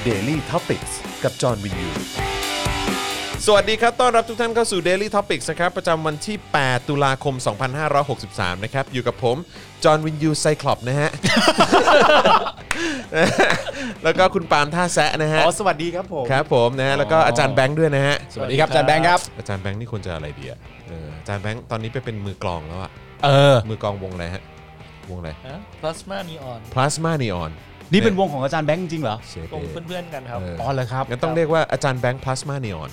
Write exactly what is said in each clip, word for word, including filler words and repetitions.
Daily Topics กับจอห์นวินยูสวัสดีครับต้อนรับทุกท่านเข้าสู่ Daily Topics นะครับประจำวันที่แปดตุลาคมสองพันห้าร้อยหกสิบสามนะครับอยู่กับผมจอห์นวินยูไซคลอปนะฮะ แล้วก็คุณปาล์มท่าแซะนะฮะอ๋อสวัสดีครับผมครับผมนะฮะแล้วก็อาจารย์แบงค์ด้วยนะฮะสวัสดีครับอาจารย์แบงค์ครับอาจารย์แบงค์นี่ควรจะอะไรดีอ่ะเอออาจารย์แบงค์ตอนนี้ไปเป็นมือกลองแล้วอ่ะเออมือกลองวงอะไรฮะวงอะไร Plasma Neon Plasma Neon นี่เป็นวงของอาจารย์แบงค์จริงเหรอวงเพื่อนๆกันครับอ๋อเหรอครับงั้นต้องเรียกว่าอาจารย์แบงค์ Plasma Neon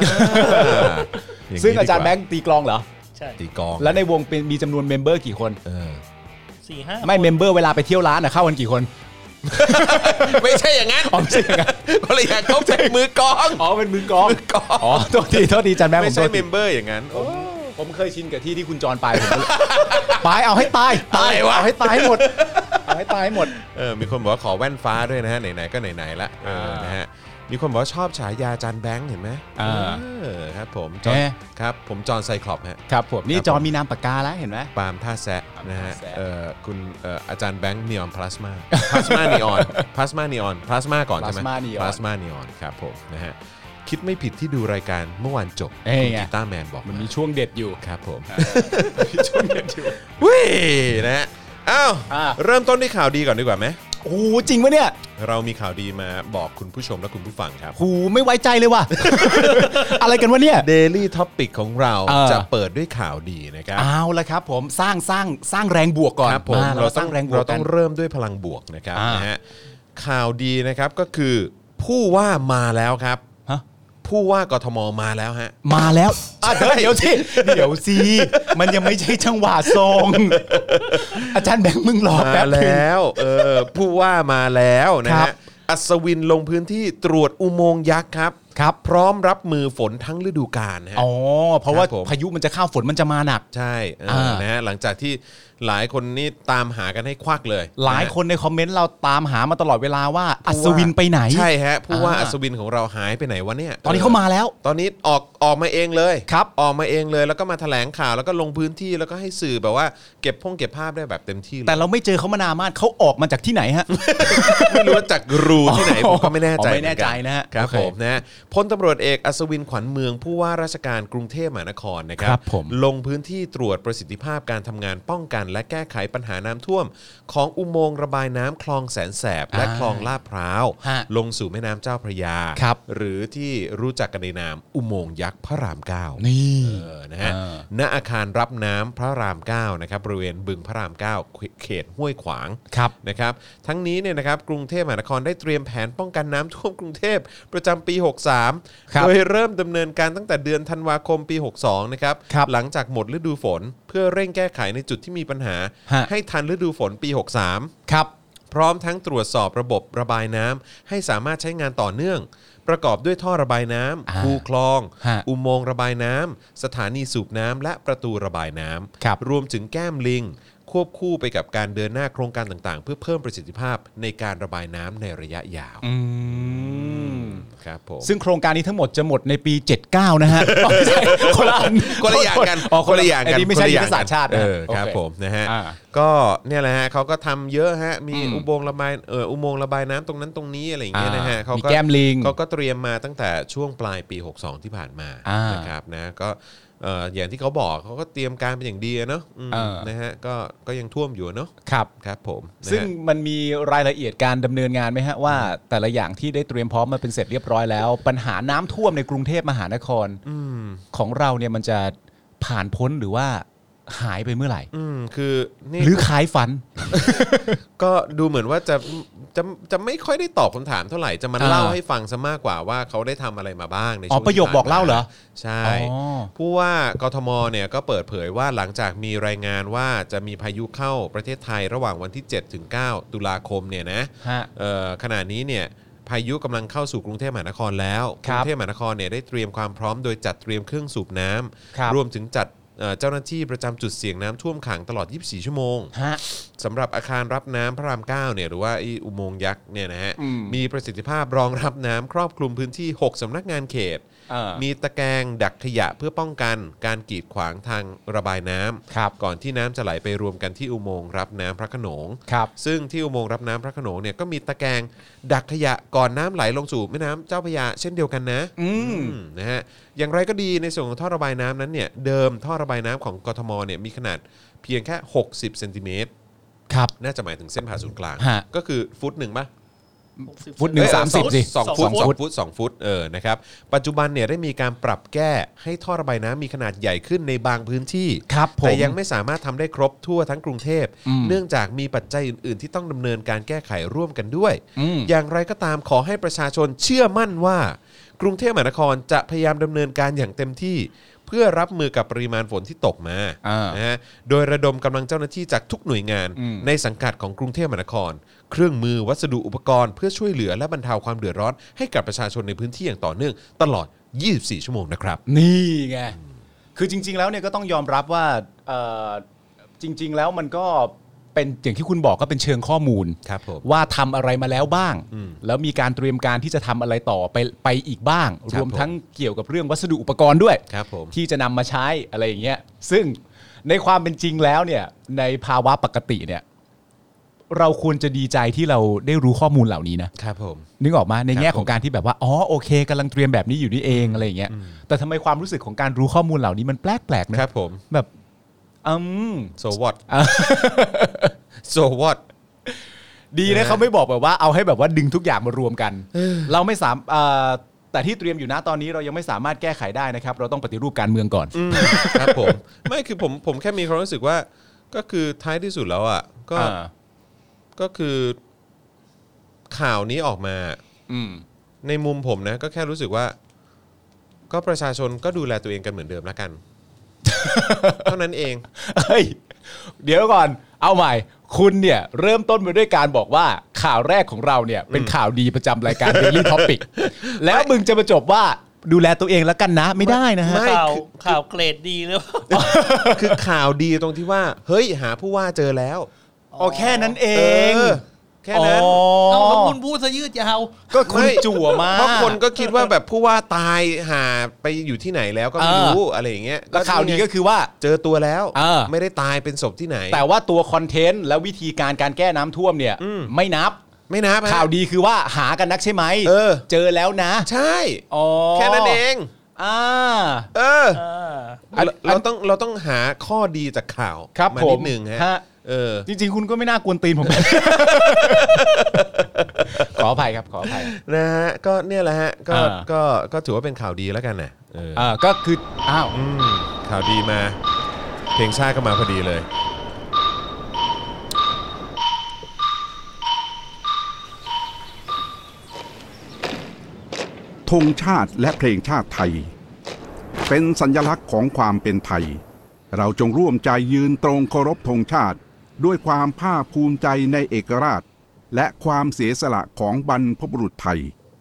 ซึ่งอาจารย์แบงค์ตีกลองเหรอใช่ตีกลองแล้วในวงเป็นมีจำนวนเมมเบอร์กี่คนเออสี่ห้าไม่เมมเบอร์เวลาไปเที่ยวร้านน่ะเข้ากันกี่คนไม่ใช่อย่างนั้นอ๋อไม่ใช่อย่างนั้นก็เลยอยากเขาเป็นมือกลองอ๋อเป็นมือกลองอ๋อโทษทีโทษทีอาจารย์แบงค์ไม่ใช่เมมเบอร์อย่างนั้นผมเคยชินกับที่ที่คุณจรไปผมไปเอาให้ตายตายวะเอาให้ตายให้หมดเอาให้ตายให้หมดเออมีคนบอกว่าขอแว่นฟ้าด้วยนะฮะไหนๆก็ไหนๆละเออนะฮะมีคนบอกว่าชอบฉายาอาจารย์แบงค์เห็นไหมเออครับผมจอนครับผมจอห์นไซคลอปฮะครับผมนี่จอห์นมีนามปากกาแล้วเห็นไหมปาล์มท่าแซะนะฮะเออคุณเอ่ออาจารย์แบงค์นีออนพลาสมาพลาสมานีออนพลาสมานีออนพลาสมาก่อนใช่ไหมพลาสมานีออนครับผมนะฮะคิดไม่ผิดที่ดูรายการเมื่อวานจบคุณกีตาร์แมนบอกมันมีช่วงเด็ดอยู่ครับผมมีช่วงเด็ดอยู่วินะฮะอ้าวเริ่มต้นด้วยข่าวดีก่อนดีกว่าไหมโอ้จริงปะเนี่ยเรามีข่าวดีมาบอกคุณผู้ชมและคุณผู้ฟังครับโหไม่ไว้ใจเลยว่ะ อะไรกันวะเนี่ย Daily Topic ของเราจะเปิดด้วยข่าวดีนะครับเอาละครับผมสร้างสร้างสร้างแรงบวกก่อนครับผมเราต้องเราต้องเริ่มด้วยพลังบวกนะครับนะฮะข่าวดีนะครับก็คือผู้ว่ามาแล้วครับผู้ว่ากทมมาแล้วฮะมาแล้วเดี๋ยวสิเดี๋ยวสิมันยังไม่ใช่จังหวะทรงอาจารย์แบงค์มึงรอแป๊บนึงแล้วเออผู้ว่ามาแล้วนะฮะอัศวินลงพื้นที่ตรวจอุโมงค์ยักษ์ครับครับพร้อมรับมือฝนทั้งฤดูกาลฮะอ๋อเพราะว่าพายุมันจะเข้าฝนมันจะมาหนักใช่นะฮะหลังจากที่หลายคนนี่ตามหากันให้ควักเลยหลายคนในคอมเมนต์เราตามหามาตลอดเวลาว่าอัศวินไปไหนใช่ฮะผู้ว่าอัศวินของเราหายไปไหนวะเนี่ยตอนนี้เขามาแล้วตอนนี้ออกออกมาเองเลยครับออกมาเองเลยแล้วก็มาแถลงข่าวแล้วก็ลงพื้นที่แล้วก็ให้สื่อแบบว่าเก็บพงเก็บภาพได้แบบเต็มที่แต่เราไม่เจอเขามานานมากเขาออกมาจากที่ไหนฮะไม่รู้ว่าจากรูที่ไหนผมก็ไม่แน่ใจไม่แน่ใจนะฮะครับผมนะพลตำรวจเอกอัศวินขวัญเมืองผู้ว่าราชการกรุงเทพมหานครนะครับลงพื้นที่ตรวจประสิทธิภาพการทำงานป้องกันและแก้ไขปัญหาน้ำท่วมของอุโมงค์ระบายน้ำคลองแสนแสบและคลองลาดพร้าวลงสู่แม่น้ำเจ้าพระยาหรือที่รู้จักกันในนามอุโมงค์ยักษ์พระรามเก้านี่นะฮะณอาคารรับน้ำพระรามเก้านะครับบริเวณบึงพระรามเก้าเขตห้วยขวางนะครับทั้งนี้เนี่ยนะครับกรุงเทพมหานครได้เตรียมแผนป้องกันน้ำท่วมกรุงเทพประจำปีหกสามโดยเริ่มดำเนินการตั้งแต่เดือนธันวาคมปีหกสองนะครับหลังจากหมดฤดูฝนเพื่อเร่งแก้ไขในจุดที่มีปัญหาให้ทันฤดูฝนปีหกสามครับพร้อมทั้งตรวจสอบระบบระบายน้ำให้สามารถใช้งานต่อเนื่องประกอบด้วยท่อระบายน้ำคูคลองอุโมงค์ระบายน้ำสถานีสูบน้ำและประตูระบายน้ำรวมถึงแก้มลิงควบคู่ไปกับการเดินหน้าโครงการต่างๆเพื่อเพิ่มประสิทธิภาพในการระบายน้ำในระยะยาวครับผมซึ่งโครงการนี้ทั้งหมดจะหมดในปีเจ็ดสิบเก้านะฮะไม่ใช่คนละอันคนละอย่างกันคนละอย่างกันไม่ใช่ยุทธศาสตร์ชาติเออครับผมนะฮะก็เนี่ยแหละฮะเขาก็ทำเยอะฮะมีอุโมงค์ระบายเอออุโมงค์ระบายน้ำตรงนั้นตรงนี้อะไรอย่างเงี้ยนะฮะเขาก็แก้มลิงเขาก็เตรียมมาตั้งแต่ช่วงปลายปีหกสองที่ผ่านมานะครับนะก็เอ่ออย่างที่เขาบอกเขาก็เตรียมการเป็นอย่างดีเนาะนะฮะก็ก็ยังท่วมอยู่เนาะครับครับผมซึ่งมันมีรายละเอียดการดำเนินงานไหมฮะว่าแต่ละอย่างที่ได้เตรียมพร้อมมาเป็นเสร็จเรียบร้อยแล้วปัญหาน้ำท่วมในกรุงเทพมหานครของเราเนี่ยมันจะผ่านพ้นหรือว่าหายไปเมื่อไหร่อืมคือนี่หรือขายฝันก็ดูเหมือนว่าจะจะจะไม่ค่อยได้ตอบคำถามเท่าไหร่จะมาเล่าให้ฟังซะมากกว่าว่าเขาได้ทำอะไรมาบ้างในช่วงอ๋อประโยคบอกเล่าเหรอใช่ผู้ว่ากทมเนี่ยก็เปิดเผยว่าหลังจากมีรายงานว่าจะมีพายุเข้าประเทศไทยระหว่างวันที่เจ็ดถึงเก้าตุลาคมเนี่ยนะขณะนี้เนี่ยพายุกำลังเข้าสู่กรุงเทพมหานครแล้วกรุงเทพมหานครเนี่ยได้เตรียมความพร้อมโดยจัดเตรียมเครื่องสูบน้ำรวมถึงจัดเจ้าหน้าที่ประจำจุดเสี่ยงน้ำท่วมขังตลอดยี่สิบสี่ชั่วโมงสำหรับอาคารรับน้ำพระรามเก้าเนี่ยหรือว่าไอ้อุโมงค์ยักษ์เนี่ยนะฮะอืมมีประสิทธิภาพรองรับน้ำครอบคลุมพื้นที่หกสำนักงานเขตอ่ามีมีตะแกรงดักขยะเพื่อป้องกันการกีดขวางทางระบายน้ำครับก่อนที่น้ำจะไหลไปรวมกันที่อุโมงค์รับน้ำพระโขนงครับซึ่งที่อุโมงค์รับน้ำพระโขนงเนี่ยก็มีตะแกรงดักขยะก่อนน้ำไหลลงสู่แม่น้ำเจ้าพระยาเช่นเดียวกันนะอืมอืมนะฮะอย่างไรก็ดีในส่วนของท่อระบายน้ำนั้นเนี่ยเดิมท่อระบายน้ำของกทมเนี่ยมีขนาดเพียงแค่หกสิบเซนติเมตรครับน่าจะหมายถึงเส้นผ่าศูนย์กลางฮะก็คือฟุตหนึ่งป่ะฟุตหนึ่งเอ้ยสามสิบสิสองฟุตสองสองฟุตฟุตสองฟุตเออนะครับปัจจุบันเนี่ยได้มีการปรับแก้ให้ท่อระบายน้ำมีขนาดใหญ่ขึ้นในบางพื้นที่ครับผมแต่ยังไม่สามารถทำได้ครบทั่วทั้งกรุงเทพอืมเนื่องจากมีปัจจัยอื่น ๆ ที่ต้องดำเนินการแก้ไขร่วมกันด้วยอืมอย่างไรก็ตามขอให้ประชาชนเชื่อมั่นว่า กรุงเทพมหานครจะพยายามดำเนินการอย่างเต็มที่ เพื่อรับมือกับปริมาณฝนที่ตกมาอ่านนะฮะโดยระดมกำลังเจ้าหน้าที่จากทุกหน่วยงานอืมในสังกัดของกรุงเทพมหานคร เครื่องมือวัสดุอุปกรณ์เพื่อช่วยเหลือและบรรเทาความเดือดร้อนให้กับประชาชนในพื้นที่อย่างต่อเนื่องตลอดยี่สิบสี่ชั่วโมงนะครับนี่ไง คือจริง ๆ แล้วเนี่ยก็ต้องยอมรับว่าเอ่อจริง ๆ แล้วมันก็เป็นอย่างที่คุณบอกก็เป็นเชิงข้อมูลครับผมว่าทำอะไรมาแล้วบ้าง แล้วมีการเตรียมการที่จะทำอะไรต่อไปไปอีกบ้างครัรบวมทั้งเกี่ยวกับเรื่องวัสดุอุปกรณ์ด้วยครับผมที่จะนำมาใช้อะไรอย่างเงี้ย ซึ่งในความเป็นจริงแล้วเนี่ยในภาวะปกติเนี่ยเราควรจะดีใจที่เราได้รู้ข้อมูลเหล่านี้นะครับผมนึกออกมาในแง่ครับผมของการที่แบบว่าอ๋อโอเคกำลังเตรียมแบบนี้อยู่นี่เองอะไรอย่างเงี้ยแต่ทำไมความรู้สึกของการรู้ข้อมูลเหล่านี้มันแปลกๆนะครับผมแบบอืม so what so what ดีนะเขาไม่บอกแบบว่าเอาให้แบบว่าดึงทุกอย่างมารวมกัน เราไม่สามเอ่อแต่ที่เตรียมอยู่นะตอนนี้เรายังไม่สามารถแก้ไขได้นะครับ เราต้องปฏิรูปการเมืองก่อนอืมครับผมไม่คือผมผมแค่มีความรู้สึกว่าก็คือท้ายที่สุดแล้วอ่ะก็อ่าก็คือข่าวนี้ออกมาอืมในมุมผมนะก็แค่รู้สึกว่า ก็ประชาชนก็ดูแลตัวเองกันเหมือนเดิมแล้วกัน เท่านั้นเองเฮ้ยเดี๋ยวก่อนเอาใหม่ คุณเนี่ยเริ่มต้นมาด้วยการบอกว่าข่าวแรกของเราเนี่ยเป็นข่าวดีประจำรายการ Daily Topic แล้วมึงจะมาจบว่าดูแลตัวเองแล้วกันนะไม่ได้นะฮะไม่ข่าวคือข่าวเกรดดีหรือเปล่าคือข่าวดีตรงที่ว่า เฮ้ยหาผู้ว่าเจอแล้วอ๋อแค่นั้นเอเอง อแค่นั้นเอาแล้วคุณพูดซะยืดยาวก็คุณไม่จั่วมาเพราะคนก็คิดว่าแบบผู้ว่าตายหาไปอยู่ที่ไหนแล้วก็ไม่รู้อะไรอย่างเงี้ยแล้วข่าวดีก็คือว่าเจอตัวแล้วเออไม่ได้ตายเป็นศพที่ไหนแต่ว่าตัวคอนเทนต์และวิธีการการแก้น้ำท่วมเนี่ยไม่นับไม่นับฮะข่าวดีคือว่าหากันนักใช่ไหมเออเจอแล้วนะใช่อ๋อแค่นั้นเองอ่าเอออ่าอันเราเราต้องเราต้องหาข้อดีจากข่าวครับมาผมนิดนึงฮะฮะเออจริงๆ คุณก็ไม่น่ากวนตีนผม ขออภัยครับขออภัยนะฮะก็เนี่ยแหละฮะก็อ่าก็ก็ถือว่าเป็นข่าวดีแล้วกันนะเอออ่าก็คืออ้าวอืมข่าวดีมา เพลงชาติก็มาพอดีเลยธงชาติและเพลงชาติไทย เป็นสัญลักษณ์ของความเป็นไทย เราจงร่วมใจยืนตรงเคารพธงชาติ ด้วยความภาคภูมิใจในเอกราช และความเสียสละของบรรพบุรุษไทย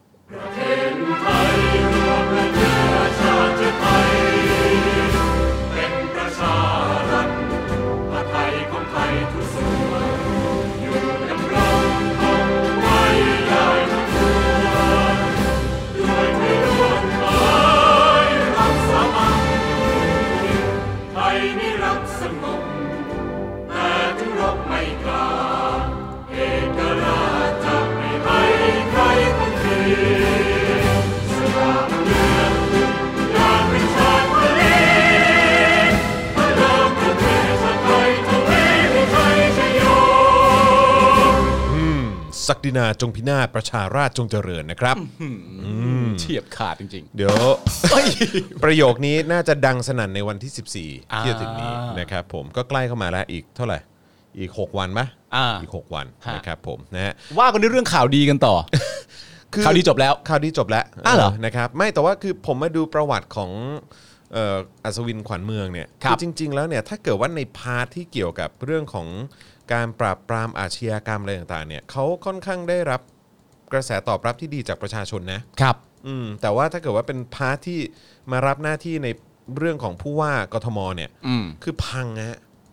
ศักดินาจงพินาศประชาราชจงเจริญนะครับเฉียบขาดจริงเดี๋ยวประโยคนี้น่าจะดังสนั่นในวันที่สิบสี่อ่าที่จะถึงนี้นะครับผมก็ใกล้เข้ามาแล้วอีกเท่าไหร่อีกหกวันปะอ่าอีกหกวันฮะนะครับผมนะฮะๆ ว่ากันด้วยเรื่องข่าวดีกันต่อคือข่าวดีจบแล้วข่าวดีจบแล้วอ้าวเหรอนะครับไม่แต่ว่าคือผมมาดูประวัติของเอ่ออัศวินขวัญเมืองเนี่ยครับจริง ๆ แล้วเนี่ยถ้าเกิดว่าในพาร์ทที่เกี่ยวกับเรื่องของการปราบปรามอาชญากรรมอะไรต่างๆเนี่ยเขาค่อนข้างได้รับกระแสตอบรับที่ดีจากประชาชนนะครับ อืมแต่ว่าถ้าเกิดว่าเป็นพาร์ทที่มารับหน้าที่ในเรื่องของผู้ว่ากทมเนี่ยอืมคือพังนะฮะ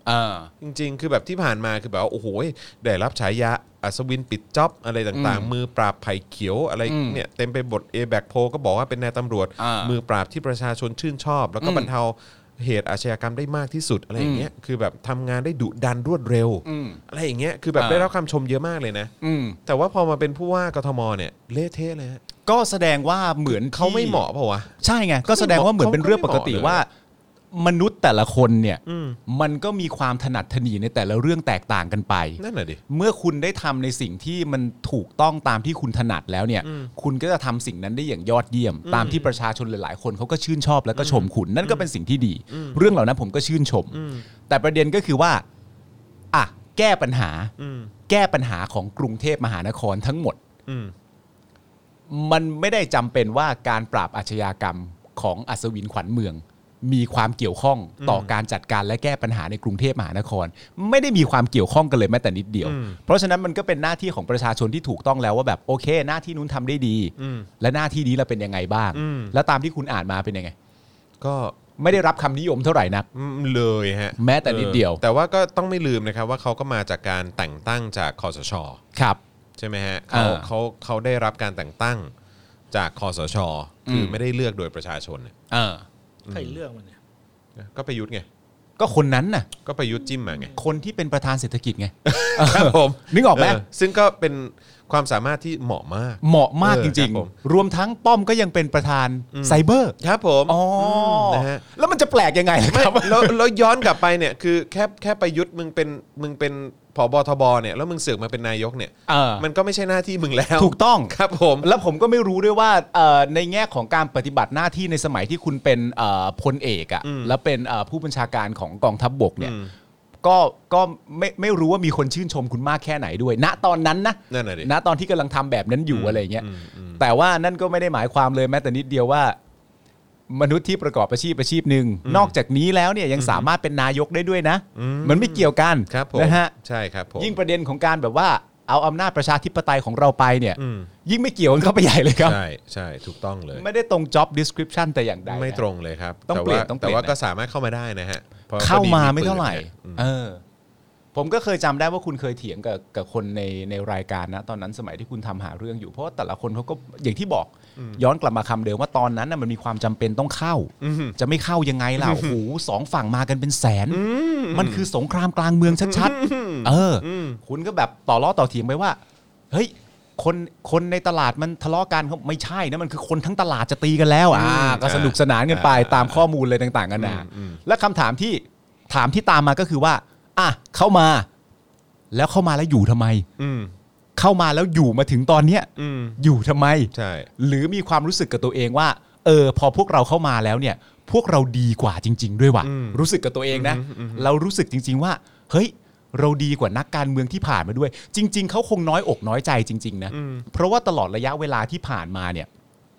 จริงๆคือแบบที่ผ่านมาคือแบบโอ้โหได้รับฉายาอัศวินปิดจ็อบอะไรต่างๆมือปราบไผ่เขียวอะไรเนี่ยเต็มไปหมด เอ แบค โพลก็บอกว่าเป็นนายตำรวจมือปราบที่ประชาชนชื่นชอบแล้วก็บรรเทาเหตุอาชญากรรมได้มากที่สุดอะไรอย่างเงี้ยคือแบบทำงานได้ดุดันรวดเร็วอะไรอย่างเงี้ยคือแบบได้รับคำชมเยอะมากเลยนะแต่ว่าพอมาเป็นผู้ว่ากทมเนี่ยเละเทะเลยฮะก็แสดงว่าเหมือนเขาไม่เหมาะเปล่าวะใช่ไงก็แสดงว่าเหมือนเป็นเรื่องปกติว่ามนุษย์แต่ละคนเนี่ยมันก็มีความถนัดถนีในแต่ละเรื่องแตกต่างกันไปนั่นแหละดิเมื่อคุณได้ทำในสิ่งที่มันถูกต้องตามที่คุณถนัดแล้วเนี่ยคุณก็จะทำสิ่งนั้นได้อย่างยอดเยี่ยมตามที่ประชาชนหลายๆคนเขาก็ชื่นชอบแล้วก็ชมคุณนั่นก็เป็นสิ่งที่ดีเรื่องเหล่านั้นผมก็ชื่นชมแต่ประเด็นก็คือว่าอ่ะแก้ปัญหาแก้ปัญหาของกรุงเทพมหานครทั้งหมดมันไม่ได้จำเป็นว่าการปราบอาชญากรรมของอัศวินขวัญเมืองมีความเกี่ยวข้องต่อการจัดการและแก้ปัญหาในกรุงเทพมหานครไม่ได้มีความเกี่ยวข้องกันเลยแม้แต่นิดเดียวเพราะฉะนั้นมันก็เป็นหน้าที่ของประชาชนที่ถูกต้องแล้วว่าแบบโอเคหน้าที่นู้นทำได้ดีและหน้าที่นี้เราเป็นยังไงบ้างแล้วตามที่คุณอ่านมาเป็นยังไงก็ไม่ได้รับคำนิยมเท่าไหร่นักเลยฮะแม้แต่นิดเดียวแต่ว่าก็ต้องไม่ลืมนะครับว่าเขาก็มาจากการแต่งตั้งจากคสช. ครับใช่ไหมฮะเขาเขาเขาได้รับการแต่งตั้งจากคสช.คือไม่ได้เลือกโดยประชาชนใครเลือกมันเนี่ยก็ประยุทธ์ไงก็คนนั้นน่ะก็ประยุทธ์จิ้มมาไงคนที่เป็นประธานเศรษฐกิจไงครับผมนึกออกไหมซึ่งก็เป็นความสามารถที่เหมาะมากเหมาะมากจริงๆรวมทั้งป้อมก็ยังเป็นประธานไซเบอร์ครับผมอ๋อนะฮะแล้วมันจะแปลกยังไงครับแล้วแล้วย้อนกลับไปเนี่ยคือแค่แค่ประยุทธ์มึงเป็นมึงเป็นผบทบเนี่ยแล้วมึงเสือกมาเป็นนายกเนี่ยมันก็ไม่ใช่หน้าที่มึงแล้วถูกต้องครับผมแล้วผมก็ไม่รู้ด้วยว่าในแง่ของการปฏิบัติหน้าที่ในสมัยที่คุณเป็นพลเอกอ่ะแล้วเป็นผู้บัญชาการของกองทัพบกเนี่ยก็ก็ไม่ไม่รู้ว่ามีคนชื่นชมคุณมากแค่ไหนด้วยณตอนนั้นนะณตอนที่กำลังทำแบบนั้นอยู่อะไรเงี้ยแต่ว่านั่นก็ไม่ได้หมายความเลยแม้แต่นิดเดียวว่ามนุษย์ที่ประกอบอาชีพอาชีพหนึ่งนอกจากนี้แล้วเนี่ยยังสามารถเป็นนายกได้ด้วยนะมันไม่เกี่ยวกันนะฮะใช่ครับผมยิ่งประเด็นของการแบบว่าเอาอำนาจประชาธิปไตยของเราไปเนี่ยยิ่งไม่เกี่ยวกันเข้าไปใหญ่เลยครับใช่ใช่ถูกต้องเลยไม่ได้ตรง job description แต่อย่างใดไม่ตรงเลยครับต้องเปลี่ยนแต่ว่าก็สามารถเข้ามาได้นะฮะเข้ามาไม่เท่าไหร่เออผมก็เคยจำได้ว่าคุณเคยเถียงกับกับคนในในรายการนะตอนนั้นสมัยที่คุณทำหาเรื่องอยู่เพราะว่าแต่ละคนเขาก็อย่างที่บอกย้อนกลับมาคำเดิมว่าตอนนั้นน่ะมันมีความจำเป็นต้องเข้าจะไม่เข้ายังไงล่ะโอ้โหสองฝั่งมากันเป็นแสนมันคือสงครามกลางเมืองชัดๆเออคุณก็แบบต่อล้อต่อเถียงไปว่าเฮ้ยคนคนในตลาดมันทะเลาะกันเขาไม่ใช่นะมันคือคนทั้งตลาดจะตีกันแล้วอ่าก็สนุกสนานกันไปตามข้อมูลเลยต่างๆกันนะและคำถามที่ถามที่ตามมาก็คือว่าอ่ะเข้ามาแล้วเข้ามาแล้วอยู่ทำไมเข้ามาแล้วอยู่มาถึงตอนเนี้ยอยู่ทำไมใช่หรือมีความรู้สึกกับตัวเองว่าเออพอพวกเราเข้ามาแล้วเนี่ยพวกเราดีกว่าจริงๆด้วยว่ะรู้สึกกับตัวเองนะเรารู้สึกจริงๆว่าเฮ้ยเราดีกว่านักการเมืองที่ผ่านมาด้วยจริงๆเขาคงน้อยอกน้อยใจจริงๆนะเพราะว่าตลอดระยะเวลาที่ผ่านมาเนี่ย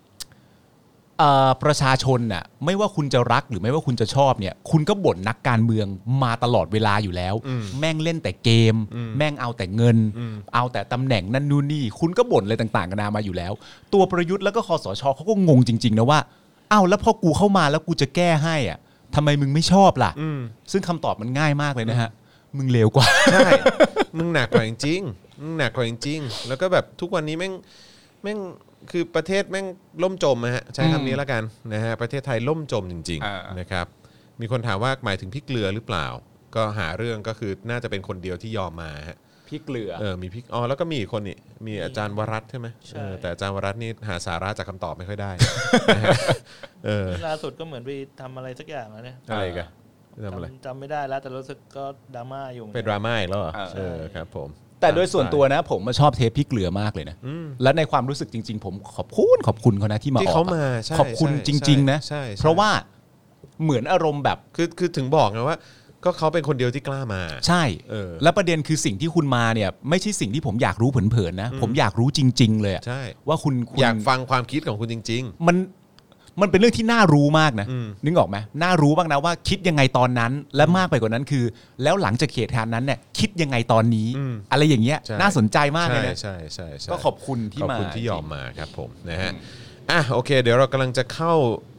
ประชาชนน่ะไม่ว่าคุณจะรักหรือไม่ว่าคุณจะชอบเนี่ยคุณก็บ่นนักการเมืองมาตลอดเวลาอยู่แล้วแม่งเล่นแต่เกมแม่งเอาแต่เงินเอาแต่ตำแหน่งนั่นนู่นนี่คุณก็บ่นอะไรต่างๆกันานามาอยู่แล้วตัวประยุทธ์แล้วก็คสช.เขาก็งงจริงๆนะว่าอ้าวแล้วพอกูเข้ามาแล้วกูจะแก้ให้อ่ะทำไมมึงไม่ชอบล่ะซึ่งคำตอบมันง่ายมากเลยนะฮะมึงเลวกว่าใช่มึงหนักกว่าจริงๆมึงหนักกว่าจริงๆแล้วก็แบบทุกวันนี้แม่งแม่งคือประเทศแม่งล่มจมนะฮะใช้คำนี้แล้วกันนะฮะประเทศไทยล่มจมจริงๆนะครับมีคนถามว่าหมายถึงพี่เกลือหรือเปล่าก็หาเรื่องก็คือน่าจะเป็นคนเดียวที่ยอมมาฮะพี่เกลือเออมีพี่อ๋อแล้วก็มีอีกคนนี่มีอาจารย์วรัตน์ใช่ไหมเออแต่อาจารย์วรัตน์นี่หาสาระจากคำตอบไม่ค่อยได้เออล่าสุดก็เหมือนไปทำอะไรสักอย่างแล้วเนี่ยอะไรกันทำอะไรจำไม่ได้แล้วแต่รู้สึกก็ดราม่าอยู่เป็นดราม่าอีกแล้วเหรอเออครับผมแต่โดยส่วนตัวนะผมมาชอบเทปพี่เกลือมากเลยนะและในความรู้สึกจริงๆผมขอบคุณขอบคุณเขานะที่มาออกขอบคุณจริงๆนะเพราะว่าเหมือนอารมณ์แบบคือคือถึงบอกไงว่าก็เขาเป็นคนเดียวที่กล้ามาใช่และประเด็นคือสิ่งที่คุณมาเนี่ยไม่ใช่สิ่งที่ผมอยากรู้เผินๆนะผมอยากรู้จริงๆเลยว่าคุณอยากฟังความคิดของคุณจริงๆมันมันเป็นเรื่องที่น่ารู้มากนะนึกออกไหมน่ารู้บ้างนะว่าคิดยังไงตอนนั้นและมากไปกว่านั้นคือแล้วหลังจากเหตุการณ์นั้นเนี่ยคิดยังไงตอนนี้อะไรอย่างเงี้ยน่าสนใจมากเลยนะใช่ใช่ใช่ก็ขอบคุณที่มาขอบคุณที่ยอมมาครับผมนะฮะอ่ะโอเคเดี๋ยวเรากำลังจะเข้า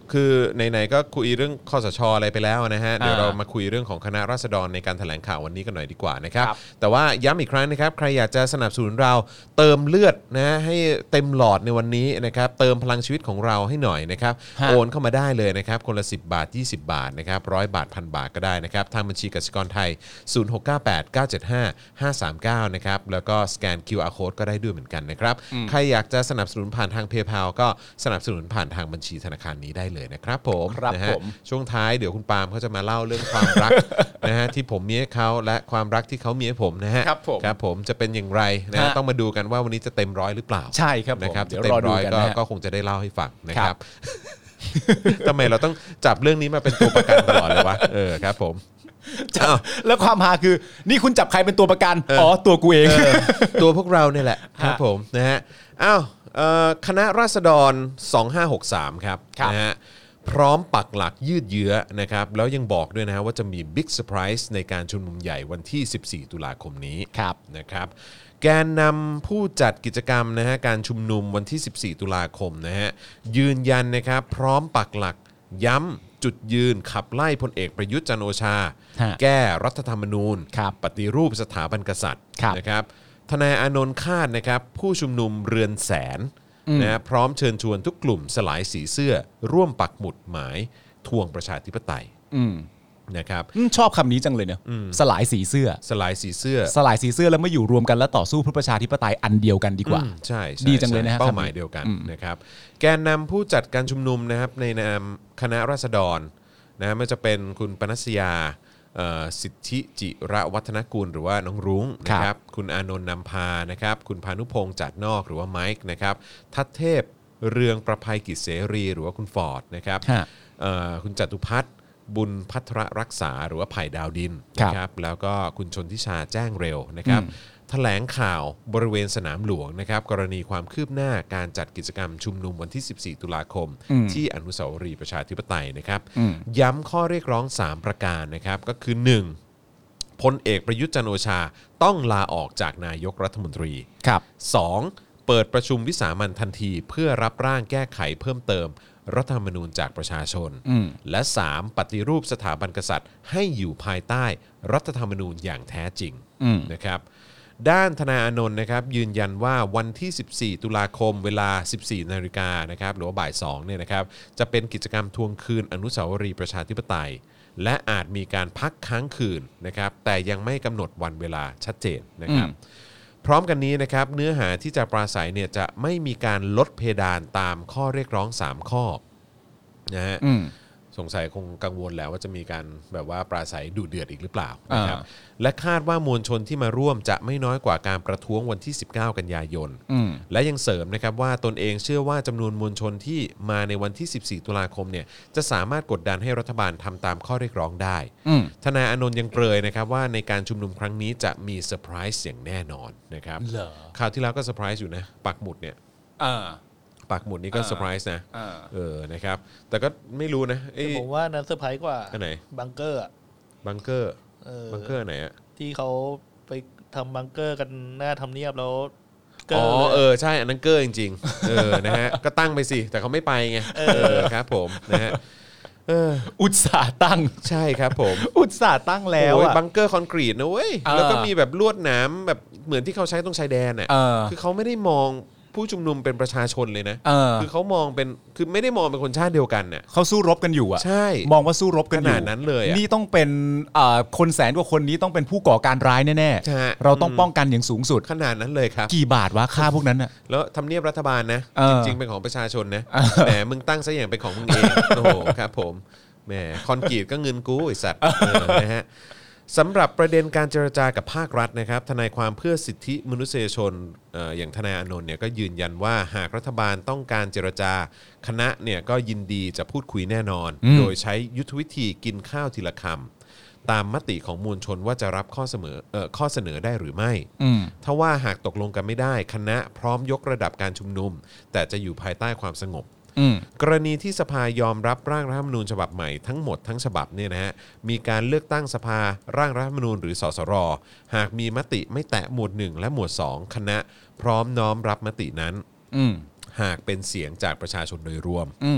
คือไหนๆก็คุยเรื่องคสช.อะไรไปแล้วนะฮะเดี๋ยวอ่าเรามาคุยเรื่องของคณะราษฎรในการแถลงข่าววันนี้กันหน่อยดีกว่านะครับครับแต่ว่าย้ำอีกครั้งนะครับใครอยากจะสนับสนุนเราเติมเลือดนะให้เต็มหลอดในวันนี้นะครับเติมพลังชีวิตของเราให้หน่อยนะครับฮะโอนเข้ามาได้เลยนะครับคนละสิบบาทยี่สิบบาทนะครับร้อยบาทพันบาทก็ได้นะครับทางบัญชีกสิกรไทยศูนย์ หก เก้า แปด เก้า เจ็ด ห้า ห้า สาม เก้านะครับแล้วก็สแกน คิว อาร์ Code ก็ได้ด้วยเหมือนกันนะครับใครอยากจะสนับสนุนผ่านทาง PayPal ก็สนับสนุนผ่านทางบัญชีธนาคารนี้ได้เลยนะครับผมครับนะฮะผมช่วงท้ายเดี๋ยวคุณปาล์มเขาจะมาเล่าเรื่องความรัก นะฮะที่ผมมีให้เขาและความรักที่เขามีให้ผมนะฮะครับผมครับผมจะเป็นอย่างไรนะฮะฮะต้องมาดูกันว่าวันนี้จะเต็มร้อยหรือเปล่าใช่ครับผมนะครับเดี๋ยวเต็มรอดูร้อยกันก็นะฮะก็คงจะได้เล่าให้ฟังนะคครัรับ บทำไมเราต้องจับเรื่องนี้มาเป็นตัวประกันตลอดเลยวะเออครับผมอ้าวแล้วความฮาคือนี่คุณจับใครเป็นตัวประกันอ๋อตัวกูเองเออตัวพวกเราเนี่ยแหละครับผมนะฮะอ้าวเอ่อคณะราษฎรสองห้าหกสามครับครับนะฮะพร้อมปักหลักยืดเยื้อนะครับแล้วยังบอกด้วยนะฮะว่าจะมีบิ๊กเซอร์ไพรส์ในการชุมนุมใหญ่วันที่สิบสี่ตุลาคมนี้ครับนะครับแกนนำผู้จัดกิจกรรมนะฮะการชุมนุมวันที่สิบสี่ตุลาคมนะฮะยืนยันนะครับพร้อมปักหลักย้ำจุดยืนขับไล่พลเอกประยุทธ์จันทร์โอชาฮะแก้รัฐธรรมนูญครับปฏิรูปสถาบันกษัตริย์ครับนะครับทนายอานนท์คาดนะครับผู้ชุมนุมเรือนแสนนะฮะพร้อมเชิญชวนทุกกลุ่มสลายสีเสื้อ ร่วมปักหมุดหมายทวงประชาธิปไตยอืมนะครับอืมชอบคำนี้จังเลยเนอะสลายสีเสื้อสลายสีเสื้อสลายสีเสื้อแล้วมาอยู่รวมกันแล้วต่อสู้เพื่อประชาธิปไตยอันเดียวกันดีกว่าอืมใช่ใช่ดีจังเลยนะฮะใช่เป้าคำนี้หมายเดียวกันนะครับแกนนำผู้จัดการชุมนุมนะครับในนามคณะราษฎรนะไม่ว่าจะเป็นคุณปนัสยาเอ่อสิทธิจิระวัฒนกุลหรือว่าน้องรุ้งนะครับคุณอานนท์นำพานะครับคุณพานุพงษ์จัดนอกหรือว่าไมค์นะครับทัศเทพเรืองประภัยกิจเสรีหรือว่าคุณฟอร์ดนะครับฮะเอ่อคุณจตุพัฒน์บุญพัทรรักษาหรือว่าไผ่ดาวดินครับนะครับแล้วก็คุณชนทิชาแจ้งเร็วนะครับแถลงข่าวบริเวณสนามหลวงนะครับกรณีความคืบหน้าการจัดกิจกรรมชุมนุมวันที่สิบสี่ตุลาคม ที่อนุสาวรีย์ประชาธิปไตยนะครับย้ำข้อเรียกร้องสามประการนะครับก็คือหนึ่งพลเอกประยุทธ์จันทร์โอชาต้องลาออกจากนายกรัฐมนตรีครับสองเปิดประชุมวิสามัญทันทีเพื่อรับร่างแก้ไขเพิ่มเติมรัฐธรรมนูญจากประชาชน และสามปฏิรูปสถาบันกษัตริย์ให้อยู่ภายใต้รัฐธรรมนูญอย่างแท้จริงนะครับด้านธนาอานนท์นะครับยืนยันว่าวันที่สิบสี่ตุลาคมเวลา สิบสี่นาฬิกานะครับหรือว่าบ่ายสองเนี่ยนะครับจะเป็นกิจกรรมทวงคืนอนุสาวรีย์ประชาธิปไตย และอาจมีการพักค้างคืนนะครับแต่ยังไม่กำหนดวันเวลาชัดเจนนะครับ พร้อมกันนี้นะครับเนื้อหาที่จะปราศัยเนี่ยจะไม่มีการลดเพดานตามข้อเรียกร้องสามข้อนะฮะสงสัยคงกังวลแล้วว่าจะมีการแบบว่าปราศัยดุเดือดอีกหรือเปล่านะครับและคาดว่ามวลชนที่มาร่วมจะไม่น้อยกว่าการประท้วงวันที่สิบเก้ากันยายนและยังเสริมนะครับว่าตนเองเชื่อว่าจำนวนมวลชนที่มาในวันที่สิบสี่ตุลาคมเนี่ยจะสามารถกดดันให้รัฐบาลทำตามข้อเรียกร้องได้ทนายอานนท์ยังเปรยนะครับว่าในการชุมนุมครั้งนี้จะมีเซอร์ไพรส์อย่างแน่นอนนะครับเหรอคราวที่แล้วก็เซอร์ไพรส์อยู่นะปักหมุดเนี่ยอ่าปักหมุดนี่ก็เซอร์ไพรส์นะอ่าเออนะครับแต่ก็ไม่รู้นะเอ้ยผมว่านั้นเซอร์ไพรส์กว่าอันไหนบังเกอร์อะบังเกอร์เออบังเกอร์ไหนอะที่เขาไปทำบังเกอร์กันหน้าทำเนียบแล้วเกอ๋ออร์เออใช่อันนั้นเกอร์จริงๆเออนะฮะก็ตั้งไปสิแต่เขาไม่ไปไงเออครับผมนะฮะเอออุตสาห์ตั้งใช่ครับผมอุตสาห์ตั้งแล้วโอ้ยอะบังเกอร์คอนกรีตนะเว้ยเออแล้วก็มีแบบลวดหนามแบบเหมือนที่เขาใช้ตรงชายแดนอ่ะเออคือเขาไม่ได้มองผู้ชุมนุมเป็นประชาชนเลยนะเออคือเขามองเป็นคือไม่ได้มองเป็นคนชาติเดียวกันน่ะเขาสู้รบกันอยู่อะใช่มองว่าสู้รบกันอยู่ขนาดนั้นเลยอะนี่ต้องเป็นอ่าคนแสนกว่าคนนี้ต้องเป็นผู้ก่อการร้ายแน่ใช่ๆเราต้องป้องกันอย่างสูงสุดขนาดนั้นเลยครับกี่บาทวะค่าพวกนั้นอะแล้วทำเนียบรัฐบาลนะเออจริงๆเป็นของประชาชนนะแหมมึงตั้งซะอย่างเป็นของมึงเอง โอ้โหครับผมแหมคอนกรีตก็เงินกูไอ้สัตว์เออนะฮะสำหรับประเด็นการเจรจากับภาครัฐนะครับทนายความเพื่อสิทธิมนุษยชนเอ่ออย่างทนายอานนท์เนี่ยก็ยืนยันว่าหากรัฐบาลต้องการเจรจาคณะเนี่ยก็ยินดีจะพูดคุยแน่นอน โดยใช้ยุทธวิธีกินข้าวทีละคำตามมติของมวลชนว่าจะรับข้อเสนอเอ่อข้อเสนอได้หรือไม่ถ้าว่าหากตกลงกันไม่ได้คณะพร้อมยกระดับการชุมนุม แต่จะอยู่ภายใต้ความสงบ กรณีที่สภายอมรับร่างรัฐธรรมนูญฉบับใหม่ทั้งหมดทั้งฉบับเนี่ยนะฮะมีการเลือกตั้งสภาร่างรัฐธรรมนูญหรือสสรหากมีมติไม่แตะหมวดหนึ่งและหมวดสองคณะพร้อมน้อมรับมตินั้นหากเป็นเสียงจากประชาชนโดยรวม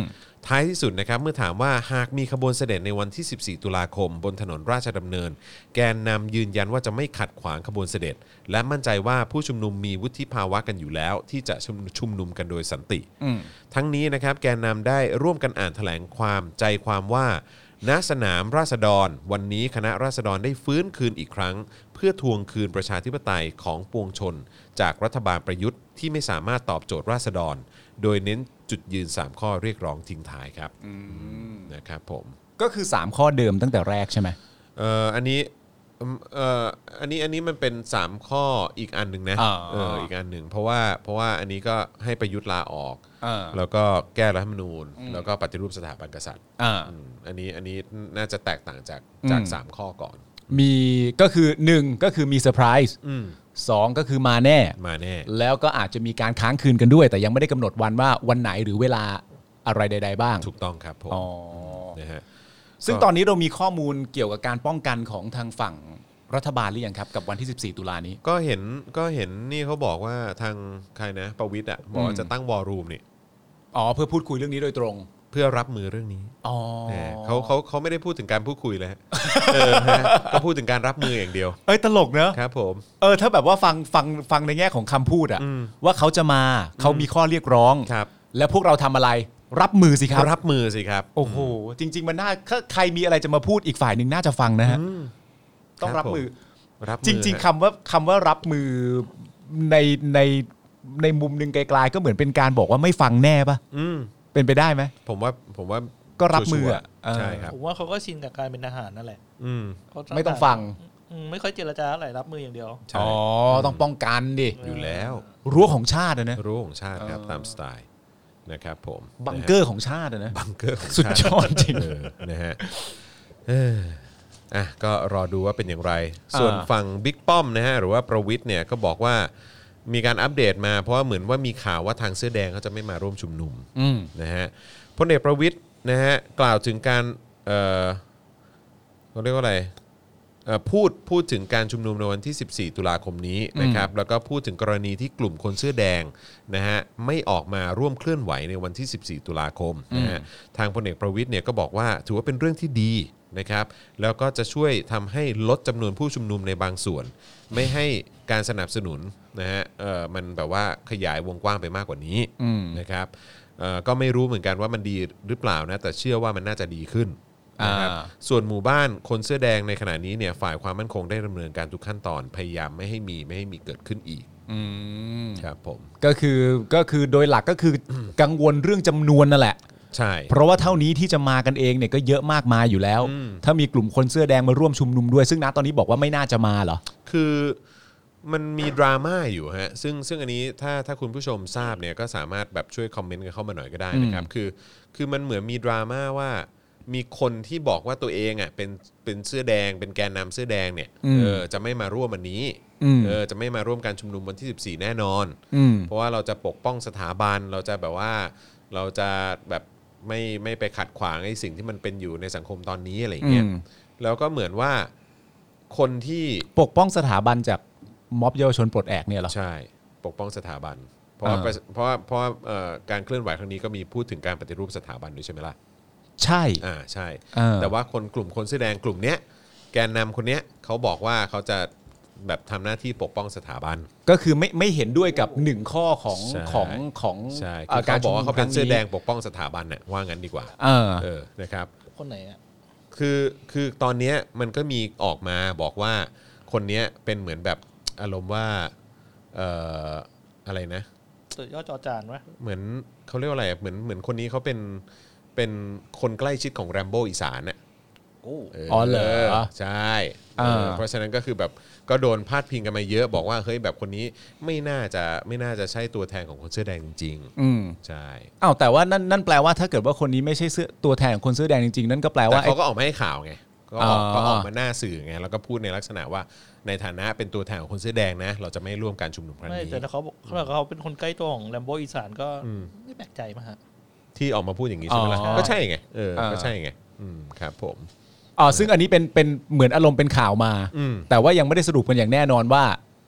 ท้ายที่สุดนะครับเมื่อถามว่าหากมีขบวนเสด็จในวันที่สิบสี่ตุลาคมบนถนนราชดำเนินแกนนำยืนยันว่าจะไม่ขัดขวางขบวนเสด็จและมั่นใจว่าผู้ชุมนุมมีวุฒิภาวะกันอยู่แล้วที่จะชุมนุมกันโดยสันติทั้งนี้นะครับแกนนำได้ร่วมกันอ่านแถลงความใจความว่าณสนามราษฎรวันนี้คณะราษฎรได้ฟื้นคืนอีกครั้งเพื่อทวงคืนประชาธิปไตยของปวงชนจากรัฐบาลประยุทธ์ที่ไม่สามารถตอบโจทย์ราษฎรโดยเน้นจุดยืนสามข้อเรียกร้องทิ้งท้ายครับนะครับผมก็คือสามข้อเดิมตั้งแต่แรกใช่ไหมเอ่ออันนี้เอ่ออันนี้อันนี้มันเป็นสามข้ออีกอันหนึ่งนะเอออีกอันหนึ่งเพราะว่าเพราะว่าอันนี้ก็ให้ประยุทธ์ลาออกแล้วก็แก้รัฐธรรมนูญแล้วก็ปฏิรูปสถาบันกษัตริย์อันนี้อันนี้น่าจะแตกต่างจากจากสามข้อก่อนมีก็คือหนึ่งก็คือมีเซอร์ไพรส์สองก็คือมาแน่มาแน่แล้วก็อาจจะมีการค้างคืนกันด้วยแต่ยังไม่ได้กำหนดวันว่าวันไหนหรือเวลาอะไรใดๆบ้างถูกต้องครับผมนะฮะซึ่งตอนนี้เรามีข้อมูลเกี่ยวกับการป้องกันของทางฝั่งรัฐบาลหรือยังครับกับวันที่สิบสี่ตุลานี้ก็เห็นก็เห็นนี่เขาบอกว่าทางใครนะประวิตรอ่ะบอกว่าจะตั้งวอลลุ่มนี่อ๋อเพื่อพูดคุยเรื่องนี้โดยตรงเพื่อรับมือเรื่องนี้อ๋อเขาเขาเขาไม่ได้พูดถึงการพูดคุยเลยเออก็พูดถึงการรับมืออย่างเดียวเอ้ยตลกเนอะครับผมเออถ้าแบบว่าฟังฟังฟังในแง่ของคำพูดอะว่าเขาจะมาเขามีข้อเรียกร้องแล้วพวกเราทำอะไรรับมือสิครับรับมือสิครับโอ้โหจริงๆมันน่าถ้าใครมีอะไรจะมาพูดอีกฝ่ายหนึ่งน่าจะฟังนะฮะต้องรับมือจริงๆคำว่าคำว่ารับมือในในในมุมหนึ่งไกลๆก็เหมือนเป็นการบอกว่าไม่ฟังแน่ป่ะเป็นไปได้ไหมผมว่าผมว่าก็รับมืออ่ะใช่ครับผมว่าเขาก็ชินกับการเป็นทหารนั่นแหละไม่ต้องฟังไม่ค่อยเจรจาอะไรรับมืออย่างเดียวอ๋อต้องป้องกันดิอยู่แล้วรั้วของชาตินะรั้วของชาติครับตามสไตล์นะครับผมบังเกอร์ของชาตินะบังเกอร์สุดยอดจริงนะฮะอ่ะก็รอดูว่าเป็นอย่างไรส่วนฝั่งบิ๊กป้อมนะฮะหรือว่าประวิตรเนี่ยก็บอกว่ามีการอัปเดตมาเพราะว่าเหมือนว่ามีข่าวว่าทางเสื้อแดงเขาจะไม่มาร่วมชุมนุมนะฮะพลเอกประวิตรนะฮะกล่าวถึงการเอ่อเขาเรียกว่าอะไรเอ่อพูดพูดถึงการชุมนุมในวันที่สิบสี่ตุลาคมนี้นะครับแล้วก็พูดถึงกรณีที่กลุ่มคนเสื้อแดงนะฮะไม่ออกมาร่วมเคลื่อนไหวในวันที่สิบสี่ตุลาคมนะฮะทางพลเอกประวิตรเนี่ยก็บอกว่าถือว่าเป็นเรื่องที่ดีนะครับแล้วก็จะช่วยทำให้ลดจำนวนผู้ชุมนุมในบางส่วนไม่ให้การสนับสนุนนะฮะเอ่อมันแบบว่าขยายวงกว้างไปมากกว่านี้นะครับเอ่อก็ไม่รู้เหมือนกันว่ามันดีหรือเปล่านะแต่เชื่อว่ามันน่าจะดีขึ้นนะครับส่วนหมู่บ้านคนเสื้อแดงในขณะนี้เนี่ยฝ่ายความมั่นคงได้ดำเนินการทุกขั้นตอนพยายามไม่ให้มีไม่ให้มีเกิดขึ้นอีกครับผมก็คือก็คือโดยหลักก็คือกังวลเรื่องจำนวนนั่นแหละใช่เพราะว่าเท่านี้ที่จะมากันเองเนี่ยก็เยอะมากมายอยู่แล้วถ้ามีกลุ่มคนเสื้อแดงมาร่วมชุมนุมด้วยซึ่งณตอนนี้บอกว่าไม่น่าจะมาเหรอคือมันมีดราม่าอยู่ฮะซึ่งซึ่งอันนี้ถ้าถ้าคุณผู้ชมทราบเนี่ยก็สามารถแบบช่วยคอมเมนต์กันเข้ามาหน่อยก็ได้นะครับคือคือมันเหมือนมีดราม่าว่ามีคนที่บอกว่าตัวเองอ่ะเป็นเป็นเสื้อแดงเป็นแกนนำเสื้อแดงเนี่ยเออจะไม่มาร่วมวันนี้เออจะไม่มาร่วมการชุมนุมวันที่สิบสี่แน่นอนเพราะว่าเราจะปกป้องสถาบันเราจะแบบว่าเราจะแบบไม่ไม่ไปขัดขวางไอ้สิ่งที่มันเป็นอยู่ในสังคมตอนนี้อะไรอย่างเงี้ยแล้วก็เหมือนว่าคนที่ปกป้องสถาบันจากม็อบเยาวชนปลดแอกเนี่ยหรอใช่ปกป้องสถาบันเพราะเพราะเพราะการเคลื่อนไหวครั้งนี้ก็มีพูดถึงการปฏิรูปสถาบันด้วยใช่ไหมล่ะใช่อ่าใช่แต่ว่าคนกลุ่มคนเสื้อแดงกลุ่มเนี้ยแกนนำคนเนี้ยเขาบอกว่าเขาจะแบบทำหน้าที่ปกป้องสถาบันก็คือไม่ไม่เห็นด้วยกับหนึ่งข้อของของของการบอกว่าเขาเป็นเสื้อแดงปกป้องสถาบันเนี่ยว่างั้นดีกว่าเออเออนะครับคนไหนอ่ะคือคือตอนเนี้ยมันก็มีออกมาบอกว่าคนเนี้ยเป็นเหมือนแบบอารมณ์ว่าเอ่ออะไรนะตัวยอดจอจานวะเหมือนเขาเรียกว่าอะไรเหมือนเหมือนคนนี้เขาเป็นเป็นคนใกล้ชิดของแรมโบ้อีสานน่ะอ๋อเหรอใช่เพราะฉะนั้นก็คือแบบก็โดนพาดพิงกันมาเยอะบอกว่าเฮ้ยแบบคนนี้ไม่น่าจะไม่น่าจะใช่ตัวแทนของคนเสื้อแดงจริงๆอืมใช่อ้าวแต่ว่านั่นนั่นแปลว่าถ้าเกิดว่าคนนี้ไม่ใช่เสื้อตัวแทนของคนเสื้อแดงจริงๆนั่นก็แปลว่าเขาก็ออกมาให้ข่าวไงก็ออกก็ออกมาหน้าสื่อไงแล้วก็พูดในลักษณะว่าในฐานะเป็นตัวแทนของคนเสื้อแดงนะเราจะไม่ร่วมการชุมนุมครั้งนี้ไม่แต่เขาบอกเขาเขาเป็นคนใกล้ตัวของแรมโบ้อีสานก็ไม่แปลกใจมั้งฮะที่ออกมาพูดอย่างนี้ใช่ไหมล่ะก็ใช่ไงเออก็ใช่ไงอืมครับผมอ๋อซึ่งอันนี้เป็นเป็นเหมือนอารมณ์เป็นข่าวมาแต่ว่ายังไม่ได้สรุปกันอย่างแน่นอนว่า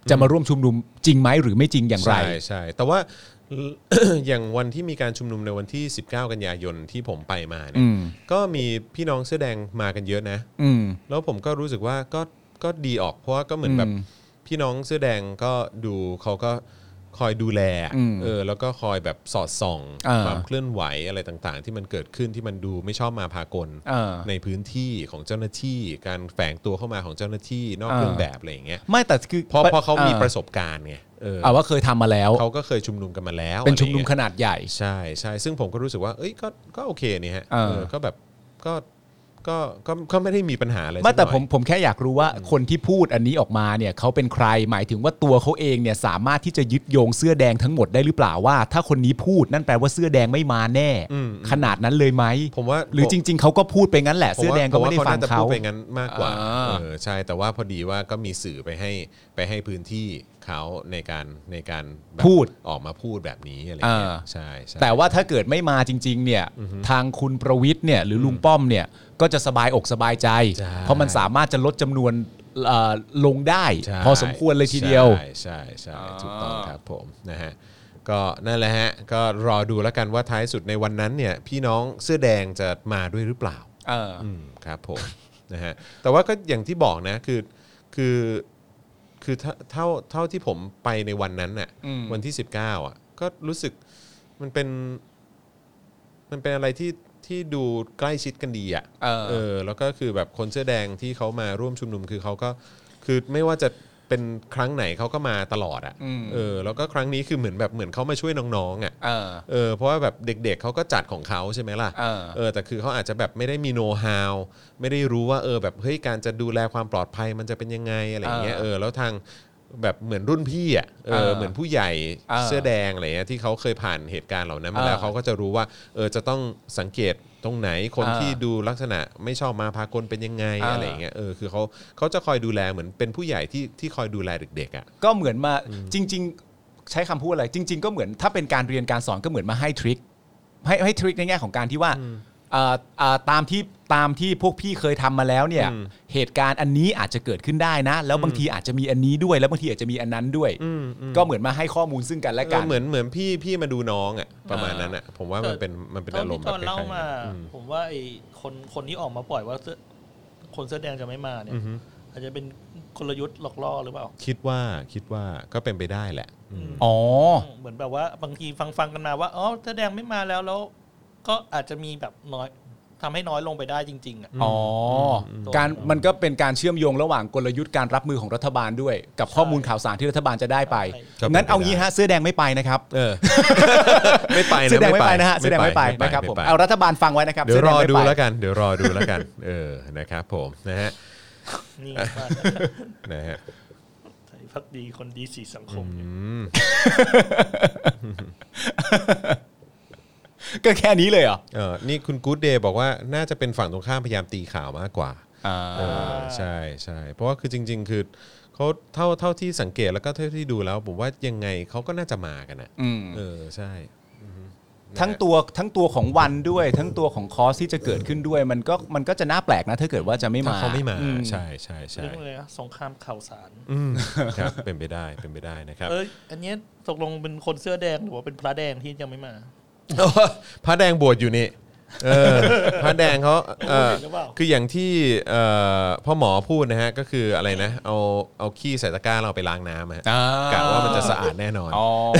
จะมาร่วมชุมนุมจริงไหมหรือไม่จริงอย่างไรใช่ใช่แต่ว่า อย่างวันที่มีการชุมนุมในวันที่สิบเก้ากันยายนที่ผมไปมาเนี่ยก็มีพี่น้องเสื้อแดงมากันเยอะนะแล้วผมก็รู้สึกว่าก็ก็ดีออกเพราะว่าก็เหมือนแบบพี่น้องเสื้อแดงก็ดูเขาก็คอยดูแลเออแล้วก็คอยแบบสอดส่องความเคลื่อนไหวอะไรต่างๆที่มันเกิดขึ้นที่มันดูไม่ชอบมาพากลในพื้นที่ของเจ้าหน้าที่การแฝงตัวเข้ามาของเจ้าหน้าที่นอกเครื่องแบบอะไรอย่างเงี้ยไม่แต่คือเพราะเพราะเขามีประสบการณ์ไงเออว่าเคยทำมาแล้วเขาก็เคยชุมนุมกันมาแล้วเป็นชุมนุมขนาดใหญ่ใช่ใช่ซึ่งผมก็รู้สึกว่าเอ้ยก็ก็โอเคนี่ฮะเออก็แบบก็ก็ก็ก็ไม่ได้มีปัญหาอะไรไม่แต่ผมผมแค่อยากรู้ว่าคนที่พูดอันนี้ออกมาเนี่ยเขาเป็นใครหมายถึงว่าตัวเขาเองเนี่ยสามารถที่จะยึดโยงเสื้อแดงทั้งหมดได้หรือเปล่าว่าถ้าคนนี้พูดนั่นแปลว่าเสื้อแดงไม่มาแน่ขนาดนั้นเลยไหมผมว่าหรือจริงๆเขาก็พูดไปงั้นแหละเสื้อแดงก็ไม่ได้ฟังเขาพูดไปงั้นมากกว่าเออใช่แต่ว่าพอดีว่าก็มีสื่อไปให้ไปให้พื้นที่เขาในการในการพูดออกมาพูดแบบนี้อะไรอย่างเงี้ยใช่แต่ว่าถ้าเกิดไม่มาจริงๆเนี่ยทางคุณประวิตรเนี่ยหรือลุงป้อมเนี่ยก็จะสบายอกสบายใจเพราะมันสามารถจะลดจำนวนลงได้พอสมควรเลยทีเดียวใช่ใช่ใช่ถูกต้องครับผมนะฮะก็นั่นแหละฮะก็รอดูแล้วกันว่าท้ายสุดในวันนั้นเนี่ยพี่น้องเสื้อแดงจะมาด้วยหรือเปล่าเออครับผมนะฮะแต่ว่าก็อย่างที่บอกนะคือคือคือเท่าเท่าที่ผมไปในวันนั้นน่ะวันที่สิบเก้าอ่ะก็รู้สึกมันเป็นมันเป็นอะไรที่ที่ดูใกล้ชิดกันดีอ่ะเออแล้วก็คือแบบคนเสื้อแดงที่เขามาร่วมชุมนุมคือเขาก็คือไม่ว่าจะเป็นครั้งไหนเขาก็มาตลอดอ่ะเออแล้วก็ครั้งนี้คือเหมือนแบบเหมือนเขามาช่วยน้องๆอ่ะเออเพราะว่าแบบเด็กๆเขาก็จัดของเขาใช่ไหมล่ะเออแต่คือเขาอาจจะแบบไม่ได้มีโน้ตฮาวไม่ได้รู้ว่าเออแบบเฮ้ยการจะดูแลความปลอดภัยมันจะเป็นยังไงอะไรอย่างเงี้ยเออแล้วทางแบบเหมือนรุ่นพี่อ่ะเออเหมือนผู้ใหญ่เสื้อแดงอะไรเงี้ยที่เขาเคยผ่านเหตุการณ์เหล่านั้นมาแล้วเขาก็จะรู้ว่าเออจะต้องสังเกตตรงไหนคนที่ดูลักษณะไม่ชอบมาพากลเป็นยังไงอะไรเงี้ยเออคือเขาเขาจะคอยดูแลเหมือนเป็นผู้ใหญ่ที่ที่คอยดูแลเด็กๆอ่ะก็เหมือนมาจริงๆใช้คำพูดอะไรจริงๆก็เหมือนถ้าเป็นการเรียนการสอนก็เหมือนมาให้ทริคให้ให้ทริคในแง่ของการที่ว่าตามที่ตามที่พวกพี่เคยทำมาแล้วเนี่ยเหตุการณ์อันนี้อาจจะเกิดขึ้นได้นะแล้วบางทีอาจจะมีอันนี้ด้วยแล้วบางทีอาจจะมีอันนั้นด้วยก็เหมือนมาให้ข้อมูลซึ่งกันและกันเหมือนเหมือนพี่พี่มาดูน้องอ่ะประมาณนั้นอ่ะผมว่ามันเป็นมันเป็นอารมณ์แบบตอนเล่ามาผมว่าไอ้คนคนที่ออกมาปล่อยว่าคนเสื้อแดงจะไม่มาเนี่ยอาจจะเป็นกลยุทธ์หลอกล่อหรือเปล่าคิดว่าคิดว่าก็เป็นไปได้แหละอ๋อเหมือนแบบว่าบางทีฟังฟังกันมาว่าอ๋อเสื้อแดงไม่มาแล้วแล้วก็อาจจะมีแบบน้อยทำให้น้อยลงไปได้จริงๆอ่ะอ๋อการมันก็เป็นการเชื่อมโยงระหว่างกลยุทธ์การรับมือของรัฐบาลด้วยกับข้อมูลข่าวสารที่รัฐบาลจะได้ไปงั้นเอางี้ฮะเสื้อแดงไม่ไปนะครับเออไม่ไปนะเสื้อแดงไม่ไปนะฮะเสื้อแดงไม่ไปนะครับผมเอารัฐบาลฟังไว้นะครับเดี๋ยวรอดูแล้วกันเดี๋ยวรอดูแล้วกันเออนะครับผมนะฮะนี่นะฮะไทยพักดีคนดีสีสังคมก็แค่นี้เลยเหรอเออนี่คุณกู๊ดเดย์บอกว่าน่าจะเป็นฝั่งตรงข้ามพยายามตีข่าวมากกว่าเออใช่ใช่เพราะว่าคือจริงๆคือเขาเท่าเท่าที่สังเกตแล้วก็เท่าที่ดูแล้วผมว่ายังไงเขาก็น่าจะมากันนะเออใช่ทั้งตัวทั้งตัวของวันด้วยทั้งตัวของคอร์สที่จะเกิดขึ้นด้วยมันก็มันก็จะน่าแปลกนะถ้าเกิดว่าจะไม่มาเขาไม่มาใช่ใช่ใช่เรื่องอะไรนะสงครามข่าวสารครับเป็นไปได้เป็นไปได้นะครับเอออันนี้ตกลงเป็นคนเสื้อแดงหรือว่าเป็นพระแดงที่ยังไม่มาพระแดงบวชอยู่นี่เออพระแดงเขาเออคืออย่างที่พ่อหมอพูดนะฮะก็คืออะไรนะเอาเอาขี้ใส่ตะกร้าเราไปล้างน้ำฮะกะว่ามันจะสะอาดแน่นอน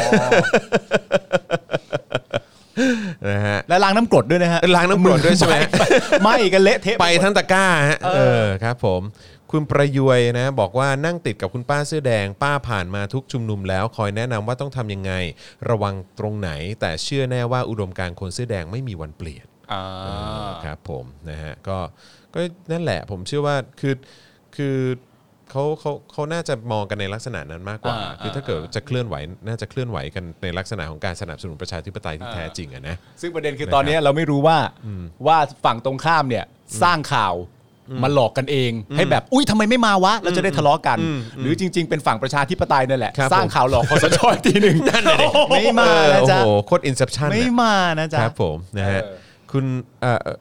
นะฮะและล้างน้ำกรดด้วยนะฮะล้างน้ำกรดด้วยใช่ไหมไม่กันเละเทะไปทั้งตะกร้าฮะเออครับผมคุณประยวยนะบอกว่านั่งติดกับคุณป้าเสื้อแดงป้าผ่านมาทุกชุมนุมแล้วคอยแนะนำว่าต้องทำยังไงระวังตรงไหนแต่เชื่อแน่ว่าอุดมการณ์คนเสื้อแดงไม่มีวันเปลี่ยนครับผมนะฮะก็ก็นั่นแหละผมเชื่อว่าคือคือเขาเขาเขาน่าจะมองกันในลักษณะนั้นมากกว่าคือถ้าเกิดจะเคลื่อนไหวน่าจะเคลื่อนไหวกันในลักษณะของการสนับสนุนประชาธิปไตยที่แท้จริงอะนะซึ่งประเด็นคือตอนนี้เราไม่รู้ว่าว่าฝั่งตรงข้ามเนี่ยสร้างข่าวมาหลอกกันเองให้แบบอุ้ยทำไมไม่มาวะเราจะได้ทะเลาะกันหรือจริงๆเป็นฝั่งประชาธิปไตยนั่นแหละสร้างข่าวหลอกคสช.ทีนึงนั่นแหละไม่มานะจ๊ะโอ้โหโคตรอินเซปชั่นไม่มานะจ๊ะครับผมนะฮะคุณ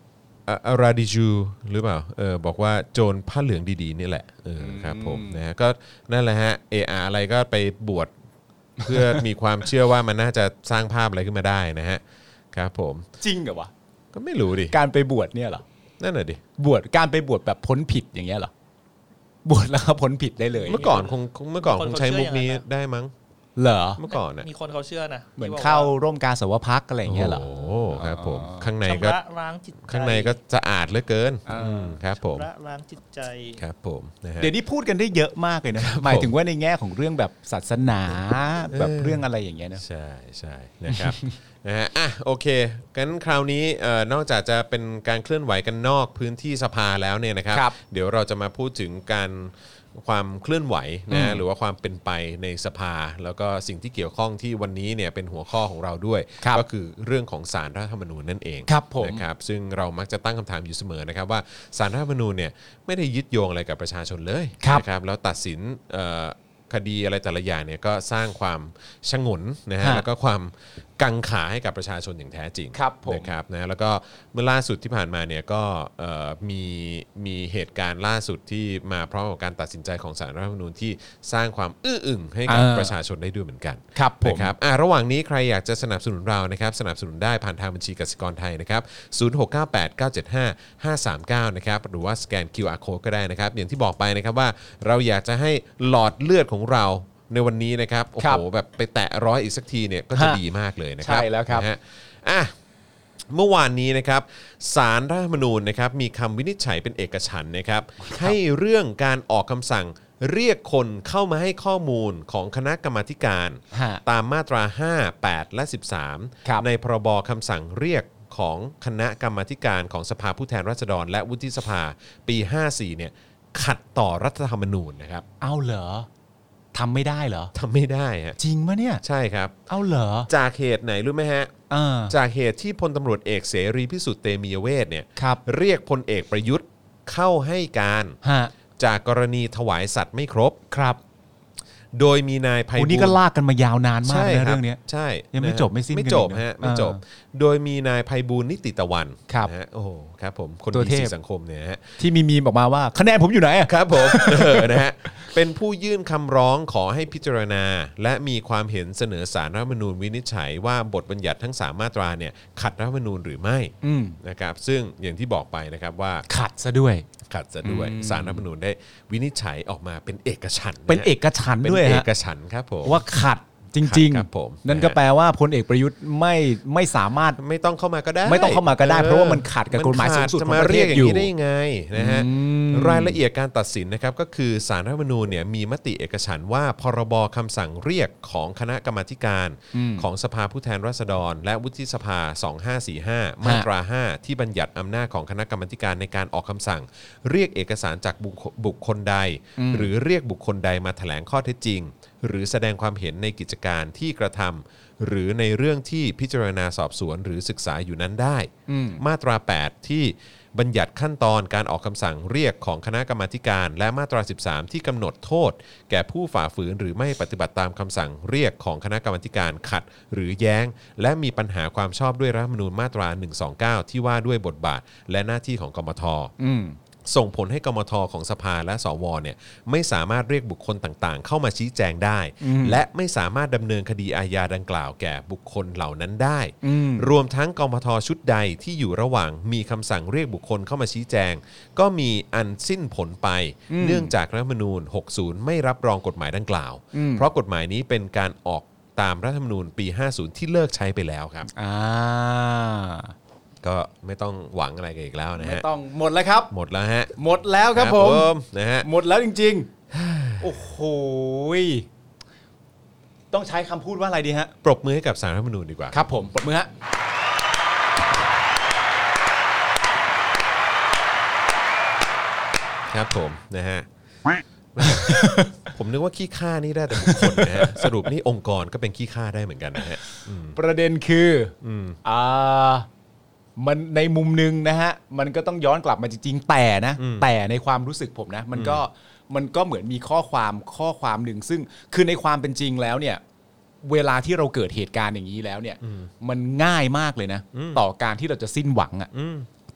อาราดิจูหรือเปล่าเออบอกว่าโจรผ้าเหลืองดีๆนี่แหละเออครับผมนะฮะก็นั่นแหละฮะเอออะไรก็ไปบวชเพื่อมีความเชื่อว่ามันน่าจะสร้างภาพอะไรขึ้นมาได้นะฮะครับผมจริงเหรอวะก็ไม่รู้ดิการไปบวชเนี่ยเหรอนั่นแหละดิบวชการไปบวชแบบพ้นผิดอย่างเงี้ยเหรอบวชแล้วก็พ้นผิดได้เลยเมื่อก่อนคงเมื่อก่อนคงใช้มุกนี้ได้มั้งเหรอเมื่อก่อนน่ะมีคนเขาเชื่อนะเหมือนเข้าร่วมกาสาวพักอะไรอย่างเงี้ยเหรอโอ้ครับผมข้างในก็ล้างจิตใจข้างในก็สะอาดเหลือเกินครับผมล้างจิตใจครับผมนะฮะเดี๋ยวนี้พูดกันได้เยอะมากเลยนะหมายถึงว่าในแง่ของเรื่องแบบศาสนาแบบเรื่องอะไรอย่างเงี้ยนะใช่ใช่นะครับนะฮะอ่ะโอเคงั้นคราวนี้เอ่อนอกจากจะเป็นการเคลื่อนไหวกันนอกพื้นที่สภาแล้วเนี่ยนะครับเดี๋ยวเราจะมาพูดถึงการความเคลื่อนไหวนะหรือว่าความเป็นไปในสภาแล้วก็สิ่งที่เกี่ยวข้องที่วันนี้เนี่ยเป็นหัวข้อของเราด้วยก็คือเรื่องของศาลรัฐธรรมนูญนั่นเองนะครับซึ่งเรามักจะตั้งคำถามอยู่เสมอนะครับว่าศาลรัฐธรรมนูญเนี่ยไม่ได้ยึดโยงอะไรกับประชาชนเลยนะครับแล้วตัดสินคดีอะไรแต่ละอย่างเนี่ยก็สร้างความชงนนะฮะแล้วก็ความกังขาให้กับประชาชนอย่างแท้จริงนะครับนะแล้วก็เมื่อล่าสุดที่ผ่านมาเนี่ยก็มีมีเหตุการณ์ล่าสุดที่มาพร้อมกับการตัดสินใจของศาลรัฐธรรมนูญที่สร้างความอื้ออึงให้กับประชาชนได้ด้วยเหมือนกันนะครับอ่ะระหว่างนี้ใครอยากจะสนับสนุนเรานะครับสนับสนุนได้ผ่านทางบัญชีกสิกรไทยนะครับศูนย์ หก เก้า แปด เก้า เจ็ด ห้า ห้า สาม เก้านะครับหรือว่าสแกน คิว อาร์ Code ก็ได้นะครับอย่างที่บอกไปนะครับว่าเราอยากจะให้หลอดเลือดของเราในวันนี้นะครับโอ้โหแบบไปแตะร้อยอีกสักทีเนี่ยก็จะดีมากเลยนะครับใช่แล้วครับนะฮะอ่ะเมื่อวานนี้นะครับศาลรัฐธรรมนูญนะครับมีคำวินิจฉัยเป็นเอกฉันท์นะครับให้เรื่องการออกคำสั่งเรียกคนเข้ามาให้ข้อมูลของคณะกรรมาธิการตามมาตราห้า แปดและสิบสามในพรบคำสั่งเรียกของคณะกรรมาธิการของสภาผู้แทนราษฎรและวุฒิสภาปีห้าสี่เนี่ยขัดต่อรัฐธรรมนูญนะครับเอาเหรอทำไม่ได้เหรอทำไม่ได้ฮะจริงปะเนี่ยใช่ครับเอาเหรอจากเหตุไหนรู้ไหมฮะจากเหตุที่พลตำรวจเอกเสรีพิสุทธิ์เตมียเวทเนี่ยเรียกพลเอกประยุทธ์เข้าให้การจากกรณีถวายสัตว์ไม่ครบครับโดยมีนายไพบูลย์นี่ก็ลากกันมายาวนานมากนะเรื่องนี้ใช่ยังไม่จบไม่สิ้นไม่จบฮะไม่จบโดยมีนายไพบูลย์นิติตะวันนะฮะโอ้โหครับผมคนดีสีสังคมเนี่ยฮะที่มีมีมออกมาว่าคะแนนผมอยู่ไหนครับผมนะฮะเป็นผู้ยื่นคำร้องขอให้พิจารณาและมีความเห็นเสนอศาลรัฐธรรมนูญวินิจฉัยว่าบทบัญญัติทั้งสามมาตราเนี่ยขัดรัฐธรรมนูญหรือไม่นะครับซึ่งอย่างที่บอกไปนะครับว่าขัดซะด้วยขัดซะด้วยศาลรัฐธรรมนูญได้วินิจฉัยออกมาเป็นเอกฉันท์เป็นเอกฉันท์ด้วยฮะเป็นเอกฉันท์ครับผมว่าขัดจริงๆนั่นก็แปลว่าพลเอกประยุทธ์ไม่ไม่สามารถไม่ต้องเข้ามาก็ได้ไม่ต้องเข้ามาก็ได้เพราะว่ามันขัดกับกฎหมายสูงสุดของประเทศอยู่ได้ยังไงนะฮะรายละเอียดการตัดสินนะครับก็คือศาลรัฐธรรมนูญเนี่ยมีมติเอกฉันท์ว่าพรบคำสั่งเรียกของคณะกรรมาธิการของสภาผู้แทนราษฎรและวุฒิสภาสองพันห้าร้อยสี่สิบห้ามาตราห้าที่บัญญัติอำนาจของคณะกรรมาธิการในการออกคำสั่งเรียกเอกสารจากบุคคลใดหรือเรียกบุคคลใดมาแถลงข้อเท็จจริงหรือแสดงความเห็นในกิจการที่กระทำหรือในเรื่องที่พิจารณาสอบสวนหรือศึกษาอยู่นั้นได้มาตราแปดที่บัญญัติขั้นตอนการออกคำสั่งเรียกของคณะกรรมาการและมาตราสิบสามที่กำหนดโทษแก่ผู้ฝ่าฝืนหรือไม่ปฏิบัติตามคำสั่งเรียกของคณะกรรมาการขัดหรือแย้งและมีปัญหาความชอบด้วยรัฐธรรมนูญมาตราหนึ่งสองเก้าที่ว่าด้วยบทบาทและหน้าที่ของกมธ.ส่งผลให้กมธ.ของสภาและสวเนี่ยไม่สามารถเรียกบุคคลต่างๆเข้ามาชี้แจงได้และไม่สามารถดำเนินคดีอาญาดังกล่าวแก่บุคคลเหล่านั้นได้รวมทั้งกมธ.ชุดใดที่อยู่ระหว่างมีคำสั่งเรียกบุคคลเข้ามาชี้แจงก็มีอันสิ้นผลไปเนื่องจากรัฐธรรมนูญหกสิบไม่รับรองกฎหมายดังกล่าวเพราะกฎหมายนี้เป็นการออกตามรัฐธรรมนูญปีห้าสิบที่เลิกใช้ไปแล้วครับอ่าก็ไม่ต้องหวังอะไรกันอีกแล้วนะฮะไม่ต้องหมดแล้วครับหมดแล้วฮะหมดแล้วครับผมนะฮะหมดแล้วจริงๆโอ้โหต้องใช้คำพูดว่าอะไรดีฮะปรบมือให้กับศาลรัฐธรรมนูญดีกว่าครับผมปรบมือฮะครับผมนะฮะผมนึกว่าขี้ข้านี่ได้แต่บุคคลนะฮะสรุปนี่องค์กรก็เป็นขี้ข้าได้เหมือนกันนะฮะประเด็นคืออ่ามันในมุมนึงนะฮะมันก็ต้องย้อนกลับมาจริงๆแต่นะแต่ในความรู้สึกผมนะมันก็มันก็เหมือนมีข้อความข้อความหนึ่งซึ่งคือในความเป็นจริงแล้วเนี่ยเวลาที่เราเกิดเหตุการณ์อย่างนี้แล้วเนี่ยมันง่ายมากเลยนะต่อการที่เราจะสิ้นหวังอ่ะ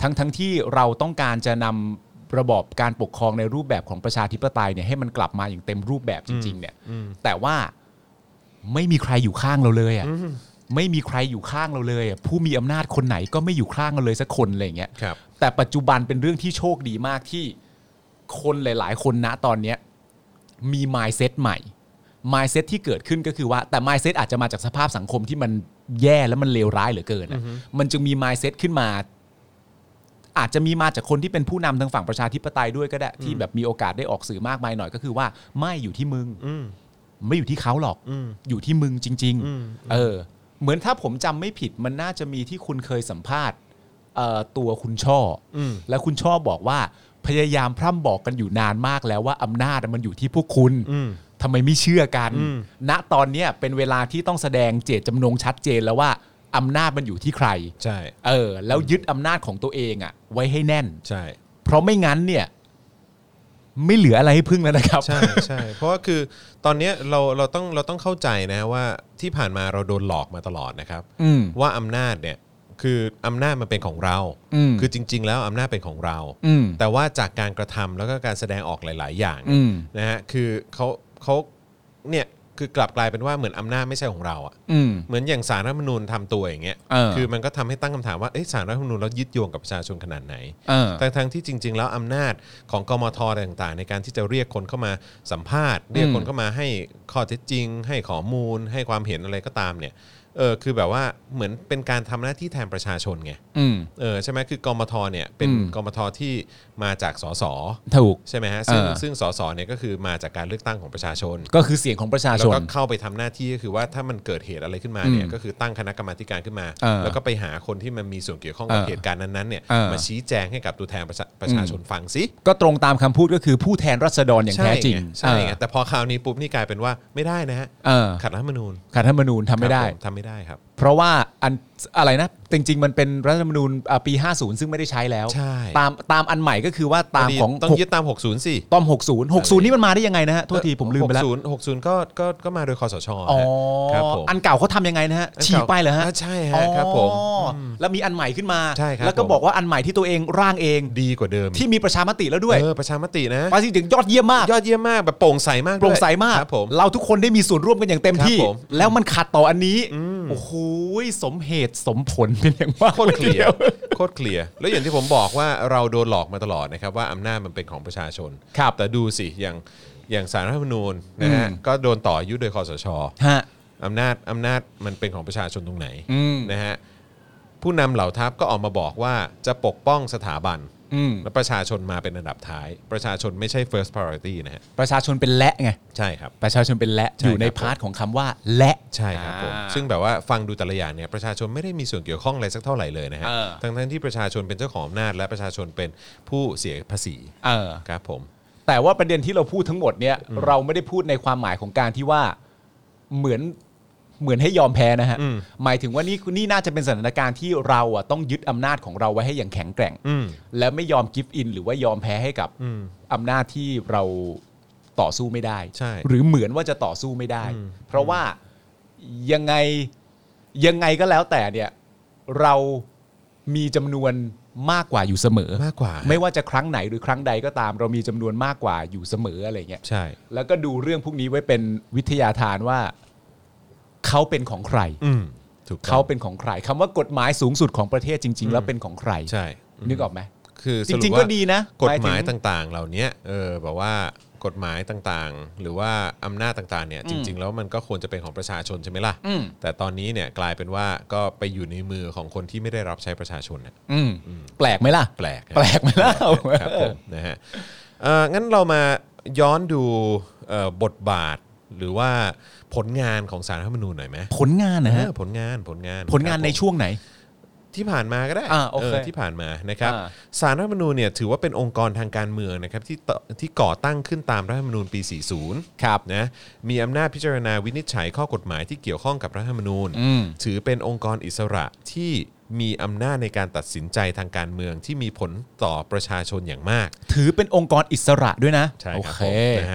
ทั้งทั้งที่เราต้องการจะนำระบอบการปกครองในรูปแบบของประชาธิปไตยเนี่ยให้มันกลับมาอย่างเต็มรูปแบบจริงๆเนี่ยแต่ว่าไม่มีใครอยู่ข้างเราเลยอ่ะไม่มีใครอยู่ข้างเราเลยอ่ะผู้มีอำนาจคนไหนก็ไม่อยู่ข้างเราเลยสักคนอะไรอย่างเงี้ยแต่ปัจจุบันเป็นเรื่องที่โชคดีมากที่คนหลายๆคนณตอนเนี้ยมี mindset ใหม่ mindset ที่เกิดขึ้นก็คือว่าแต่ mindset อาจจะมาจากสภาพสังคมที่มันแย่และมันเลวร้ายเหลือเกินนะมันจึงมี mindset ขึ้นมาอาจจะมีมาจากคนที่เป็นผู้นำทางฝั่งประชาธิปไตยด้วยก็ได้ที่แบบมีโอกาสได้ออกสื่อมากมายหน่อยก็คือว่าไม่อยู่ที่มึงไม่อยู่ที่เขาหรอกอยู่ที่มึงจริงๆเออเหมือนถ้าผมจำไม่ผิดมันน่าจะมีที่คุณเคยสัมภาษณ์ตัวคุณช่อและคุณช่อบอกว่าพยายามพร่ำบอกกันอยู่นานมากแล้วว่าอำนาจมันอยู่ที่พวกคุณทำไมไม่เชื่อกันณตอนนี้เป็นเวลาที่ต้องแสดงเจตจำนงชัดเจนแล้วว่าอำนาจมันอยู่ที่ใครใช่เออแล้วยึดอำนาจของตัวเองอ่ะไว้ให้แน่นใช่เพราะไม่งั้นเนี่ยไม่เหลืออะไรให้พึ่งแล้วนะครับใช่ใช่เพราะว่าคือตอนนี้เราเราต้องเราต้องเข้าใจนะว่าที่ผ่านมาเราโดนหลอกมาตลอดนะครับว่าอำนาจเนี่ยคืออำนาจมันเป็นของเราคือจริงๆแล้วอำนาจเป็นของเราแต่ว่าจากการกระทำแล้วก็การแสดงออกหลายๆอย่างนะฮะคือเขาเขาเนี่ยคือกลับกลายเป็นว่าเหมือนอำนาจไม่ใช่ของเราอ่ะเหมือนอย่างศาลรัฐธรรมนูญทำตัวอย่างเงี้ยคือมันก็ทำให้ตั้งคำถามว่าเอ๊ะศาลรัฐธรรมนูญแล้วยึดโยงกับประชาชนขนาดไหนแต่ทั้งที่จริงๆแล้วอำนาจของกมธต่างๆในการที่จะเรียกคนเข้ามาสัมภาษณ์เรียกคนเข้ามาให้ข้อเท็จจริงให้ข้อมูลให้ความเห็นอะไรก็ตามเนี่ยเออคือแบบว่าเหมือนเป็นการทำหน้าที่แทนประชาชนไงเออใช่ไหมคือกมธเนี่ยเป็นกมธที่มาจากสสถูกใช่ไหมฮะซึ่งซึ่งสสเนี่ยก็คือมาจากการเลือกตั้งของประชาชนก็คือเสียงของประชาชนแล้วก็เข้าไปทำหน้าที่ก็คือว่าถ้ามันเกิดเหตุอะไรขึ้นมาเนี่ยก็คือตั้งคณะกรรมาการขึ้นมาแล้วก็ไปหาคนที่มันมีส่วนเกี่ยวข้องกับเหตุการณ์นั้นๆเนี่ยมาชี้แจงให้กับตัวแทนประชาชนฟังสิก็ตรงตามคำพูดก็คือผู้แทนราษฎรอย่างแท้จริงใช่ไงแต่พอคราวนี้ปุ๊บนี่กลายเป็นว่าไม่ได้นะฮะขัดรัฐธรรมนูญขัดรัฐธรรมนูญทำไม่ได้ทำไม่ได้ครับเพราะว่าอันอะไรนะจริงๆมันเป็นรัฐธรรมนูญปีห้าสิบซึ่งไม่ได้ใช้แล้วตามตามอันใหม่ก็คือว่าตามของต้องยึดตามหกสิบสิตามหกสิบ หกสิบนี่มันมาได้ยังไงนะฮะโทษทีผมลืมไปแล้วหกสิบ หกสิบก็ก็ก็มาโดยคสชอ๋อครับผมอันเก่าเขาทำยังไงนะฮะฉีกไปเหรอฮะใช่ฮะครับผมแล้วมีอันใหม่ขึ้นมาแล้วก็บอกว่าอันใหม่ที่ตัวเองร่างเองดีกว่าเดิมที่มีประชามติแล้วด้วยเออประชามตินะประสิทธิ์ถึงยอดเยี่ยมมากยอดเยี่ยมมากแบบโปร่งใสมากโปร่งใสมากเราทุกคนได้มีส่วนร่วมกันอย่างเต็มที่แล้วมันขัดต่ออันนี้โอ้โหสมเหตุสมผลเป็นอย่างมากโคตรเคลียร์โคตรเคลียร์แล้วอย่างที่ผมบอกว่าเราโดนหลอกมาตลอดนะครับว่าอำนาจมันเป็นของประชาชนแต่ดูสิอย่างอย่างศาลรัฐธรรมนูญนะฮะก็โดนต่ออายุโดยคสชอำนาจอำนาจมันเป็นของประชาชนตรงไหนนะฮะผู้นำเหล่าทัพก็ออกมาบอกว่าจะปกป้องสถาบันและประชาชนมาเป็นอันดับท้ายประชาชนไม่ใช่ first priority นะฮะประชาชนเป็นและไงใช่ครับประชาชนเป็นและอยู่ในพาร์ทของคำว่าและใช่ครับผมซึ่งแบบว่าฟังดูแต่ละอย่างเนี่ยประชาชนไม่ได้มีส่วนเกี่ยวข้องอะไรสักเท่าไหร่เลยนะฮะทั้งทั้งที่ประชาชนเป็นเจ้าของอำนาจและประชาชนเป็นผู้เสียภาษีครับผมแต่ว่าประเด็นที่เราพูดทั้งหมดเนี่ยเราไม่ได้พูดในความหมายของการที่ว่าเหมือนเหมือนให้ยอมแพ้นะฮะหมายถึงว่านี่นี่น่าจะเป็นสถานการณ์ที่เราอ่ะต้องยึดอำนาจของเราไว้ให้อย่างแข็งแกร่งและไม่ยอมกิฟต์อินหรือว่ายอมแพ้ให้กับอำนาจที่เราต่อสู้ไม่ได้หรือเหมือนว่าจะต่อสู้ไม่ได้เพราะว่ายังไงยังไงก็แล้วแต่เนี่ยเรามีจำนวนมากกว่าอยู่เสมอมากกว่าไม่ว่าจะครั้งไหนหรือครั้งใดก็ตามเรามีจำนวนมากกว่าอยู่เสมออะไรเงี้ยใช่แล้วก็ดูเรื่องพวกนี้ไว้เป็นวิทยาทานว่าเขาเป็นของใครเขาเป็นของใครคำว่ากฎหมายสูงสุดของประเทศจริงๆแล้วเป็นของใครใช่นึกออกไหมคือจริงๆก็ดีนะกฎหมายต่างๆเหล่านี้เออแบบว่ากฎหมายต่างๆหรือว่าอำนาจต่างๆเนี่ยจริงๆแล้วมันก็ควรจะเป็นของประชาชนใช่ไหมล่ะแต่ตอนนี้เนี่ยกลายเป็นว่าก็ไปอยู่ในมือของคนที่ไม่ได้รับใช้ประชาชนเนี่ยแปลกไหมล่ะแปลกแปลกไหมล่ะครับผมนะฮะงั้นเรามาย้อนดูบทบาทหรือว่าผลงานของศาลรัฐธรรมนูญหน่อยไหมผลงานนะฮะผลงานผลงานผลงานในช่วงไหนที่ผ่านมาก็ได้เออที่ผ่านมานะครับศาลรัฐธรรมนูญเนี่ยถือว่าเป็นองค์กรทางการเมืองนะครับที่ที่ก่อตั้งขึ้นตามรัฐธรรมนูญปีสี่สิบครับนะมีอำนาจพิจารณาวินิจฉัยข้อกฎหมายที่เกี่ยวข้องกับรัฐธรรมนูญถือเป็นองค์กรอิสระที่มีอำนาจในการตัดสินใจทางการเมืองที่มีผลต่อประชาชนอย่างมากถือเป็นองค์กรอิสระด้วยนะใช่ครับนะฮะ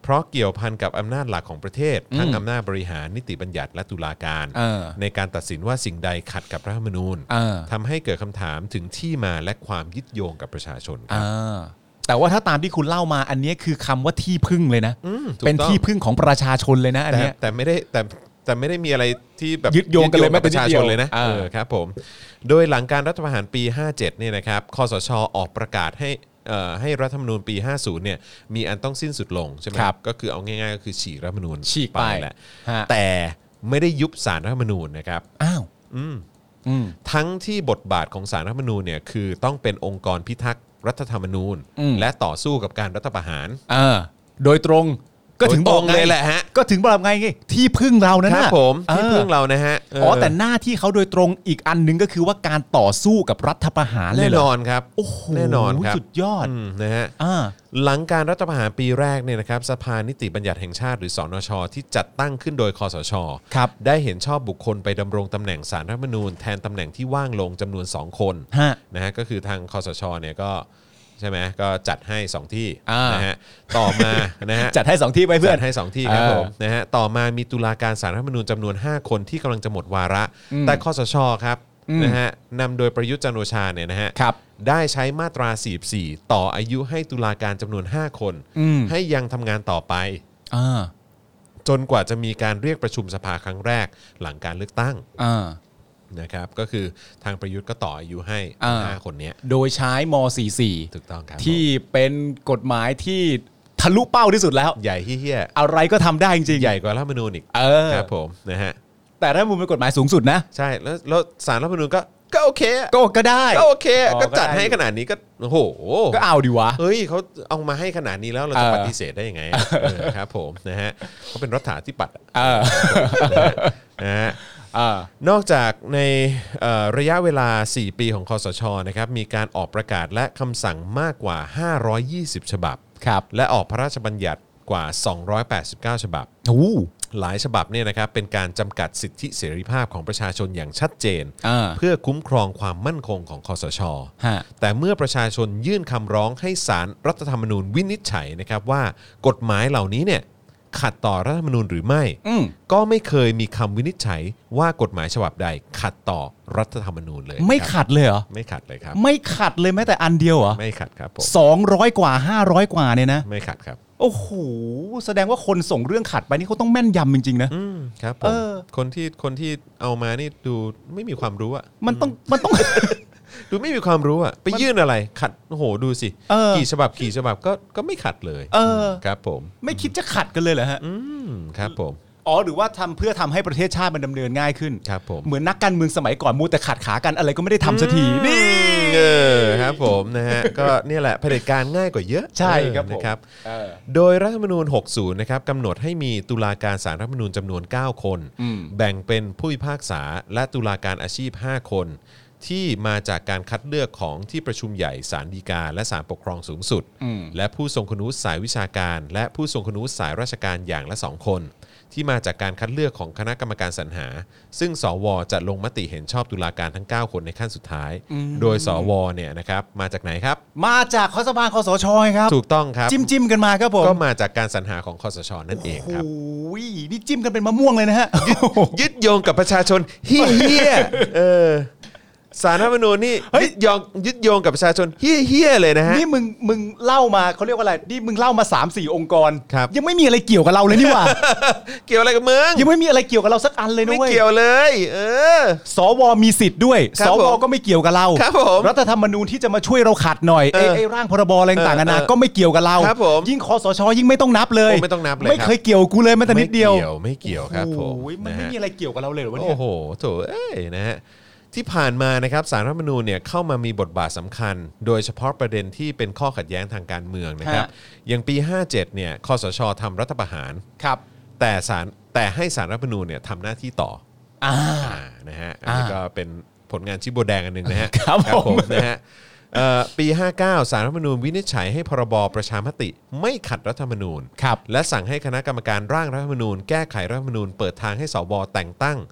เพราะเกี่ยวพันกับอำนาจหลักของประเทศทั้งอำนาจบริหารนิติบัญญัติและตุลาการในการตัดสินว่าสิ่งใดขัดกับรัฐธรรมนูญทำให้เกิดคำถามถึงที่มาและความยึดโยงกับประชาชนครับแต่ว่าถ้าตามที่คุณเล่ามาอันนี้คือคำว่าที่พึ่งเลยนะเป็นที่พึ่งของประชาชนเลยนะอันนี้แต่ไม่ได้แต่แต่ไม่ได้มีอะไรที่แบบยึดโยงกันเลยแม้แต่ประชาชนเลยนะเออครับผมโดยหลังการรัฐประหารปีห้าเจ็ดเนี่ยนะครับคสช.ออกประกาศให้ให้รัฐธรรมนูญปีห้าสิบเนี่ยมีอันต้องสิ้นสุดลงใช่ไหมครับก็คือเอาง่ายๆก็คือฉีกรัฐธรรมนูญฉีกไปแหละแต่ไม่ได้ยุบศาลรัฐธรรมนูญนะครับอ้าวทั้งที่บทบาทของศาลรัฐธรรมนูญเนี่ยคือต้องเป็นองค์กรพิทักษ์รัฐธรรมนูญและต่อสู้กับการรัฐประหารโดยตรงก็ถึงบอกเลยแหละฮะก็ถึงบอกไงไงที่พึ่งเรานั่นครับผมที่พึ่งเรานะฮะอ๋อแต่หน้าที่เขาโดยตรงอีกอันนึงก็คือว่าการต่อสู้กับรัฐประหารเลยแน่นอนครับโอ้โหแน่นอนครับสุดยอดนะฮะหลังการรัฐประหารปีแรกเนี่ยนะครับสภานิติบัญญัติแห่งชาติหรือสนช.ที่จัดตั้งขึ้นโดยคสช.ได้เห็นชอบบุคคลไปดำรงตำแหน่งศาลรัฐธรรมนูญแทนตำแหน่งที่ว่างลงจำนวนสองคนนะฮะก็คือทางคสช.เนี่ยก็ใช่ไหมก็จัดให้สองที่นะฮะต่อมานะฮะจัดให้สองที่ไปเพื่อนจัดให้สองที่ครับผมนะฮะต่อมามีตุลาการศาลรัฐธรรมนูญจำนวนห้าคนที่กำลังจะหมดวาระแต่คสช.ครับนะฮะนำโดยประยุทธ์จันทร์โอชาเนี่ยนะฮะได้ใช้มาตราสี่สิบสี่ต่ออายุให้ตุลาการจำนวนห้าคนให้ยังทำงานต่อไปจนกว่าจะมีการเรียกประชุมสภาครั้งแรกหลังการเลือกตั้งนะครับก็คือทางประยุทธ์ก็ต่ออายุให้ห้าคนนี้โดยใช้ม.สี่สิบสี่ถูกต้องครับที่เป็นกฎหมายที่ทะลุเป้าที่สุดแล้วใหญ่เหี้ยอะไรก็ทำได้จริงๆใหญ่กว่ารัฐธรรมนูญอีกครับผมนะฮะแต่รัฐธรรมนูญเป็นกฎหมายสูงสุดนะใช่แล้วแล้วศาลรัฐธรรมนูญก็ก็โอเคก็ก็ได้ก็โอเคก็จัดให้ขนาดนี้ก็โอ้โหก็เอาดีวะเฮ้ยเขาเอามาให้ขนาดนี้แล้วเราจะปฏิเสธได้ยังไงครับผมนะฮะเขาเป็นรัฐาธิปัตย์นะฮะนอกจากในระยะเวลาสี่ปีของคสช.นะครับมีการออกประกาศและคำสั่งมากกว่าห้าร้อยยี่สิบฉบับและออกพระราชบัญญัติกว่าสองร้อยแปดสิบเก้าฉบับหลายฉบับเนี่ยนะครับเป็นการจำกัดสิทธิเสรีภาพของประชาชนอย่างชัดเจนเพื่อคุ้มครองความมั่นคงของคสช.แต่เมื่อประชาชนยื่นคำร้องให้ศาลรัฐธรรมนูญวินิจฉัยนะครับว่ากฎหมายเหล่านี้เนี่ยขัดต่อรัฐธรรมนูญหรือไม่ก็ไม่เคยมีคำวินิจฉัยว่ากฎหมายฉบับใดขัดต่อรัฐธรรมนูญเลยไม่ขัดเลยเหรอไม่ขัดเลยครับไม่ขัดเลยแม้แต่อันเดียวเหรอไม่ขัดครับผมสองร้อยกว่าห้าร้อยกว่าเนี่ยนะไม่ขัดครับโอ้โหแสดงว่าคนส่งเรื่องขัดไปนี่เขาต้องแม่นยำจริงๆนะครับผมคนที่คนที่เอามานี่ดูไม่มีความรู้อ่ะมันต้องมันต้องดูไม่มีความรู้อ่ะไปยื่นอะไรขัดโอ้โหดูสิกี่ฉบับกี่ฉบับก็ก็ไม่ขัดเลยครับผมไม่คิดจะขัดกันเลยเหรอฮะครับผมอ๋อหรือว่าทำเพื่อทำให้ประเทศชาติมันดำเนินง่ายขึ้นครับผมเหมือนนักการเมืองสมัยก่อนมูแต่ขัดขากันอะไรก็ไม่ได้ทำสักทีนี่เออครับผมนะฮะก็นี่แหละเผด็จการง่ายกว่าเยอะใช่ครับนะครับโดยรัฐธรรมนูญหกสิบนะครับกำหนดให้มีตุลาการศาลรัฐธรรมนูญจำนวนเก้าคนแบ่งเป็นผู้พิพากษาและตุลาการอาชีพห้าคนที่มาจากการคัดเลือกของที่ประชุมใหญ่ศาลฎีกาและศาลปกครองสูงสุดและผู้ทรงคุณวุฒิสายวิชาการและผู้ทรงคุณวุฒิสายราชการอย่างละสองคนที่มาจากการคัดเลือกของคณะกรรมการสรรหาซึ่งสวจะลงมติเห็นชอบตุลาการทั้งเก้าคนในขั้นสุดท้ายโดยสวเนี่ยนะครับมาจากไหนครับมาจากคสภาคสช.ครับถูกต้องครับจิ้มจิ้มกันมาครับผมก็มาจากการสรรหาของคสช.นั่นเองครับโอ้ยนี่จิ้มกันเป็นมะม่วงเลยนะฮะยึดโยงกับประชาชนเฮี้ยเออศาลรัฐธรรมนูญนี่ยึดโยงยึดโยงกับประชาชนเฮี้ยๆเลยนะฮะนี่มึงมึงเล่ามาเขาเรียกว่าอะไรนี่มึงเล่ามา สามสี่ องค์กรยังไม่มีอะไรเกี่ยวกับเราเลยนี่หว่าเกี่ยวอะไรกับมึงยังไม่มีอะไรเกี่ยวกับเราสักอันเลยนะเว้ยไม่เกี่ยวเลยเออสวมีสิทธิ์ด้วยสวก็ไม่เกี่ยวกับเรารัฐธรรมนูญที่จะมาช่วยเราขัดหน่อยไอ้ไอ้ร่างพรบอะไรต่างๆนานาก็ไม่เกี่ยวกับเรายิ่งคสช.ยิ่งไม่ต้องนับเลยไม่ต้องนับเลยไม่เคยเกี่ยวกูเลยแม้แต่นิดเดียวไม่เกี่ยวไม่เกี่ยวครับผมมันไม่มีอะไรเกี่ยวกับเราเลยเหรอวะเนี่ยโอ้โหโถเอ้ยนะฮะที่ผ่านมานะครับศาลรัฐธรรมนูญเนี่ยเข้ามามีบทบาทสำคัญโดยเฉพาะประเด็นที่เป็นข้อขัดแย้งทางการเมืองนะครับอย่างปีห้าเจ็ดเนี่ยคสช.ทำรัฐประหารครับแต่ศาลแต่ให้ศาลรัฐธรรมนูญเนี่ยทำหน้าที่ต่ออ่านะฮะอันนี้ก็เป็นผลงานชิ้นโบแดงอันนึงนะฮะครับผมนะฮะปีห้าสิบเก้าศาลรัฐธรรมนูญวินิจฉัยให้พรบประชามติไม่ขัดรัฐธรรมนูญและสั่งให้คณะกรรมการร่างรัฐธรรมนูญแก้ไขรัฐธรรมนูญเปิดทางให้สวแต่งตั้ง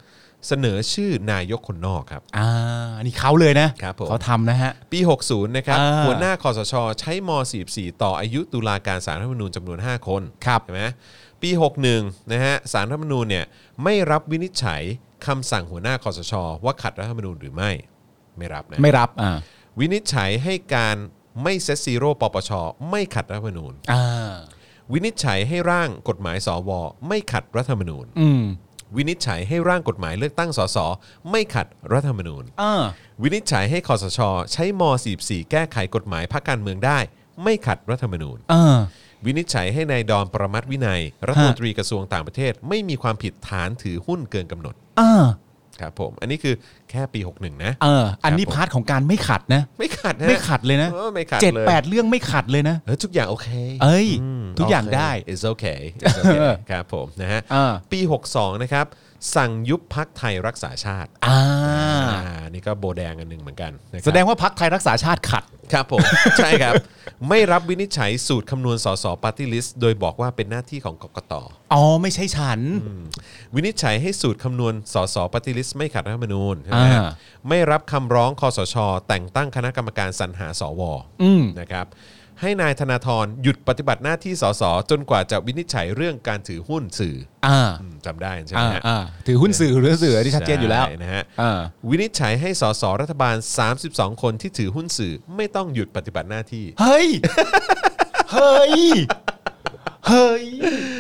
เสนอชื่อนายกคนนอกครับอ่าอันนี้เขาเลยนะครับผมเขาทำนะฮะปีหกสิบนะครับอ่าหัวหน้าคสช.ใช้มสี่สิบสี่ต่ออายุตุลาการศาลรัฐธรรมนูญจำนวนห้าคนครับใช่ไหมปีหกสิบเอ็ดนะฮะศาลรัฐธรรมนูญเนี่ยไม่รับวินิจฉัยคำสั่งหัวหน้าคสช.ว่าขัดรัฐธรรมนูญหรือไม่ไม่รับนะไม่รับอ่าวินิจฉัยให้การไม่เซตซีโร่ปปช.ไม่ขัดรัฐธรรมนูญอ่าวินิจฉัยให้ร่างกฎหมายสวไม่ขัดรัฐธรรมนูญอืมวินิจฉัยให้ร่างกฎหมายเลือกตั้งสสไม่ขัดรัฐธรรมนูญวินิจฉัยให้คสช.ใช้มสี่สิบสี่แก้ไขกฎหมายพรรคการเมืองได้ไม่ขัดรัฐธรรมนูญวินิจฉัยให้นายดอนปรมัตถ์วินัยรัฐมนตรีกระทรวงต่างประเทศไม่มีความผิดฐานถือหุ้นเกินกำหนดครับผมอันนี้คือแค่ปีหกสิบเอ็ดนะเอออันนี้พาร์ทของการไม่ขัดนะไม่ขัดนะไม่ขัดเลยนะเจ็ดแปดเรื่องไม่ขัดเลยนะเออทุกอย่างโอเคเอ้ยทุกอย่างได้ it's okay it's okay ครับผมนะฮะปีหกสิบสองนะครับสั่งยุบพรรคไทยรักษาชาติอ่านี่ก็โบแดงอันหนึ่งเหมือนกันแสดงว่าพรรคไทยรักษาชาติขัดครับผม ใช่ครับไม่รับวินิจฉัยสูตรคำนวณสสปาร์ตี้ลิสต์โดยบอกว่าเป็นหน้าที่ของกกต. อ๋อไม่ใช่ฉันวินิจฉัยให้สูตรคำนวณสสปาร์ตี้ลิสต์ไม่ขัดรัฐธรรมนูญใช่ไหมไม่รับคำร้องคสช.แต่งตั้งคณะกรรมการสรรหาสวนะครับให้นายธนาธรหยุดปฏิบัติหน้าที่สสจนกว่าจะวินิจฉัยเรื่องการถือหุ้นสื่อจำได้ใช่ไหมฮะถือหุ้นสื่อหรือสื่อที่ชัดเจนอยู่แล้วนะฮะวินิจฉัยให้สสรัฐบาลสามสิบสองคนที่ถือหุ้นสื่อไม่ต้องหยุดปฏิบัติหน้าที่เฮ้ยเฮ้ยเฮ้ย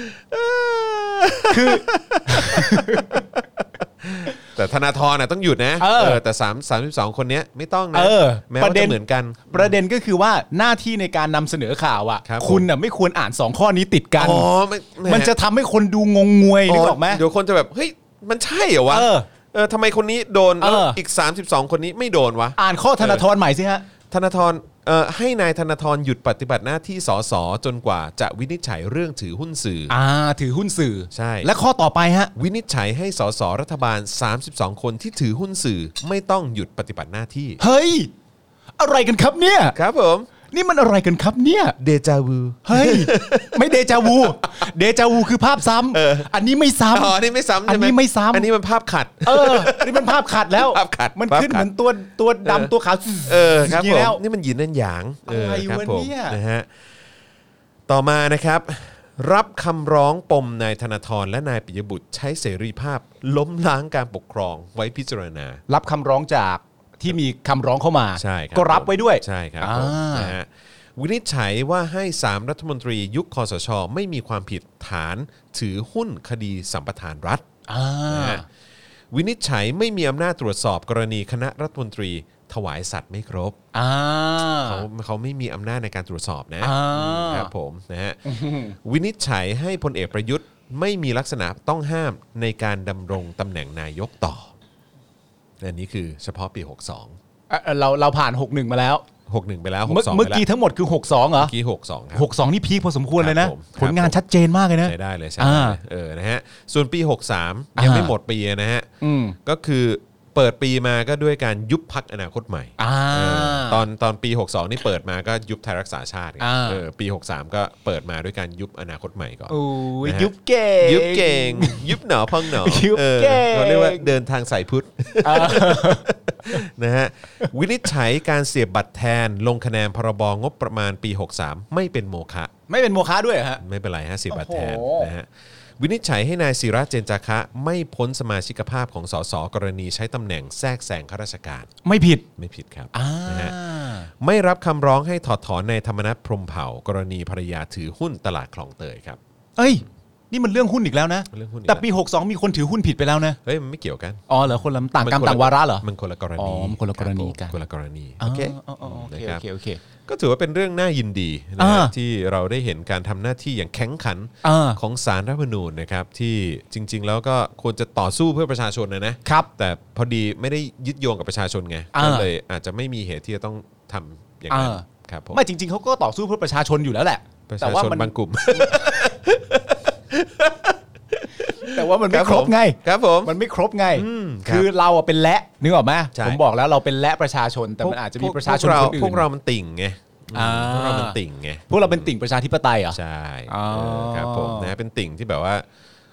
คือแต่ธนาธรน่ะต้องหยุดนะเออแต่สาม สามสิบสองคนเนี้ยไม่ต้องนะแม้ว่าจะเหมือนกันประเด็นก็คือว่าหน้าที่ในการนำเสนอข่าวอ่ะคุณน่ะไม่ควรอ่านสองข้อนี้ติดกันอ๋อมันจะทำให้คนดูงงงวยนึกออกไหมเดี๋ยวคนจะแบบเฮ้ยมันใช่เหรอวะเออทำไมคนนี้โดนอีกสามสิบสองคนนี้ไม่โดนวะอ่านข้อธนาธรใหม่สิฮะธนาธรเอ่อให้นายธนาธรหยุดปฏิบัติหน้าที่สสจนกว่าจะวินิจฉัยเรื่องถือหุ้นสื่ออ่าถือหุ้นสื่อใช่และข้อต่อไปฮะวินิจฉัยให้สสรัฐบาลสามสิบสองคนที่ถือหุ้นสื่อไม่ต้องหยุดปฏิบัติหน้าที่เฮ้ยอะไรกันครับเนี่ยครับผมนี่มันอะไรกันครับเนี่ยเดจาวูเฮ้ยไม่เดจาวูเดจาวูคือภาพซ้ำอันนี้ไม่ซ้ำอ๋อนี่ไม่ซ้ำอันนี้ไม่ซ้ำอันนี้มันภาพขัดเออนี่มันภาพขัดแล้วภาพขัดมันขึ้นเหมือนตัวตัวดำตัวขาวเออครับผมนี่มันหยินนั่นหยางเออครับผมนะฮะต่อมานะครับรับคำร้องปมนายธนาธรและนายปิยบุตรใช้เสรีภาพล้มล้างการปกครองไว้พิจารณารับคำร้องจากที่มีคำร้องเข้ามาใช่ก็รับไว้ด้วยใช่ครับนะฮะวินิจฉัยว่าให้สามรัฐมนตรียุคคสช.ไม่มีความผิดฐานถือหุ้นคดีสัมปทานรัฐวินิจฉัยไม่มีอำนาจตรวจสอบกรณีคณะรัฐมนตรีถวายสัตว์ไม่ครบเขาเขาไม่มีอำนาจในการตรวจสอบนะครับผมนะฮะวินิจฉัยให้พลเอกประยุทธ์ไม่มีลักษณะต้องห้ามในการดำรงตำแหน่งนายกต่ออันนี้คือเฉพาะปีหกสิบสองเอ่อเราเราผ่านหกสิบเอ็ดมาแล้วหกสิบเอ็ดไปแล้วหกสิบสองเมื่อกี้ทั้งหมดคือหกสิบสองเหรอเมื่อกี้หกสิบสองครับหกสิบสองนี่พีคพอสมควรเลยนะผลงานชัดเจนมากเลยนะใช้ได้เลยใช่ได้เออนะฮะส่วนปีหกสิบสามยังไม่หมดปีนะฮะก็คือเปิดปีมาก็ด้วยการยุบพรรคอนาคตใหม่ตอนตอนปีหกสิบสองนี่เปิดมาก็ยุบไทยรักษาชาติเออปีหกสิบสามก็เปิดมาด้วยการยุบอนาคตใหม่ก่อนยุบเก่งยุบเก่งยุบหนอพองหนอเขาเรียกว่าเดินทางสายพุทธนะฮะวินิจฉัยการเสียบบัตรแทนลงคะแนนพรบงบประมาณปีหกสิบสามไม่เป็นโมฆะไม่เป็นโมฆะด้วยฮะไม่เป็นไรฮะเสียบบัตรแทนนะฮะวินิจฉัยให้นายศิระเจนจาคะไม่พ้นสมาชิกภาพของสสกรณีใช้ตำแหน่งแทรกแซงข้าราชการไม่ผิดไม่ผิดครับนะฮะไม่รับคำร้องให้ถอดถอนนายธรรมนัสพรหมเผ่ากรณีภรรยาถือหุ้นตลาดคลองเตยครับเอ้ยนี่มันเรื่องหุ้นอีกแล้วนะแต่ปีหกสิบสองมีคนถือหุ้นผิดไปแล้วนะเฮ้ยมันไม่เกี่ยวกันอ๋อเหรอคนละต่างกรรมต่างวาระเหรอมันคนละกรณีอ๋อมันคนละกรณีกันคนละกรณีโอเคโอเคโอเคโอเคก็ถือว่าเป็นเรื่องน่ายินดีนะที่เราได้เห็นการทำหน้าที่อย่างแข็งขันของศาลรัฐธรรมนูญนะครับที่จริงๆแล้วก็ควรจะต่อสู้เพื่อประชาชนนะนะครับแต่พอดีไม่ได้ยึดโยงกับประชาชนไงก็เลยอาจจะไม่มีเหตุที่จะต้องทำอย่างนั้นครับผมไม่จริงๆเขาก็ต่อสู้เพื่อประชาชนอยู่แล้วแหละแต่ว่าบางกลุ่มแต่ว่ามันไม่ครบไงครับผมมันไม่ครบไงคือเราเป็นและนึกออกไหมผมบอกแล้วเราเป็นและประชาชนแต่มันอาจจะมีประชาชนคนอื่นพวกเรามันติ่งไงพวกเราเป็นติ่งไงพวกเราเป็นติ่งประชาธิปไตยเหรอใช่ครับผมนะเป็นติ่งที่แบบว่า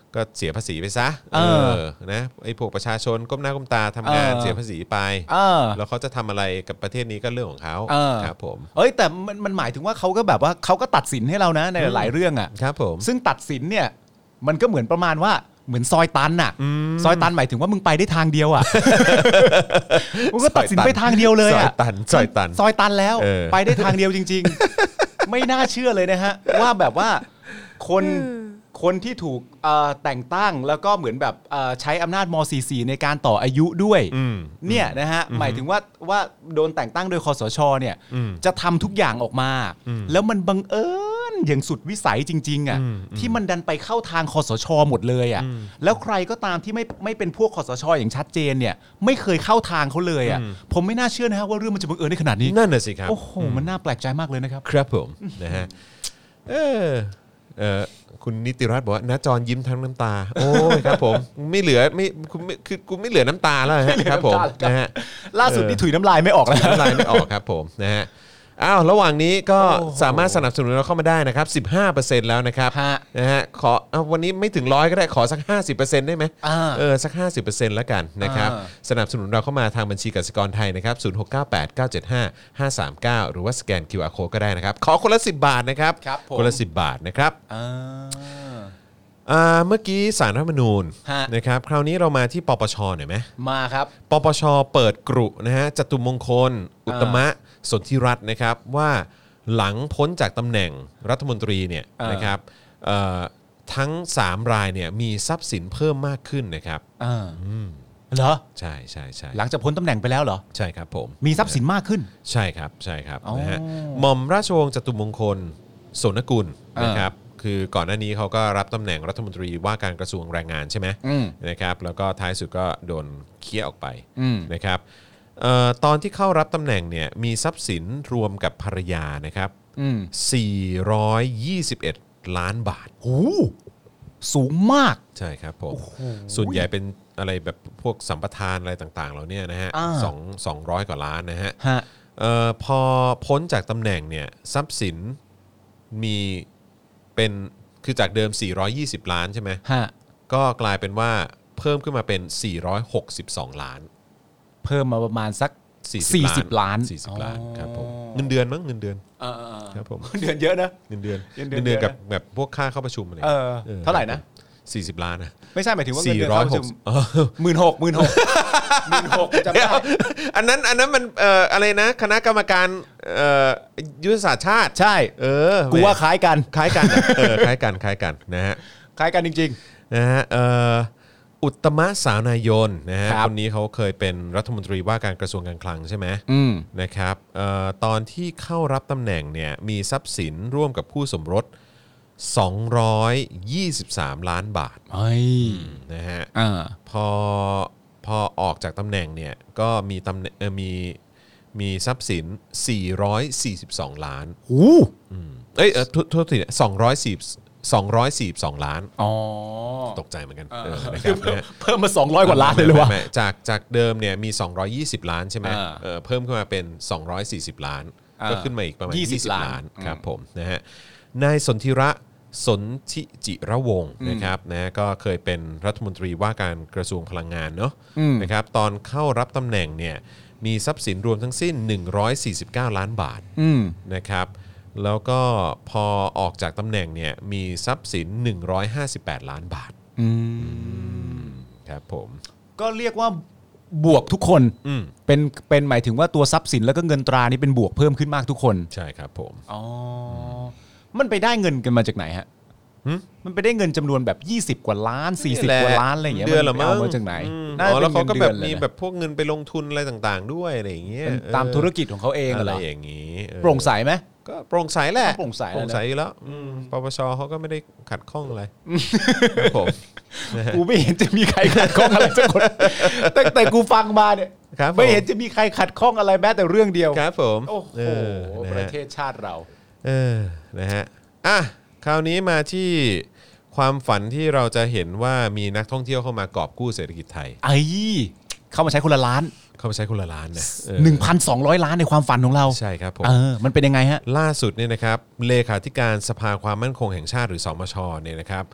ก็เสียภาษีไปซะเออนะไอ้พวกประชาชนก้มหน้าก้มตาทำงานเออเสียภาษีไปเออแล้วเขาจะทำอะไรกับประเทศนี้ก็เรื่องของเขาเออครับผมเอ้ยแต่มันมันหมายถึงว่าเขาก็แบบว่าเขาก็ตัดสินให้เรานะในหลายเรื่องอ่ะครับผมซึ่งตัดสินเนี่ยมันก็เหมือนประมาณว่าเหมือนซอยตันน่ะซอยตันหมายถึงว่ามึงไปได้ทางเดียวอ่ะ มึงก็ตัดสินไปทางเดียวเลยซอยอ่ะตันซอยตันซอยตันแล้วเออไปได้ทางเดียวจริง ๆ ไม่น่าเชื่อเลยนะฮะว่าแบบว่าคนคนที่ถูกเอ่อแต่งตั้งแล้วก็เหมือนแบบเอ่อใช้อำนาจม สี่สิบสี่ ในการต่ออายุด้วยอืมเนี่ยนะฮะหมายถึงว่าว่าโดนแต่งตั้งโดยคสชเนี่ยอืมจะทำทุกอย่างออกมาอืมแล้วมันบังเอิญอย่างสุดวิสัยจริงๆอ่ะอืมที่มันดันไปเข้าทางคสชหมดเลยอ่ะแล้วใครก็ตามที่ไม่ไม่เป็นพวกคสชอย่างชัดเจนเนี่ยไม่เคยเข้าทางเขาเลยอ่ะผมไม่น่าเชื่อนะฮะว่าเรื่องมันจะบังเอิญได้ขนาดนี้นั่นน่ะสิครับโอ้โหมันน่าแปลกใจมากเลยนะครับครับผมนะฮะเออเออคุณนิติรัตน์บอกว่าณจรยิ้มทั้งน้ำตา โอ้ยครับผมไม่เหลือไม่คุณไม่คือกูไม่เหลือน้ำตาแล้วฮะครับผมนะฮะล่าสุดนี่ถุยน้ำลายไม่ออกแล้วน้ำลายไม่ออกครับผมนะฮะอ้าวระหว่างนี้ก็สามารถสนับสนุนเราเข้ามาได้นะครับ สิบห้าเปอร์เซ็นต์ แล้วนะครับฮะนะฮะขอเอาวันนี้ไม่ถึงร้อยก็ได้ขอสัก ห้าสิบเปอร์เซ็นต์ ได้ไหมอ่าเออสัก ห้าสิบเปอร์เซ็นต์ แล้วกันนะครับอ่าสนับสนุนเราเข้ามาทางบัญชีกสิกรไทยนะครับศูนย์ หก เก้า แปด เก้า เจ็ด ห้า ห้า สาม เก้า หรือว่าสแกน คิว อาร์ Code ก็ได้นะครับขอคนละสิบบาทนะครับครับผมคนละสิบบาทนะครับอ่าอ่าเมื่อกี้สารรัฐธรรมนูญฮะนะครับคราวนี้เรามาที่ปปชหน่อยไหมมาครับปปชเปิดกรุนะฮะจตุมงคล อุตตมะสนธิรัตน์นะครับว่าหลังพ้นจากตำแหน่งรัฐมนตรีเนี่ยอ่านนะครับเอ่อทั้งสามรายเนี่ยมีทรัพย์สินเพิ่มมากขึ้นนะครับอ่าเหรอใช่ใช่ใช่หลังจากพ้นตำแหน่งไปแล้วเหรอใช่ครับผมมีทรัพย์สินมากขึ้นใช่ครับใช่ครับอ๋อนะฮะหม่อมราชวงศ์จตุมงคลโสนกุลอ่านนะครับคือก่อนหน้านี้เขาก็รับตำแหน่งรัฐมนตรีว่าการกระทรวงแรงงานใช่ไหมอืมนะครับแล้วก็ท้ายสุดก็โดนเคี่ยออกไปอืมนะครับเอ่อตอนที่เข้ารับตำแหน่งเนี่ยมีทรัพย์สินรวมกับภรรยานะครับอืมสี่ร้อยยี่สิบเอ็ด ล้านบาทโอ้สูงมากใช่ครับผมส่วนใหญ่เป็นอะไรแบบพวกสัมปทานอะไรต่างๆเราเนี่ยนะฮะอ่าสองสองร้อยกว่าล้านนะฮะฮะเอ่อพอพ้นจากตำแหน่งเนี่ยทรัพย์สินมีเป็นคือจากเดิมสี่ร้อยยี่สิบล้านใช่ไหมฮะก็กลายเป็นว่าเพิ่มขึ้นมาเป็นสี่ร้อยหกสิบสองล้านเพิ่มมาประมาณสักสี่สี่สิสิบบ ล้าล้าน นสี่สิบล้านครับผมอ๋อเงินเดือนมั้งเงินเดือนเออเออครับผมเดือนเยอะนะเงินเดือนเงินเดือนเงินเดือนเยอะนะกับแบบพวกค่าเข้าประชุมอะไรเออเท่าไหร่นะสี่สิบล้านนะไม่ใช่หมายถึงว่าเงินสี่เดือนร้อยเข้าหจุกมสิบเออหมื่นหกหมื่นหกหมื่นหกจำได้อันนั้นอันนั้นมันเอ่ออะไรนะคณะกรรมการเอ่อยุทธศาสตร์ชาติใช่เออกูว่าคล้ายกันคล้ายกันอะเออคล้ายกันคล้ายกันนะฮะคล้ายกันจริงนะฮะเอ่ออุตตมะสาวนายนนะฮะครับคนนี้เขาเคยเป็นรัฐมนตรีว่าการกระทรวงการคลังใช่ไหมๆ อืมนะครับเอ่อตอนที่เข้ารับตำแหน่งเนี่ยมีทรัพย์สินร่วมกับคู่สมรสสองร้อยยี่สิบสามล้านบาทเฮ้ยนะฮะอ่าพอพอออกจากตำแหน่งเนี่ยก็มีตำแหน่งเอ่อมีมีทรัพย์สินสี่ร้อยสี่สิบสองล้านโอ้เอ้ยเออโทษโทษทีสองร้อยสี่สองร้อยสี่สองล้านอ๋อตกใจเหมือนกันเออนะครับนะฮะเพิ่มมาสองร้อยกว่าล้านเลยเหรอวะไม่ไม่ไม่จากจากเดิมเนี่ยมีสองร้อยยี่สิบล้านใช่ไหมอ่าเออเพิ่มขึ้นมาเป็นสองร้อยสี่สิบล้านอ่าก็ขึ้นมาอีกประมาณยี่ยี่สิสิบบ ล้านล้านอืมครับผมนะฮะนายสนธิระสนธิจิระวงศ์นะครับนะก็เคยเป็นรัฐมนตรีว่าการกระทรวงพลังงานเนาะอืมนะครับตอนเข้ารับตำแหน่งเนี่ยมีทรัพย์สินรวมทั้งสิ้นหนึ่งร้อยสี่สิบเก้าล้านบาทอืมนะครับแล้วก็พอออกจากตำแหน่งเนี่ยมีทรัพย์สินหนึ่งร้อยห้าสิบแปดล้านบาทอืมครับผมก็เรียกว่าบวกทุกคนอืมเป็นเป็นหมายถึงว่าตัวทรัพย์สินแล้วก็เงินตรานี่เป็นบวกเพิ่มขึ้นมากทุกคนใช่ครับผมอ๋อ มันไปได้เงินกันมาจากไหนฮะหึมันไปได้เงินจำนวนแบบยี่สิบกว่าล้านสี่สิบกว่าล้านอะไรอย่างเงี้ยเดือนละมัมั้ไปงเอามาจากไหนอืมน่าอ๋อจะแล้วเขาก็ป็นแบงิบนดือนมีเลยนะแบบพวกเงินไปลงทุนอะไรต่างๆ ด้วยอะไรอย่างเงี้ยเป็นเออตามธุรกิจของเขาเองอะไรเหรออย่างงี้เออโปร่งใสไหมก็โปร่งใสแหละโปร่งใสโปร่งนะใสอยู่แล้วอืมปปชเขาก็ไม่ได้ขัดข้องอะไรครับผมกูไม่เห็นจะมีใครขัดข้องอะไรสักคนตั้งแต่กูฟังมาเนี่ยครับผมไม่เห็นจะมีใครขัดข้องอะไรแม้แต่เรื่องเดียวครับผมโอ้โหเออนะประฮะเทศชาติเราเออนะฮะอ่ะคราวนี้มาที่ความฝันที่เราจะเห็นว่ามีนักท่องเที่ยวเข้ามากอบกู้เศรษฐกิจไทยไอ้เข้ามาใช้คนละล้านเข้ามาใช้คนละล้านนะเออหนึ่งพันสองร้อยล้านในความฝันของเราใช่ครับผมเออมันเป็นยังไงฮะล่าสุดเนี่ยนะครับเลขาธิการสภาความมั่นคงแห่งชาติหรือสมชเนี่ยนะครับ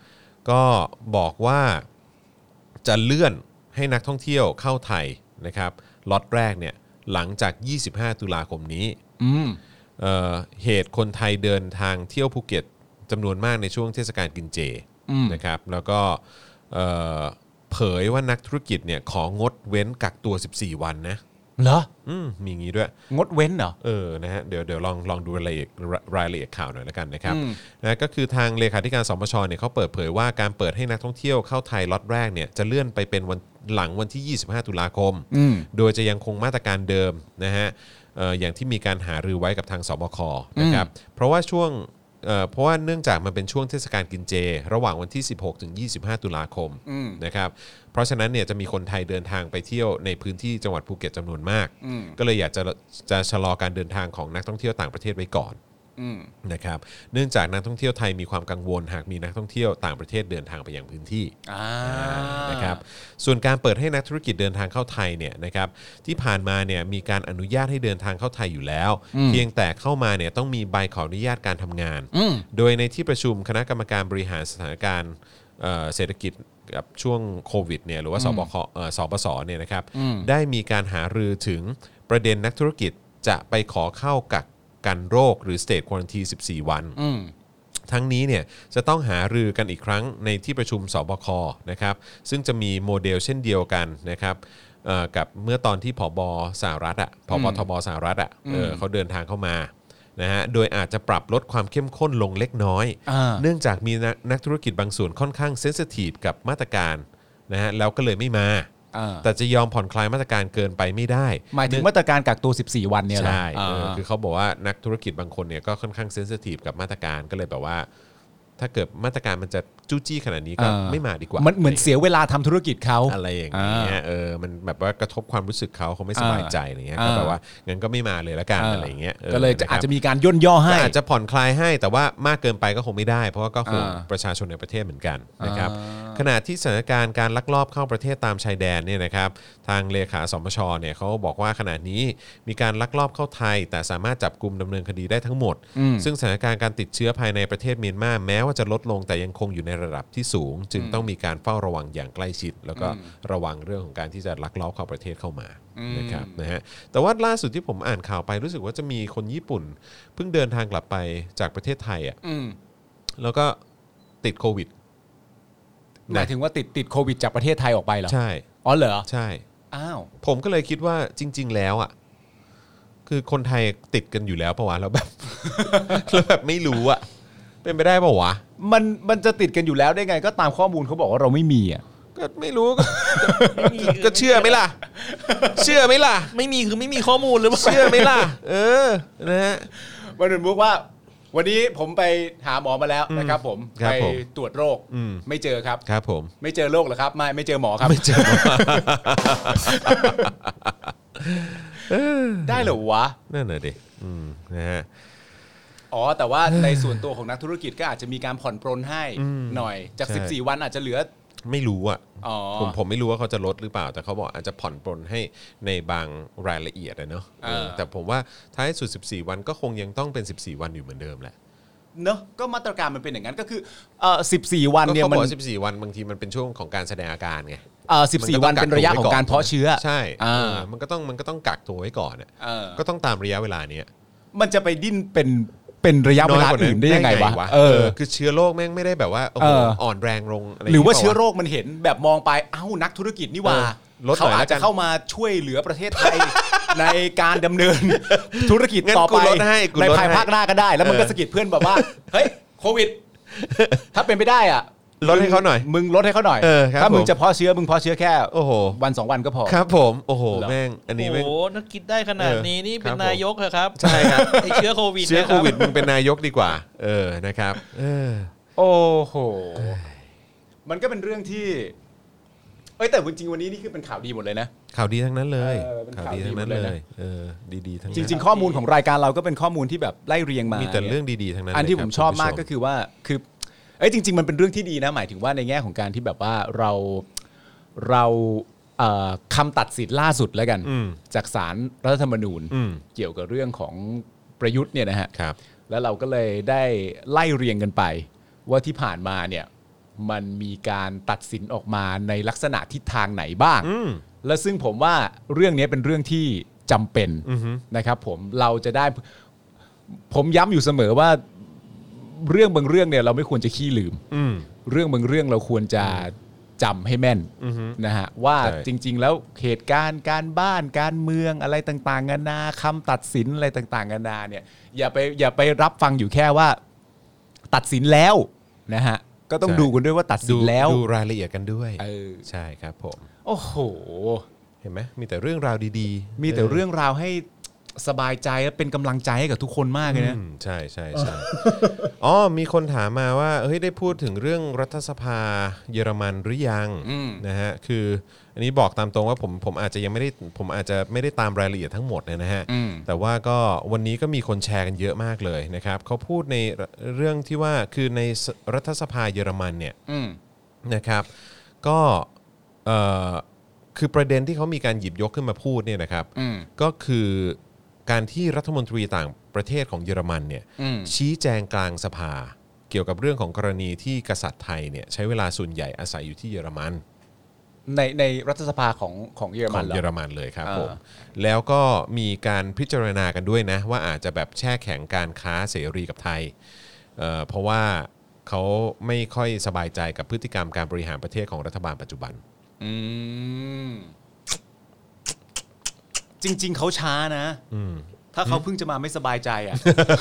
ก็บอกว่าจะเลื่อนให้นักท่องเที่ยวเข้าไทยนะครับล็อตแรกเนี่ยหลังจากยี่สิบห้าตุลาคมนี้เอ่อเหตุคนไทยเดินทางเที่ยวภูเก็ตจำนวนมากในช่วงเทศกาลกินเจนะครับแล้วก็เอ่อเผยว่านักธุรกิจเนี่ยของดเว้นกักตัวสิบสี่วันนะเหรออืมมีงี้ด้วยงดเว้นเหรอเออนะฮะเดี๋ยวเดี๋ยวลองลองดูรายละเอียดรายละเอียดข่าวหน่อยแล้วกันนะครับนะก็คือทางเลขาธิการสมชเนี่ยเขาเปิดเผยว่าการเปิดให้นักท่องเที่ยวเข้าไทยล็อตแรกเนี่ยจะเลื่อนไปเป็นวันหลังวันที่ยี่สิบห้าตุลาคมโดยจะยังคงมาตรการเดิมนะฮะเอ่ออย่างที่มีการหารือไว้กับทางสบคนะครับเพราะว่าช่วงเอ่อเพราะว่าเนื่องจากมันเป็นช่วงเทศกาลกินเจระหว่างวันที่สิบหกถึงยี่สิบห้าตุลาคมนะครับเพราะฉะนั้นเนี่ยจะมีคนไทยเดินทางไปเที่ยวในพื้นที่จังหวัดภูเก็ตจำนวนมากก็เลยอยากจะจะชะลอการเดินทางของนักท่องเที่ยวต่างประเทศไว้ก่อนนะครับเนื่องจากนักท่องเที่ยวไทยมีความกังวลหากมีนักท่องเที่ยวต่างประเทศเดินทางไปยังพื้นที่นะครับส่วนการเปิดให้นักธุรกิจเดินทางเข้าไทยเนี่ยนะครับที่ผ่านมาเนี่ยมีการอนุญาตให้เดินทางเข้าไทยอยู่แล้วเพียงแต่เข้ามาเนี่ยต้องมีใบขออนุญาตการทำงานโดยในที่ประชุมคณะกรรมการบริหารสถานการณ์เศรษฐกิจกับช่วงโควิดเนี่ยหรือว่าสบคสบสเนี่ยนะครับได้มีการหารือถึงประเด็นนักธุรกิจจะไปขอเข้ากักกันโรคหรือ State Quarantine สิบสี่ วันทั้งนี้เนี่ยจะต้องหารือกันอีกครั้งในที่ประชุมสบคนะครับซึ่งจะมีโมเดลเช่นเดียวกันนะครับกับเมื่อตอนที่ผบ.สหรัฐอ่ะผบ.ทบ.สหรัฐอ่ะ เ, เขาเดินทางเข้ามานะฮะโดยอาจจะปรับลดความเข้มข้นลงเล็กน้อยเนื่องจากมีนักธุรกิจบางส่วนค่อนข้างเซนซิทีฟกับมาตรการนะฮะแล้วก็เลยไม่มาแต่จะยอมผ่อนคลายมาตรการเกินไปไม่ได้หมายถึงมาตรการกักตัวสิบสี่วันเนี่ยเหรอใช่คือเขาบอกว่านักธุรกิจบางคนเนี่ยก็ค่อนข้างเซนซิทีฟกับมาตรการก็เลยแบบว่าถ้าเกิดมาตรการมันจะจู้จี้ขนาดนี้ก็ไม่มาดีกว่ามันเหมือนเสียเวลาทำธุรกิจเขาอะไรอย่างเงี้ยเออมันแบบว่ากระทบความรู้สึกเขาเขาไม่สบายใจอะไรเงี้ยก็แบบว่างั้นก็ไม่มาเลยละกันอะไรเงี้ยก็เลยอาจจะมีการย่นย่อให้อาจจะผ่อนคลายให้แต่ว่ามากเกินไปก็คงไม่ได้เพราะว่าก็คงประชาชนในประเทศเหมือนกันนะครับขณะที่สถานการณ์การลักลอบเข้าประเทศตามชายแดนเนี่ยนะครับทางเลขาสมชเนี่ยเขาบอกว่าขณะนี้มีการลักลอบเข้าไทยแต่สามารถจับกุมดำเนินคดีได้ทั้งหมดซึ่งสถานการณ์การติดเชื้อภายในประเทศเมียนมาแม้ว่าจะลดลงแต่ยังคงอยู่ในระดับที่สูงจึงต้องมีการเฝ้าระวังอย่างใกล้ชิดแล้วก็ระวังเรื่องของการที่จะลักลอบเข้าประเทศเข้ามานะครับนะฮะแต่ว่าล่าสุดที่ผมอ่านข่าวไปรู้สึกว่าจะมีคนญี่ปุ่นเพิ่งเดินทางกลับไปจากประเทศไทยอ่ะแล้วก็ติดโควิดหมายถึงว่าติดติดโควิดจากประเทศไทยออกไปเหรอใช่อ๋อเหรอใช่อ้าวผมก็เลยคิดว่าจริงๆแล้วอ่ะคือคนไทยติดกันอยู่แล้วป่าววะแล้วแบบแล้วแบบไม่รู้อ่ะเป็นไปได้ป่าววะมันมันจะติดกันอยู่แล้วได้ไงก็ตามข้อมูลเขาบอกว่าเราไม่มีอ่ะก็ไม่รู้ก็เชื่อไหมล่ะเชื่อไหมล่ะไม่มีคือไม่มีข้อมูลหรือเปล่าเชื่อไหมล่ะเออนะฮะวันนึงบอกว่าวันนี้ผมไปหาหมอมาแล้วนะครับผมไปตรวจโรคไม่เจอครับครับผมไม่เจอโรคเหรอครับไม่ไม่เจอหมอครับไม่เจอได้เหรอวะนั่นน่ะดินะฮะอ๋อแต่ว่าในส่วนตัวของนักธุรกิจก็อาจจะมีการผ่อนปรนให้หน่อยจากสิบสี่วันอาจจะเหลือไม่รู้อ่ะผมผมไม่รู้ว่าเขาจะลดหรือเปล่าแต่เขาบอกอาจจะผ่อนปรนให้ในบางรายละเอียดนะเนาะแต่ผมว่าท้ายสุดสิบสี่วันก็คงยังต้องเป็นสิบสี่วันอยู่เหมือนเดิมแหละเนอะก็มาตรการมันเป็นอย่างนั้นก็คือเอ่อสิบสี่วันเนี่ยมันสิบสี่วันบางทีมันเป็นช่วงของการแสดงอาการไงเอ่อสิบสี่วันเป็นระยะของการเพาะเชื้อใช่มันก็ต้องมันก็ต้องกักตัวไว้ก่อนอ่ะก็ต้องตามระยะเวลานี้มันจะไปดิ้นเป็นเป็นระยะเวลาอื่นได้ยังไงวะเออคือเชื้อโรคแม่งไม่ได้แบบว่าโอ้โหอ่อนแรงลงอะไรหรือว่าเชื้อโรคมันเห็นแบบมองไปเอ้านักธุรกิจนี่ว่าเขาอาจจะเข้ามาช่วยเหลือประเทศไทยในการดำเนินธุรกิจต่อไปในภายภาคหน้าก็ได้แล้วมันก็สะกิดเพื่อนแบบว่าเฮ้ยโควิดถ้าเป็นไปได้อ่ะลดให้เขาหน่อยมึงลดให้เขาหน่อยถ้ามึงจะเพาะเชื้อมึงเพาะเชื้อแค่โอ้โหวันสองวันก็พอครับผมโอ้โหแม่งอันนี้แม่งโอ้โหนักคิดได้ขนาดนี้นี่เป็นนายกเหรอครับใช่ครับไอเชื้อโควิดเชื้อโควิดมึงเป็นนายกดีกว่าเออนะครับเออโอ้โหมันก็เป็นเรื่องที่เอ้ยแต่จริงๆวันนี้นี่คือเป็นข่าวดีหมดเลยนะข่าวดีทั้งนั้นเลยข่าวดีทั้งนั้นเลยเออดีๆทั้งนั้นจริงๆข้อมูลของรายการเราก็เป็นข้อมูลที่แบบไล่เรียงมามีแต่เรื่องดีๆทั้งนั้นอันที่ผมชอบมากก็คือว่าคือเอ้ยจริงๆมันเป็นเรื่องที่ดีนะหมายถึงว่าในแง่ของการที่แบบว่าเราเราคำตัดสินล่าสุดแล้วกันจากศาลรัฐธรรมนูญเกี่ยวกับเรื่องของประยุทธ์เนี่ยนะฮะแล้วเราก็เลยได้ไล่เรียงกันไปว่าที่ผ่านมาเนี่ยมันมีการตัดสินออกมาในลักษณะทิศทางไหนบ้างและซึ่งผมว่าเรื่องนี้เป็นเรื่องที่จำเป็นนะครับผมเราจะได้ผมย้ำอยู่เสมอว่าเรื่องบางเรื่องเนี่ยเราไม่ควรจะขี้ลืมเรื่องบางเรื่องเราควรจะจำให้แม่นนะฮะว่าจริงๆแล้วเหตุการณ์การบ้านการเมืองอะไรต่างๆนานาคำตัดสินอะไรต่างๆนานาเนี่ยอย่าไปอย่าไปรับฟังอยู่แค่ว่าตัดสินแล้วนะฮะก็ต้องดูกันด้วยว่าตัดสินแล้วดูรายละเอียดกันด้วยเออใช่ครับผมโอ้โหเห็นไหมมีแต่เรื่องราวดีๆมีแต่เรื่องราวให้สบายใจและเป็นกำลังใจให้กับทุกคนมากเลยนะใช่ใช่ใช่อ๋อมีคนถามมาว่าเฮ้ยได้พูดถึงเรื่องรัฐสภาเยอรมันหรือยังนะฮะคืออันนี้บอกตามตรงว่าผมผมอาจจะยังไม่ได้ผมอาจจะไม่ได้ตามรายละเอียดทั้งหมดเนี่ยนะฮะแต่ว่าก็วันนี้ก็มีคนแชร์กันเยอะมากเลยนะครับเขาพูดในเรื่องที่ว่าคือในรัฐสภาเยอรมันเนี่ยนะครับก็เอ่อคือประเด็นที่เขามีการหยิบยกขึ้นมาพูดเนี่ยนะครับก็คือการที่รัฐมนตรีต่างประเทศของเยอรมันเนี่ยชี้แจงกลางสภาเกี่ยวกับเรื่องของกรณีที่กษัตริย์ไทยเนี่ยใช้เวลาส่วนใหญ่อาศัยอยู่ที่เยอรมันในในรัฐสภาของของเยอรมันของเยอรมันเลยครับผมแล้วก็มีการพิจารณากันด้วยนะว่าอาจจะแบบแช่แข็งการค้าเสรีกับไทย เอ่อ เพราะว่าเขาไม่ค่อยสบายใจกับพฤติกรรมการบริหารประเทศของรัฐบาลปัจจุบันอืมจริงๆเขาช้านะถ้าเขาเพิ่งจะมาไม่สบายใจอ่ะ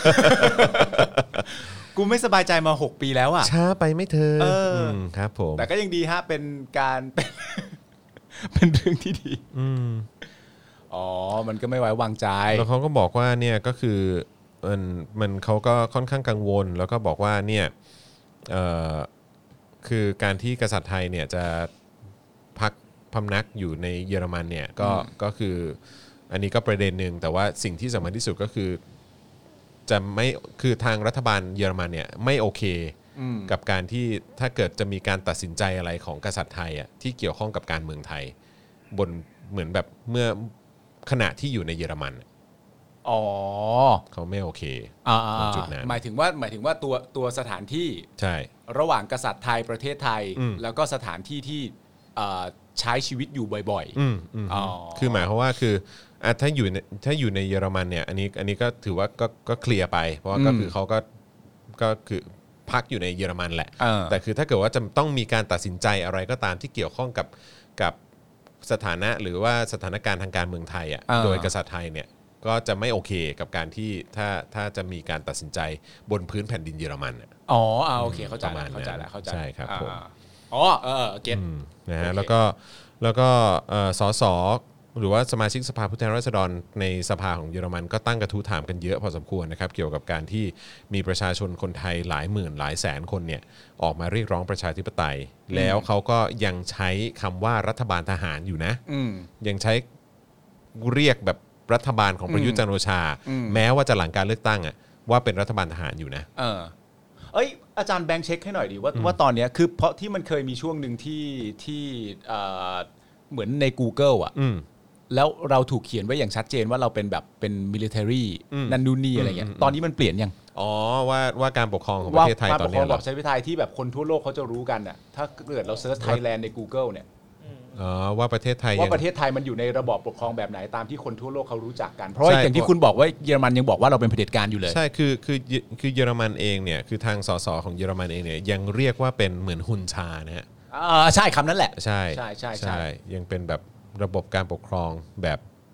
กูไม่สบายใจมาหกปีแล้วอ่ะช้าไปไม่เธอเออครับผมแต่ก็ยังดีฮะเป็นการเป็นเรื่องที่ดีอ๋อมันก็ไม่ไว้วางใจแล้วเขาก็บอกว่าเนี่ยก็คือมันมันเขาก็ค่อนข้างกังวลแล้วก็บอกว่าเนี่ยเอ่อคือการที่กษัตริย์ไทยเนี่ยจะพักพำนักอยู่ในเยอรมันเนี่ยก็ก็คืออันนี้ก็ประเด็นหนึ่งแต่ว่าสิ่งที่สำคัญที่สุดก็คือจะไม่คือทางรัฐบาลเยอรมันเนี่ยไม่โอเคกับการที่ถ้าเกิดจะมีการตัดสินใจอะไรของกษัตริย์ไทยอ่ะที่เกี่ยวข้องกับการเมืองไทยบนเหมือนแบบเมื่อขณะที่อยู่ในเยอรมันอ๋อเขาไม่โอเคจุดนั้นหมายถึงว่าหมายถึงว่าตัวตัวสถานที่ใช่ระหว่างกษัตริย์ไทยประเทศไทยแล้วก็สถานที่ที่ใช้ชีวิตอยู่บ่อยๆอ๋อคือหมายความว่าคือถ้าอยู่ถ้าอยู่ในเยอรมันเนี่ยอันนี้อันนี้ก็ถือว่าก็ก็เคลียร์ไปเพราะว่าก็คือเขาก็ก็คือพักอยู่ในเยอรมันแหละแต่คือถ้าเกิดว่าจะต้องมีการตัดสินใจอะไรก็ตามที่เกี่ยวข้องกับกับสถานะหรือว่าสถานการณ์ทางการเมืองไทยอ่ะโดยกษัตริย์ไทยเนี่ยก็จะไม่โอเคกับการที่ถ้าถ้าจะมีการตัดสินใจบนพื้นแผ่นดินเยอรมันอ๋อโอเคเข้าใจแล้วเข้าใจแล้วเข้าใจใช่ครับผมอ๋อเออเก็ตนะฮะแล้วก็แล้วก็สสหรือว่าสมาชิกสภาผู้แทนราษฎรในสภาของเยอรมันก็ตั้งกระทู้ถามกันเยอะพอสมควรนะครับเกี่ยวกับการที่มีประชาชนคนไทยหลายหมื่นหลายแสนคนเนี่ยออกมาเรียกร้องประชาธิปไตยแล้วเขาก็ยังใช้คำว่ารัฐบาลทหารอยู่นะยังใช้เรียกแบบรัฐบาลของประยุทธ์จันทร์โอชาแม้ว่าจะหลังการเลือกตั้งอ่ะว่าเป็นรัฐบาลทหารอยู่นะเออเอ้ยอาจารย์แบงค์เช็คให้หน่อยดิว่าว่าตอนนี้คือเพราะที่มันเคยมีช่วงหนึ่งที่ที่เหมือนใน Google อ่ะแล้วเราถูกเขียนไว้อย่างชัดเจนว่าเราเป็นแบบเป็น military นันนูนี่อะไรเงี้ยตอนนี้มันเปลี่ยนยังอ๋อว่าว่าการปกครองของประเทศไทยตอนนี้หรอการปกครองแบบใช้ประเทศไทยที่แบบคนทั่วโลกเขาจะรู้กันอ่ะถ้าเกิดเราเซิร์ช Thailand ใน Google เนี่ยอ๋อว่าประเทศไทยว่าประเทศไทยมันอยู่ในระบอบปกครองแบบไหนตามที่คนทั่วโลกเขารู้จักกันเพราะอย่างที่คุณบอกว่าเยอรมันยังบอกว่าเราเป็นเผด็จการอยู่เลยใช่คือคือคือเยอรมันเองเนี่ยคือทางสสของเยอรมันเองเนี่ยยังเรียกว่าเป็นเหมือนฮุนชานะฮะอ่าใช่คำนั้นแหละใช่ใช่ใช่ใช่ยังเป็นแบบระบบการปกครองแบบ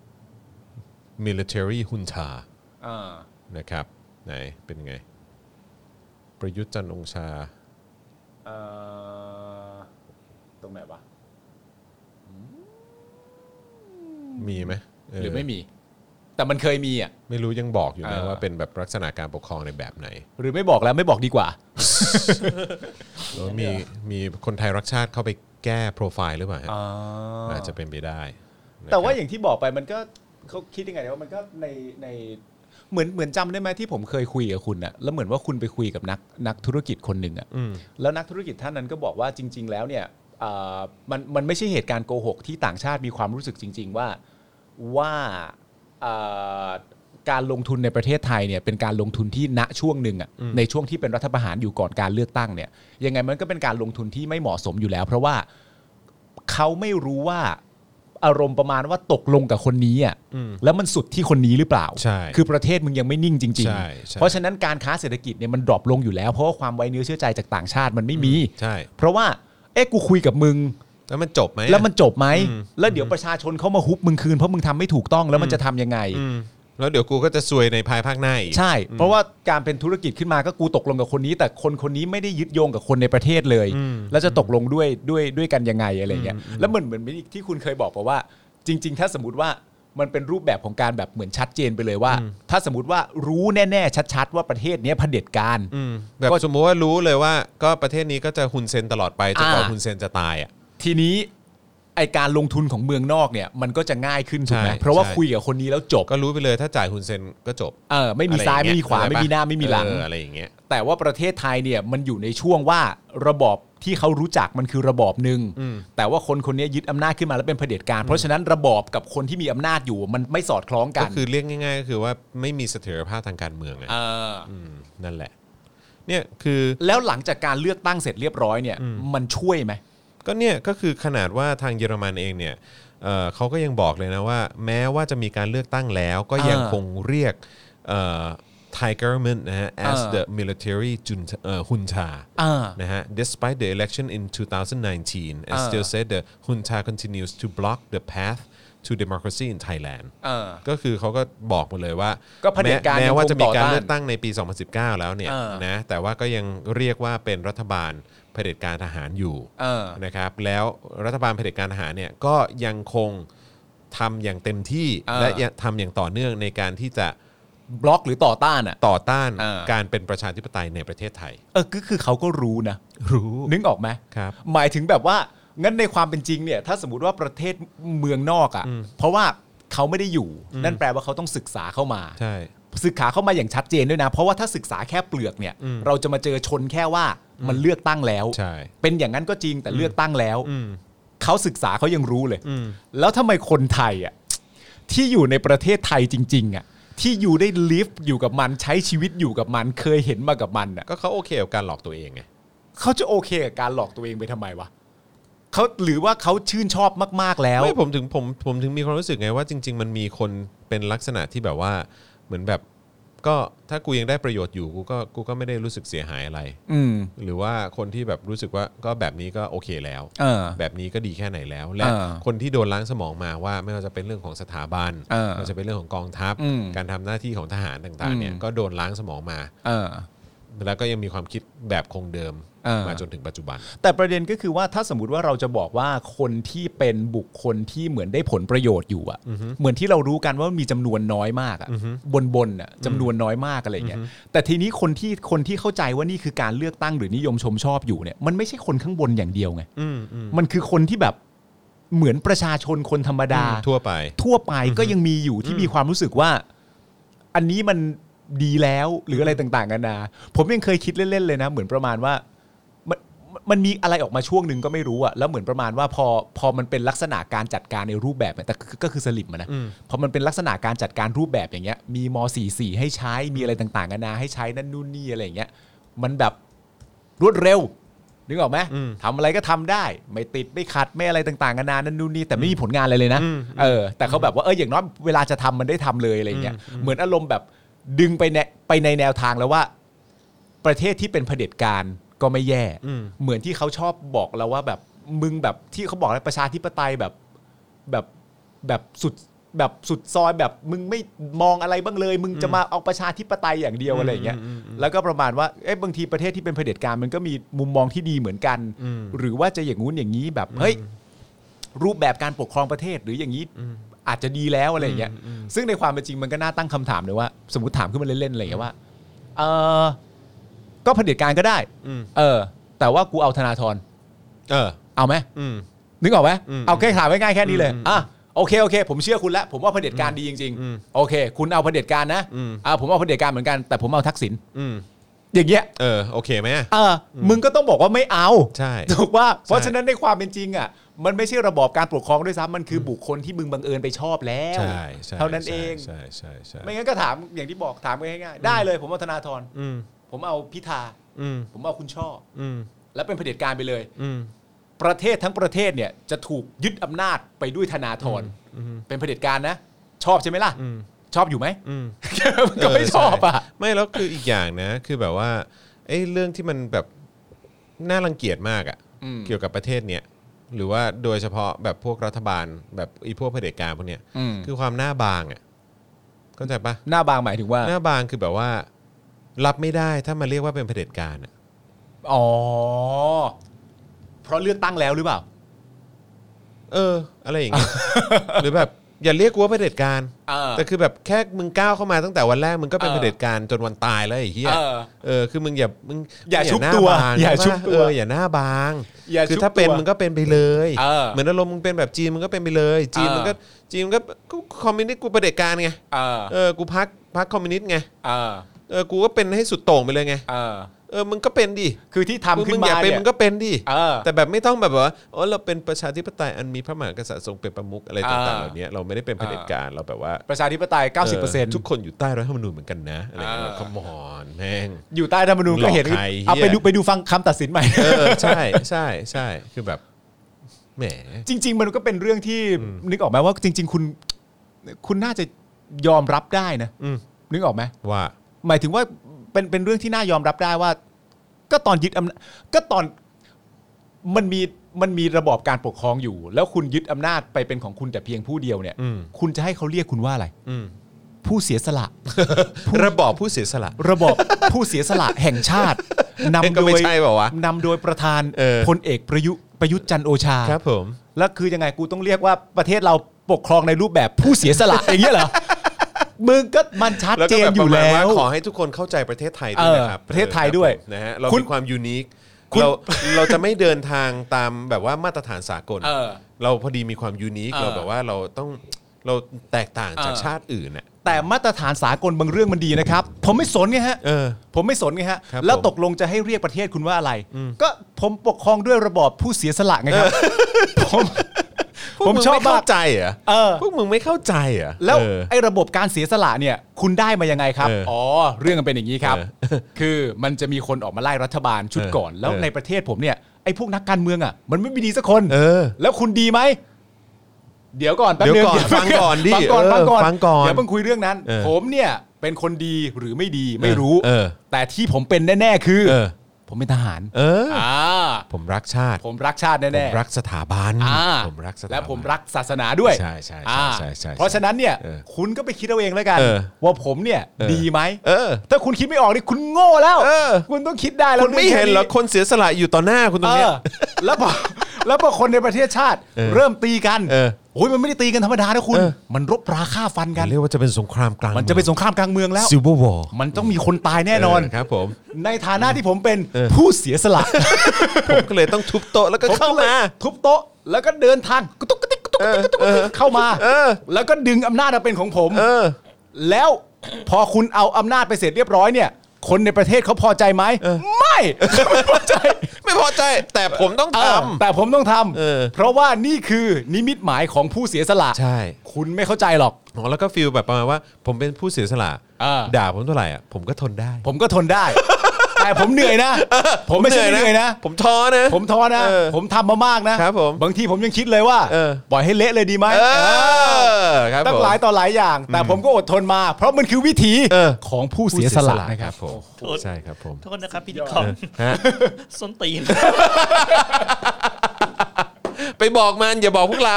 military junta นะครับไหนเป็นไงประยุทธ์จันทร์โอชาตรงไหนวะมีไหมหรือไม่มีแต่มันเคยมีอ่ะไม่รู้ยังบอกอยู่นะว่าเป็นแบบลักษณะการปกครองในแบบไหนหรือไม่บอกแล้วไม่บอกดีกว่ามีมีคนไทยรักชาติเข้าไปแก้โปรไฟล์หรือเปล่าอาจจะเป็นไปได้แต่ว่าอย่างที่บอกไปมันก็เขาคิดยังไงว่ามันก็ในในเหมือนเหมือนจำได้ไหมที่ผมเคยคุยกับคุณน่ะแล้วเหมือนว่าคุณไปคุยกับนักนักธุรกิจคนหนึ่งอ่ะแล้วนักธุรกิจท่านนั้นก็บอกว่าจริงๆแล้วเนี่ยมันมันไม่ใช่เหตุการณ์โกหกที่ต่างชาติมีความรู้สึกจริงๆว่าว่าการลงทุนในประเทศไทยเนี่ยเป็นการลงทุนที่ณช่วงหนึ่งอ่ะในช่วงที่เป็นรัฐประหารอยู่ก่อนการเลือกตั้งเนี่ยยังไงมันก็เป็นการลงทุนที่ไม่เหมาะสมอยู่แล้วเพราะว่าเขาไม่รู้ว่าอารมณ์ประมาณว่าตกลงกับคนนี้อ่ะแล้วมันสุดที่คนนี้หรือเปล่าคือประเทศมึงยังไม่นิ่งจริงๆเพราะฉะนั้นการค้าเศรษฐกิจเนี่ยมันดรอปลงอยู่แล้วเพราะว่าความไว้เนื้อเชื่อใจจากต่างชาติมันไม่มีเพราะว่าเอ๊ะกูคุยกับมึงแล้วมันจบไหมแล้วมันจบไหมแล้วเดี๋ยวประชาชนเขามาฮุบมึงคืนเพราะมึงทำไม่ถูกต้องแล้วมันจะทำยังไงแล้วเดี๋ยวกูก็จะซวยในภายภาคหน้าอีกใช่เพราะว่าการเป็นธุรกิจขึ้นมาก็กูตกลงกับคนนี้แต่คนคนนี้ไม่ได้ยึดโยงกับคนในประเทศเลยแล้วจะตกลงด้วยด้วยด้วยกันยังไงอะไรเงี้ยแล้วเหมือนเหมือนที่คุณเคยบอกป่ะว่าจริงๆถ้าสมมติว่ามันเป็นรูปแบบของการแบบเหมือนชัดเจนไปเลยว่าถ้าสมมติว่ารู้แน่ๆชัดๆว่าประเทศนี้เผด็จการแบบสมมติว่ารู้เลยว่าก็ประเทศนี้ก็จะฮุนเซนตลอดไปจนกว่าฮุนเซนจะตายอ่ะทีนี้ไอการลงทุนของเมืองนอกเนี่ยมันก็จะง่ายขึ้นถูกไหมเพราะว่าคุยกับคนนี้แล้วจบก็รู้ไปเลยถ้าจ่ายฮุนเซนก็จบเออไม่มีซ้ายไม่มีขวาไม่มีหน้าไม่มีหลังอะไรอย่างเงี้ยแต่ว่าประเทศไทยเนี่ยมันอยู่ในช่วงว่าระบอบที่เขารู้จักมันคือระบอบนึงแต่ว่าคนคนนี้ยึดอำนาจขึ้นมาแล้วเป็นเผด็จการเพราะฉะนั้นระบอบกับคนที่มีอำนาจอยู่มันไม่สอดคล้องกันก็คือเรียกง่ายๆก็คือว่าไม่มีเสถียรภาพทางการเมืองไงนั่นแหละเนี่ยคือแล้วหลังจากการเลือกตั้งเสร็จเรียบร้อยเนี่ยมันช่วยไหมก็เนี่ยก็คือขนาดว่าทางเยอรมันเองเนี่ย เอ่อเขาก็ยังบอกเลยนะว่าแม้ว่าจะมีการเลือกตั้งแล้วก็ยังคงเรียกเอ่อThai government นะฮะ as the military junta นะฮะ despite the election in twenty nineteen and still said the junta continues to block the path to democracy in Thailand ก็คือเขาก็บอกหมดเลยว่าแม้แม้ว่าจะมีการเลือกตั้งในปีสองพันสิบเก้าแล้วเนี่ยนะแต่ว่าก็ยังเรียกว่าเป็นรัฐบาลเผด็จการทหารอยู่นะครับแล้วรัฐบาลเผด็จการทหารเนี่ยก็ยังคงทำอย่างเต็มที่และทำอย่างต่อเนื่องในการที่จะบล็อกหรือต่อต้านอ่ะต่อต้านการเป็นประชาธิปไตยในประเทศไทยเออก็คือเขาก็รู้นะรู้นึกออกไหมครับหมายถึงแบบว่างั้นในความเป็นจริงเนี่ยถ้าสมมติว่าประเทศเมืองนอกอ่ะเพราะว่าเขาไม่ได้อยู่นั่นแปลว่าเขาต้องศึกษาเข้ามาใช่ศึกษาเข้ามาอย่างชัดเจนด้วยนะเพราะว่าถ้าศึกษาแค่เปลือกเนี่ยเราจะมาเจอชนแค่ว่ามันเลือกตั้งแล้วเป็นอย่างนั้นก็จริงแต่เลือกตั้งแล้วเขาศึกษาเขายังรู้เลยแล้วทำไมคนไทยอ่ะที่อยู่ในประเทศไทยจริงๆอ่ะที่อยู่ได้ลิฟต์อยู่กับมันใช้ชีวิตอยู่กับมันเคยเห็นมากับมันอ่ะก็เขาโอเคกับการหลอกตัวเองไงเขาจะโอเคกับการหลอกตัวเองไปทำไมวะเขาหรือว่าเขาชื่นชอบมากๆแล้วไม่ผมถึงผมผมถึงมีความรู้สึกไงว่าจริงๆมันมีคนเป็นลักษณะที่แบบว่าเหมือนแบบก็ถ้ากูยังได้ประโยชน์อยู่กูก็กูก็ไม่ได้รู้สึกเสียหายอะไรหรือว่าคนที่แบบรู้สึกว่าก็แบบนี้ก็โอเคแล้วแบบนี้ก็ดีแค่ไหนแล้วและคนที่โดนล้างสมองมาว่าไม่ว่าจะเป็นเรื่องของสถาบันไม่ว่าจะเป็นเรื่องของกองทัพการทำหน้าที่ของทหารต่างๆเนี่ยก็โดนล้างสมองมาแล้วก็ยังมีความคิดแบบคงเดิมมาจนถึงปัจจุบันแต่ประเด็นก็คือว่าถ้าสมมติว่าเราจะบอกว่าคนที่เป็นบุคคลที่เหมือนได้ผลประโยชน์อยู่อ่ะเหมือนที่เรารู้กันว่ามีจำนวนน้อยมากอ่ะบนบนอ่ะจำนวนน้อยมากอะไรเงี้ยแต่ทีนี้คนที่คนที่เข้าใจว่านี่คือการเลือกตั้งหรือนิยมชมชอบอยู่เนี่ยมันไม่ใช่คนข้างบนอย่างเดียวไงมันคือคนที่แบบเหมือนประชาชนคนธรรมดาทั่วไปทั่วไปก็ยังมีอยู่ที่มีความรู้สึกว่าอันนี้มันดีแล้วหรืออะไรต่างๆกันานาผมยังเคยคิดเล่นๆเลยนะเหมือนประมาณว่ามันมันมีอะไรออกมาช่วงหนึ่งก็ไม่รู้อะแล้วเหมือนประมาณว่าพอพอมันเป็นลักษณะการจัดการในรูปแบบแต่ก็คือสลิมนะพอมันเป็นลักษณะการจัดการรูปแบบอย่างเงี้ยมีม.สี่สิบสี่ให้ใช้มีอะไรต่างๆกันานาให้ใช้นั่นนู่นนี่อะไรอย่างเงี้ยมันแบบรวดเร็วนึกออกไหมทำอะไรก็ทำได้ไม่ติดไม่ขัดไม่อะไรต่างๆกันานานั่นนู่นนี่แต่ไม่มีผลงานอะไรเลยนะเออแต่เขาแบบว่าเอออย่างน้อยเวลาจะทำมันได้ทำเลยอะไรอย่างเงี้ยเหมือนอารมณ์แบบดึงไปในไปในแนวทางแล้วว่าประเทศที่เป็นเผด็จการก็ไม่แย่เหมือนที่เขาชอบบอกเราว่าแบบมึงแบบที่เขาบอกว่าประชาธิปไตยแบบแบบแบบสุดแบบสุดซอยแบบมึงไม่มองอะไรบ้างเลยมึงจะมาเอาประชาธิปไตยอย่างเดียวอะไรอย่างเงี้ยแล้วก็ประมาณว่าเอ๊ะบางทีประเทศที่เป็นเผด็จการมันก็มีมุมมองที่ดีเหมือนกันหรือว่าจะอย่างงู้นอย่างนี้แบบเฮ้ยรูปแบบการปกครองประเทศหรืออย่างนี้อาจจะดีแล้วอะไรอย่างเงี้ยซึ่งในความเป็นจริงมันก็น่าตั้งคำถามเลยว่าสมมติถามขึ้นมาเล่นๆอะไรอย่างเงี้ยว่าเออก็เผด็จการก็ได้เออแต่ว่ากูเอาธนาธรเออเอาไหมนึกออกไหมเอาแค่ถามง่ายๆแค่นี้เลยอ่ะโอเคโอเคผมเชื่อคุณแล้วผมว่าเผด็จการดีจริงๆโอเคคุณเอาเผด็จการนะอ่าผมเอาเผด็จการเหมือนกันแต่ผมเอาทักษิณอย่างเงี้ยเออโอเคไหมเออมึงก็ต้องบอกว่าไม่เอาใช่ถูกว่าเพราะฉะนั้นในความเป็นจริงอ่ะมันไม่ใช่ระบอบการปกครองด้วยซ้ำมันคือบุคคลที่มึงบังเอิญไปชอบแล้วเท่านั้นเองใช่ใช่ใช่ไม่งั้นก็ถามอย่างที่บอกถามง่ายๆได้เลยผมเอาธนาธรผมเอาพิธาผมเอาคุณช่อแล้วเป็นเผด็จการไปเลยประเทศทั้งประเทศเนี่ยจะถูกยึดอำนาจไปด้วยธนาธรเป็นเผด็จการนะชอบใช่ไหมล่ะชอบอยู่ไหมก็ไม่ชอบอ่ะไม่แล้วคืออีกอย่างนะคือแบบว่าไอ้เรื่องที่มันแบบน่ารังเกียจมากอ่ะเกี่ยวกับประเทศเนี้ยหรือว่าโดยเฉพาะแบบพวกรัฐบาลแบบอีพวกเผด็จการพวกเนี้ยคือความหน้าบางอ่ะเข้าใจปะหน้าบางหมายถึงว่าหน้าบางคือแบบว่ารับไม่ได้ถ้ามาเรียกว่าเป็นเผด็จการอ่ะอ๋อเพราะเลือกตั้งแล้วหรือเปล่าเอออะไรอย่างเงี้ยหรือแบบอย่าเรียกกูว่าเผด็จการแต่คือแบบแค่มึงก้าวเข้ามาตั้งแต่วันแรกมึงก็เป็นเผด็จการจนวันตายแล้วไอ้เหี้ยเออคือมึงอย่ามึงอย่าชุบตัวอย่าชุบตัวอย่าหน้าบางคือถ้าเป็นมึงก็เป็นไปเลยเหมือนอารมณ์มึงเป็นแบบจีนมึงก็เป็นไปเลยจีนมึงก็จีนมึงก็คอมมิวนิสต์กูเผด็จการไงเออกูพักพักคอมมิวนิสต์ไงเออกูก็เป็นให้สุดโต่งไปเลยไงเออมึงก็เป็นดิคือที่ทำขึ้นมาเนี่ยมึงอยากเป็นมึงก็เป็นดิแต่แบบไม่ต้องแบบว่าอ๋อเราเป็นประชาธิปไตยอันมีพระมหากษัตริย์ทรงเป็นประมุขอะไรต่างๆเหล่านี้เราไม่ได้เป็นเผด็จการเราแบบว่าประชาธิปไตย เก้าสิบเปอร์เซ็นต์ทุกคนอยู่ใต้รัฐธรรมนูญเหมือนกันนะอะไรอย่างเงี้ยคอมอนแม่งอยู่ใต้รัฐธรรมนูญก็เห็นเอาไปดูไปดูฟังคำตัดสินใหม่เออใช่ใช่ใช่คือแบบแหมจริงๆมันก็เป็นเรื่องที่นึกออกไหมว่าจริงๆคุณคุณน่าจะยอมรับได้นะนึกออกไหมว่าหมายถึงว่าเป็นเป็นเรื่องที่น่ายอมรับได้ว่าก็ตอนยึดอำนาจก็ตอนมันมีมันมีระบอบการปกครองอยู่แล้วคุณยึดอำนาจไปเป็นของคุณแต่เพียงผู้เดียวเนี่ยคุณจะให้เขาเรียกคุณว่าอะไรผู้เสียสละระบอบผู้เสียสละระบอบผู้เสียสละแห่งชาตินำโดยนำโดยประธานพลเอกประยุประยุทธ์จันทร์โอชาครับผมแล้วคือยังไงกูต้องเรียกว่าประเทศเราปกครองในรูปแบบผู้เสียสละอย่างเงี้ยเหรอมึงก็มันชัดเจนอยู่แล้วขอให้ทุกคนเข้าใจประเทศไทยด้วยนะครับประเทศไทยด้วยนะฮะเรามีความยูนิคเราเราจะไม่เดินทางตามแบบว่ามาตรฐานสากลเราพอดีมีความยูนิคเราแบบว่าเราต้องเราแตกต่างจากชาติอื่นน่ะแต่มาตรฐานสากลบางเรื่องมันดีนะครับผมไม่สนไงฮะผมไม่สนไงฮะแล้วตกลงจะให้เรียกประเทศคุณว่าอะไรก็ผมปกครองด้วยระบอบผู้เสียสละไงครับผมผมชอบเข้าใจเหรอพวกมึงไม่เข้าใจเหรอแล้วไอ้ระบบการเสียสละเนี่ยคุณได้มายังไงครับอ๋อเรื่องมันเป็นอย่างนี้ครับคือมันจะมีคนออกมาไล่รัฐบาลชุดก่อนแล้วในประเทศผมเนี่ยไอ้พวกนักการเมืองอ่ะมันไม่มีดีสักคนแล้วคุณดีไหมเดี๋ยวก่อนแป๊บนึงฟังก่อนดิฟังก่อนฟังก่อนเดี๋ยวเพิ่งคุยเรื่องนั้นผมเนี่ยเป็นคนดีหรือไม่ดีไม่รู้แต่ที่ผมเป็นแน่ๆคือผมเป็นทหารเอออ่าผมรักชาติผมรักชาติแน่ๆผมรักสถาบันผมรักสถาบันและผมรักศาสนาด้วยใช่ใช่ใช่ใช่เพราะฉะนั้นเนี่ยคุณก็ไปคิดเอาเองแล้วกันว่าผมเนี่ยดีไหมถ้าคุณคิดไม่ออกนี่คุณโง่แล้วคุณต้องคิดได้แล้วคุณไม่เห็นเหรอคนเสียสละอยู่ต่อหน้าคุณตรงนี้แล้วพอแล้วพอคนในประเทศชาติเริ่มตีกันโอ้ยมันไม่ได้ตีกันธรรมดานะคุณมันรบราฆ่าฟันกันเรียกว่าจะเป็นสงครามกลางมันจะเป็นสงครามกลางเมืองแล้วซิลเวอร์วอร์มันต้องมีคนตายแน่นอนครับผมในฐานะที่ผมเป็นผู้เสียสละผมก็เลยต้องทุบโต๊ะแล้วก็เข้ามาทุบโต๊ะแล้วก็เดินทางกุตุ๊กติ๊กกุตุ๊กติ๊กกุตุ๊กติ๊กเข้ามาแล้วก็ดึงอำนาจมาเป็นของผมแล้วพอคุณเอาอำนาจไปเสร็จเรียบร้อยเนี่ยคนในประเทศเขาพอใจไหมไม่ไม่พอใจไม่พอใจแต่ผมต้องทำแต่ผมต้องทำเพราะว่านี่คือนิมิตหมายของผู้เสียสละใช่คุณไม่เข้าใจหรอกอ๋อแล้วก็ฟีลแบบประมาณว่าผมเป็นผู้เสียสละด่าผมเท่าไหร่อ่ะผมก็ทนได้ผมก็ทนได้แต่ผมเหนื่อยนะผมไม่ใช่เหนื่อยนะผมท้อนะผมท้อนะผมทำมามากนะครับผมบางทีผมยังคิดเลยว่าปล่อยให้เละเลยดีไหมตั้งหลายต่อหลายอย่างแต่ผมก็อดทนมาเพราะมันคือวิถีของผู้เสียสละนะครับผมใช่ครับผมโทษนะครับพี่ดิคอมส้นตีนไปบอกมันอย่าบอกพวกเรา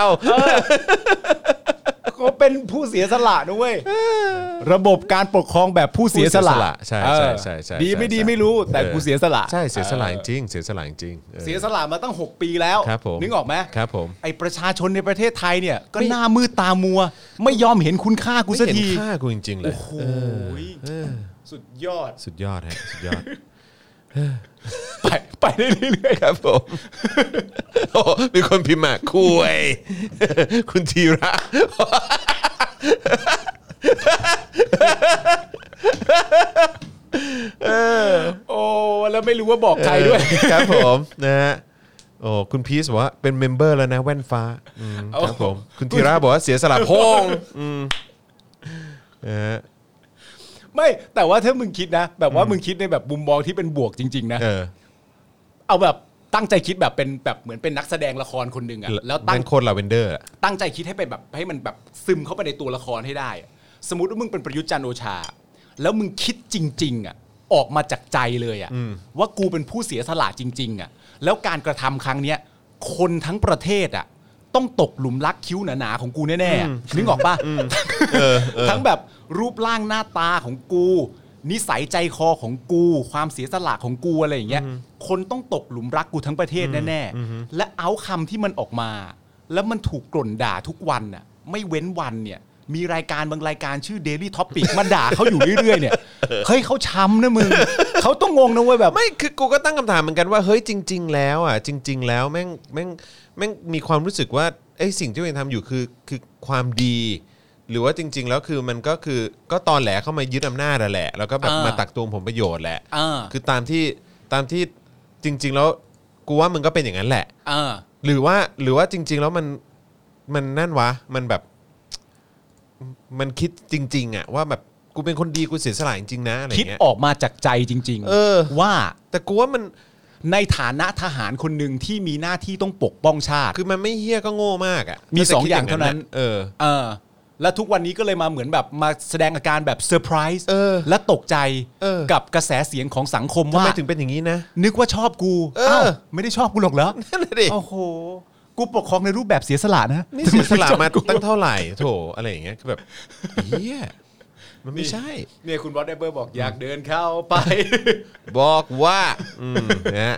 เขาเป็นผู้เสียสละนะเว้ยระบบการปกครองแบบผู้เสียสละใช่ใช่ใช่ใช่ดีไม่ดีไม่รู้แต่กูเสียสละใช่เสียสละจริงเสียสละจริงเสียสละมาตั้งหกปีแล้วนึกออกไหมครับผมไอประชาชนในประเทศไทยเนี่ยก็หน้ามืดตามัวไม่ยอมเห็นคุณค่ากูสักทีไม่เห็นค่ากูจริงๆเลยโอ้โหสุดยอดสุดยอดฮะสุดยอดไปไปได้เรื่อยๆครับผมโอ้มีคนพิมพ์มาคุยคุณธีระโอ้ไม่รู้ว่าบอกใครด้วยครับผมนะฮะโอ้คุณพีชบอกว่าเป็นเมมเบอร์แล้วนะแว่นฟ้าอืมครับผมคุณธีระบอกว่าเสียสละพงอืมนะฮะไม่แต่ว่าถ้ามึงคิดนะแบบว่ามึงคิดในแบบมุมมองที่เป็นบวกจริงๆนะเออเอาแบบตั้งใจคิดแบบเป็นแบบเหมือนเป็นนักแสดงละครคนหนึ่งอะแล้วตั้งโคตรลาเวนเดอร์ตั้งใจคิดให้เป็นแบบให้มันแบบซึมเข้าไปในตัวละครให้ได้อะสมมติว่ามึงเป็นประยุทธ์จันทร์โอชาแล้วมึงคิดจริงๆอะออกมาจากใจเลยอะว่ากูเป็นผู้เสียสละจริงๆอะแล้วการกระทำครั้งเนี้ยคนทั้งประเทศอะต้องตกหลุมรักคิ้วหนาๆของกูแน่ๆนึกออกป่ะทั้งแบบรูปร่างหน้าตาของกูนิสัยใจคอของกูความเสียสละของกูอะไรอย่างเงี้ยคนต้องตกหลุมรักกูทั้งประเทศแน่ๆและเอาคำที่มันออกมาแล้วมันถูกกล่นด่าทุกวันน่ะไม่เว้นวันเนี่ยมีรายการบางรายการชื่อ Daily Topic มาด่าเขาอยู่เรื่อยๆเนี่ยเฮ้ยเขาช้ำนะมึงเขาต้องงงนะเว้ยแบบไม่คือกูก็ตั้งคำถามเหมือนกันว่าเฮ้ยจริงๆแล้วอ่ะจริงๆแล้วแม่งแม่งแม่งมีความรู้สึกว่าไอ้สิ่งที่ตัวเองทำอยู่คือคือความดีหรือว่าจริงๆแล้วคือมันก็คือก็ตอนแหลเข้ามายึดอำนาจแหละแล้วก็แบบมาตักตวงผลประโยชน์แหละคือตามที่ตามที่จริงๆแล้วกูว่ามึงก็เป็นอย่างนั้นแหละหรือว่าหรือว่าจริงๆแล้วมันมันนั่นวะมันแบบมันคิดจริงๆอ่ะว่าแบบกูเป็นคนดีกูเสียสละจริงๆนะอะไรเงี้ยคิดออกมาจากใจจริงๆเออว่าแต่กูว่ามันในฐานะทหารคนหนึ่งที่มีหน้าที่ต้องปกป้องชาติคือมันไม่เหี้ยก็โง่มากอ่ะมีสองอย่างเท่านั้นเออเออแล้วทุกวันนี้ก็เลยมาเหมือนแบบมาแสดงอาการแบบเซอร์ไพรส์และตกใจกับกระแสเสียงของสังคมว่าทำไมถึงเป็นอย่างนี้นะนึกว่าชอบกูอ้าวไม่ได้ชอบกูหรอกเหรอนั่นแหละดิโอ้โหกูปกครองในรูปแบบเสียสละนะนี่เสียสละมาตั้งเท่าไหร่โถอะไรอย่างเงี้ยคือแบบเฮียมันไม่ใช่เนี่ยคุณบอสไดเบอร์บอกอยากเดินเข้าไปบอกว่าอืมนะ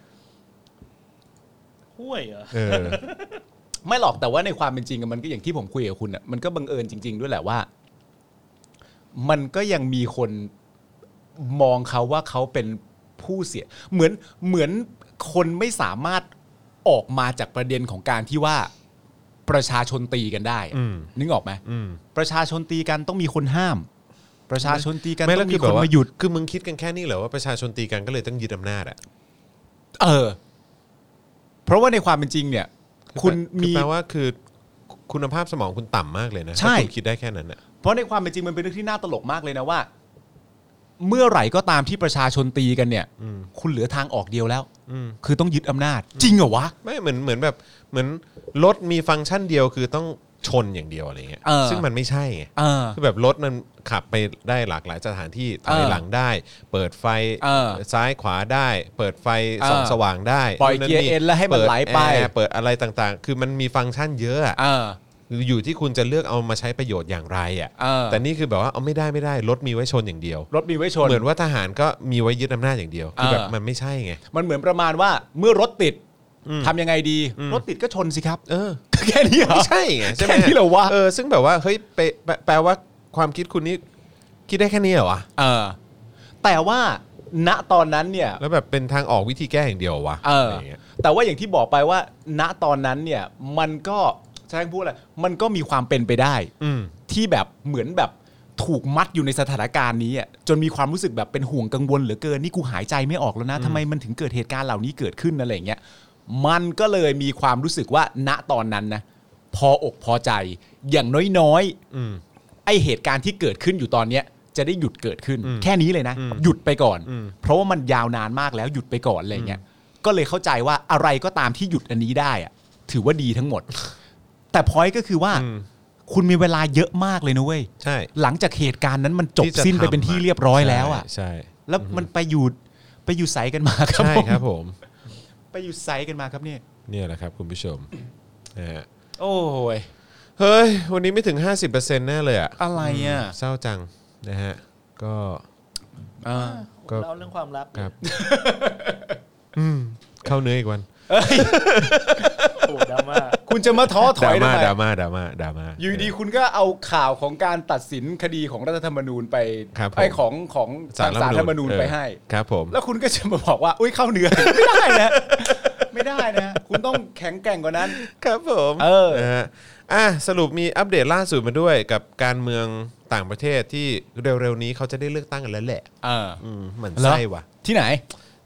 ห่วยเหรอไม่หรอกแต่ว่าในความเป็นจริงมันก็อย่างที่ผมคุยกับคุณอ่ะมันก็บังเอิญจริงๆด้วยแหละว่ามันก็ยังมีคนมองเขาว่าเขาเป็นผู้เสียเหมือนเหมือนคนไม่สามารถออกมาจากประเด็นของการที่ว่าประชาชนตีกันได้นึกออกไหมประชาชนตีกันต้องมีคนห้ามประชาชนตีกันต้องมีคนมาหยุดคือมึงคิดกันแค่นี้เหรอว่าประชาชนตีกันก็เลยต้องยึดอำนาจอ่ะเออเพราะว่าในความเป็นจริงเนี่ยคุณมีแปลว่าคือคุณภาพสมองคุณต่ำมากเลยนะถ้าคุณคิดได้แค่นั้นน่ะเพราะในความเป็นจริงมันเป็นเรื่องที่น่าตลกมากเลยนะว่าเมื่อไหร่ก็ตามที่ประชาชนตีกันเนี่ยคุณเหลือทางออกเดียวแล้วคือต้องยึดอำนาจจริงเหรอวะไม่เหมือนเหมือนแบบเหมือนรถมีฟังก์ชันเดียวคือต้องชนอย่างเดียวอะไรเงี้ยซึ่งมันไม่ใช่ไงคือแบบรถมันขับไปได้หลากหลายสถานที่ถอยหลังได้เปิดไฟซ้ายขวาได้เปิดไฟส่องสว่างได้ปล่อยเกียร์เอ็นแล้วให้มันไหลไปเปิดอะไรต่างๆคือมันมีฟังก์ชันเยอะอ่ะอยู่ที่คุณจะเลือกเอามาใช้ประโยชน์อย่างไรอ่ะแต่นี่คือแบบว่าเอาไม่ได้ไม่ได้รถมีไว้ชนอย่างเดียวรถมีไว้ชนเหมือนว่าทหารก็มีไว้ยึดอำนาจอย่างเดียวคือแบบมันไม่ใช่ไงมันเหมือนประมาณว่าเมื่อรถติดทำยังไงดีรถติดก็ชนสิครับเออแค่นี้เหรอไม่ใช่ไงใช่ไหมแค่นี้เหรอวะเออซึ่งแบบว่าเฮ้ยแปลว่าความคิดคุณนี่คิดได้แค่นี้เหรอวะเออแต่ว่าณตอนนั้นเนี่ยแล้วแบบเป็นทางออกวิธีแก้อย่างเดียววะเออแต่ว่าอย่างที่บอกไปว่าณตอนนั้นเนี่ยมันก็ใช่พูดอะไรมันก็มีความเป็นไปได้ที่แบบเหมือนแบบถูกมัดอยู่ในสถานการณ์นี้อ่ะจนมีความรู้สึกแบบเป็นห่วงกังวลเหลือเกินนี่กูหายใจไม่ออกแล้วนะทำไมมันถึงเกิดเหตุการณ์เหล่านี้เกิดขึ้นอะไรอย่างเงี้ยมันก็เลยมีความรู้สึกว่าณตอนนั้นนะพออกพอใจอย่างน้อยๆไอเหตุการณ์ที่เกิดขึ้นอยู่ตอนเนี้ยจะได้หยุดเกิดขึ้นแค่นี้เลยนะหยุดไปก่อนเพราะว่ามันยาวนานมากแล้วหยุดไปก่อนอะไรเงี้ยก็เลยเข้าใจว่าอะไรก็ตามที่หยุดอันนี้ได้อะถือว่าดีทั้งหมดแต่พอยต์ก็คือว่าคุณมีเวลาเยอะมากเลยนะเว้ยใช่หลังจากเหตุการณ์นั้นมันจบสิ้นไปเป็นที่เรียบร้อยแล้วอ่ะใช่แล้วมันไปอยู่ไปอยู่ไซกันมาครับใช่ครับผมไปอยู่ไซกันมาครับเนี่ยเนี่ยแหละครับคุณผู้ชมนะฮะโอ้ยเฮ้ยวันนี้ไม่ถึง ห้าสิบเปอร์เซ็นต์ แน่เลยอ่ะอะไรอ่ะเศร้าจังนะฮะก็อ่าเล่าเรื่องความรักครับอืมเข้าเนื้ออีกวันโอ้ดราม่าคุณจะมาท้อถอยทำไมดราม่าดราม่าดราม่าอยู่ดีคุณก็เอาข่าวของการตัดสินคดีของรัฐธรรมนูญไปไอ้ของของศาลรัฐธรรมนูญไปให้ครับผมแล้วคุณก็จะมาบอกว่าอุ้ยเข้าเนื้อไม่ได้นะไม่ได้นะคุณต้องแข็งแกร่งกว่านั้นครับผมเออนะฮะอ่ะสรุปมีอัปเดตล่าสุดมาด้วยกับการเมืองต่างประเทศที่เร็วๆนี้เขาจะได้เลือกตั้งกันแล้วแหละเออเหมือนไส้ว่ะที่ไหน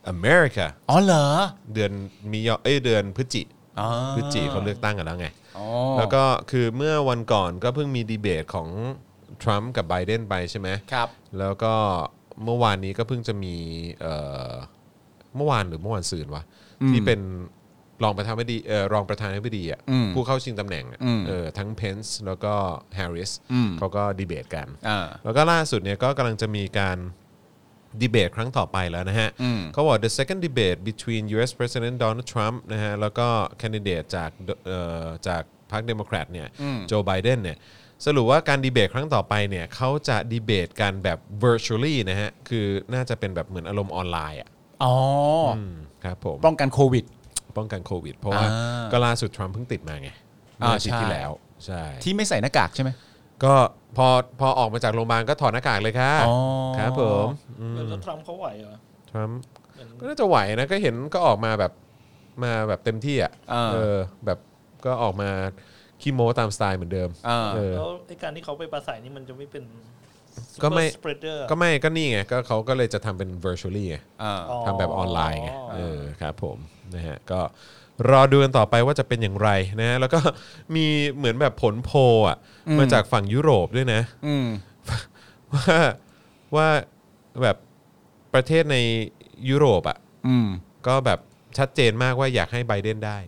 America อ๋อเหรอเดือนมียเอ้ยเดือนพฤศจิพฤศจิเขาเลือกตั้งกันแล้วไงแล้วก็คือเมื่อวันก่อนก็เพิ่งมีดีเบตของทรัมป์กับไบเดนไปใช่ไหมครับแล้วก็เมื่อวานนี้ก็เพิ่งจะมีเอ่อเมื่อวานหรือเมื่อวานซืนวะที่เป็นรองประธานาธิบดีเอ่อรองประธานาธิบดีอ่ะผู้เข้าชิงตำแหน่งเออทั้งเพนส์แล้วก็แฮร์ริสเขาก็ดีเบตกันแล้วก็ล่าสุดเนี่ยก็กำลังจะมีการดีเบตครั้งต่อไปแล้วนะฮะเขาบอก the second debate between ยู เอส President Donald Trump นะฮะแล้วก็ candidate จากเอ่อจากพรรคเดโมแครตเนี่ยโจไบเดนเนี่ยสรุปว่าการดีเบตครั้งต่อไปเนี่ยเขาจะดีเบตกันแบบ virtually นะฮะคือน่าจะเป็นแบบเหมือนอารมณ์ออนไลน์อ่ะอ๋อครับผมป้องกันโควิดป้องกันโควิดเพราะว่าก็ล่าสุดทรัมป์เพิ่งติดมาไงเมื่ออาทิตย์ที่แล้วใช่ที่ไม่ใส่หน้ากากใช่ไหมก็พอพอออกมาจากโรงพยาบาลก็ถอดหน้ากากเลยค่ะครับผมแล้วทรัมป์เขาไหวเหรอทรัมป์ก็น่าจะไหวนะก็เห็นก็ออกมาแบบมาแบบเต็มที่อ่ะเออแบบก็ออกมาขี้โม้ตามสไตล์เหมือนเดิมแล้วไอ้การที่เขาไปปราศัยนี่มันจะไม่เป็นก็ไม่ก็ไม่ก็นี่ไงก็เขาก็เลยจะทำเป็น virtually ไงทำแบบออนไลน์ไงเออครับผมนะฮะก็รอดูกันต่อไปว่าจะเป็นอย่างไรนะแล้วก็มีเหมือนแบบผลโพลอ่ะมาจากฝั่งยุโรปด้วยนะว่าว่าแบบประเทศในยุโรปอ่ะก็แบบชัดเจนมากว่าอยากให้ไบเดนได้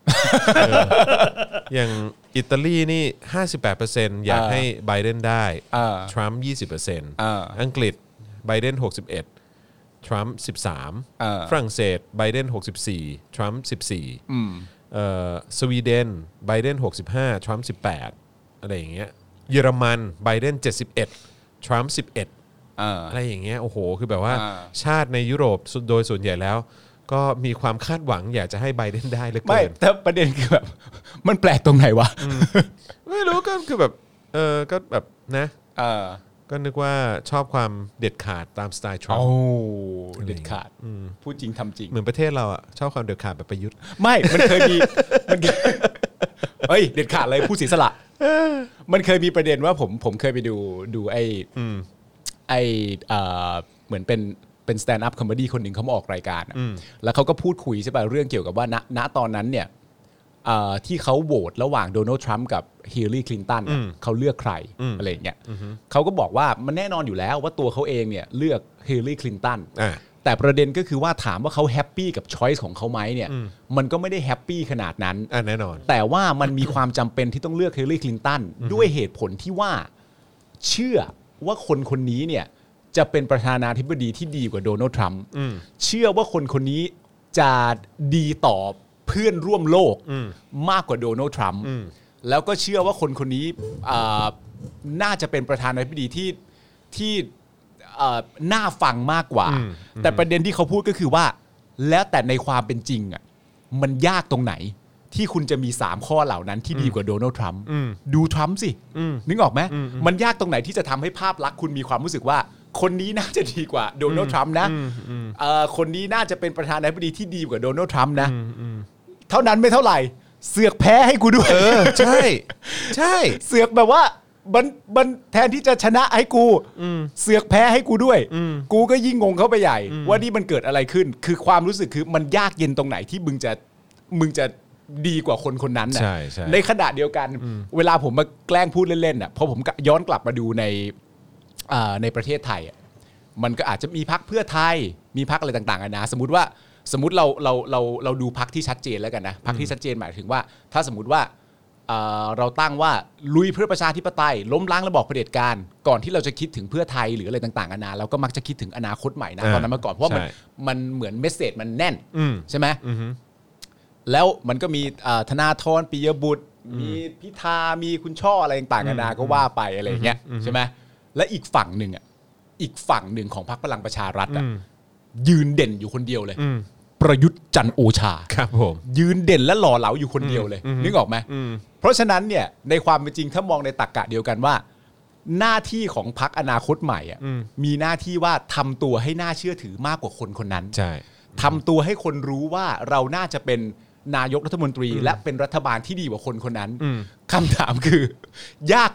อย่างอิตาลีนี่ ห้าสิบแปดเปอร์เซ็นต์ อยากให้ไบเดนได้ทรัมป์ ยี่สิบเปอร์เซ็นต์ อังกฤษไบเดนหกสิบเอ็ดทรัมป์สิบสามฝรั่งเศสไบเดนหกสิบสี่ทรัมป์สิบสี่เอ่อสวีเดนไบเดนหกสิบห้าทรัมป์สิบแปดอะไรอย่างเงี้ยเยอรมันไบเดนเจ็ดสิบเอ็ดทรัมป์สิบเอ็ดอะไรอย่างเงี้ยโอ้โหคือแบบว่าชาติในยุโรปโดยส่วนใหญ่แล้วก็มีความคาดหวังอยากจะให้ไบเดนได้เหลือเกินไม่แต่ประเด็นคือแบบมันแปลกตรงไหนวะไม่รู้ก็คือแบบเออก็แบบนะเออก็นึกว่าชอบความเด็ดขาดตามสไตล์ทรัมป์โอ้เด็ดขาดพูดจริงทำจริงเหมือนประเทศเราอ่ะชอบความเด็ดขาดแบบประยุทธ์ไม่มันเคยมีมันเฮ้ยเด็ดขาดเลยผู้เสียสละมันเคยมีประเด็นว่าผมผมเคยไปดูดูไอ้ไอ้เหมือนเป็นเป็นสแตนด์อัพคอมเมดี้คนหนึ่งเขามาออกรายการแล้วเขาก็พูดคุยใช่ป่ะเรื่องเกี่ยวกับว่าณณตอนนั้นเนี่ยที่เขาโหวตระหว่างโดนัลด์ทรัมป์กับฮิลลารีคลินตันเขาเลือกใครอะไรอย่างเงี้ยเขาก็บอกว่ามันแน่นอนอยู่แล้วว่าตัวเขาเองเนี่ยเลือกฮิลลารีคลินตันแต่ประเด็นก็คือว่าถามว่าเขาแฮปปี้กับช้อยส์ของเขาไหมเนี่ยมันก็ไม่ได้แฮปปี้ขนาดนั้นแน่นอนแต่ว่ามันมีความจำเป็นที่ต้องเลือกฮิลลารีคลินตันด้วยเหตุผลที่ว่าเชื่อว่าคนคนนี้เนี่ยจะเป็นประธานาธิบดีที่ดีกว่าโดนัลด์ทรัมป์เชื่อว่าคนคนนี้จะดีต่อเพื่อนร่วมโลกมากกว่าโดนัลด์ทรัมป์แล้วก็เชื่อว่าคนคนนี้น่าจะเป็นประธานาธิบดีที่ที่น่าฟังมากกว่าแต่ประเด็นที่เขาพูดก็คือว่าแล้วแต่ในความเป็นจริงอ่ะมันยากตรงไหนที่คุณจะมีสามข้อเหล่านั้นที่ดีกว่าโดนัลด์ทรัมป์ดูทรัมป์สินึกออกไหมมันยากตรงไหนที่จะทำให้ภาพลักษณ์คุณมีความรู้สึกว่าคนนี้น่าจะดีกว่าโดนัลด์ทรัมป์นะคนนี้น่าจะเป็นประธานาธิบดีที่ดีกว่าโดนัลด์ทรัมป์นะเท่านั้นไม่เท่าไหร่เสือกแพ้ให้กูด้วยเออใช่ใช่เสือกแบบว่ามันมันแทนที่จะชนะให้กูเสือกแพ้ให้กูด้วยกูก็ยิ่งงงเข้าไปใหญ่ว่านี่มันเกิดอะไรขึ้นคือความรู้สึกคือมันยากเย็นตรงไหนที่มึงจะมึงจะดีกว่าคนคนนั้นน่ะใช่ใช่ในขณะเดียวกันเวลาผมมาแกล้งพูดเล่นๆน่ะพอผมย้อนกลับมาดูในในประเทศไทยอ่ะมันก็อาจจะมีพรรคเพื่อไทยมีพรรคอะไรต่างๆนะสมมติว่าสมมติเราเราเราเราดูพรรคที่ชัดเจนแล้วกันนะพรรคที่ชัดเจนหมายถึงว่าถ้าสมมติว่าเราตั้งว่าลุยเพื่อประชาธิปไตยล้มล้างระบอบเผด็จการก่อนที่เราจะคิดถึงเพื่อไทยหรืออะไรต่างๆนานาเราก็มักจะคิดถึงอนาคตใหม่นะตอนนั้นมาก่อนเพราะมันมันเหมือนเมสเสจมันแน่นใช่ไหมแล้วมันก็มีธนาธรปิยบุตรมีพิธามีคุณช่ออะไรต่างๆนานาก็ว่าไปอะไรอย่างเงี้ยใช่ไหมและอีกฝั่งหนึ่งอ่ะอีกฝั่งหนึ่งของพรรคพลังประชารัฐอ่ะยืนเด่นอยู่คนเดียวเลยประยุทธ์จันทร์โอชาครับผมยืนเด่นและหล่อเหลาอยู่คนเดียวเลยนึกออกไหมเพราะฉะนั้นเนี่ยในความเป็นจริงถ้ามองในตรรกะเดียวกันว่าหน้าที่ของพรรคอนาคตใหม่อ่ะมีหน้าที่ว่าทำตัวให้น่าเชื่อถือมากกว่าคนคนนั้นใช่ทำตัวให้คนรู้ว่าเราน่าจะเป็นนายกรัฐมนตรีและเป็นรัฐบาลที่ดีกว่าคนคนนั้นคำถามคือยากไหม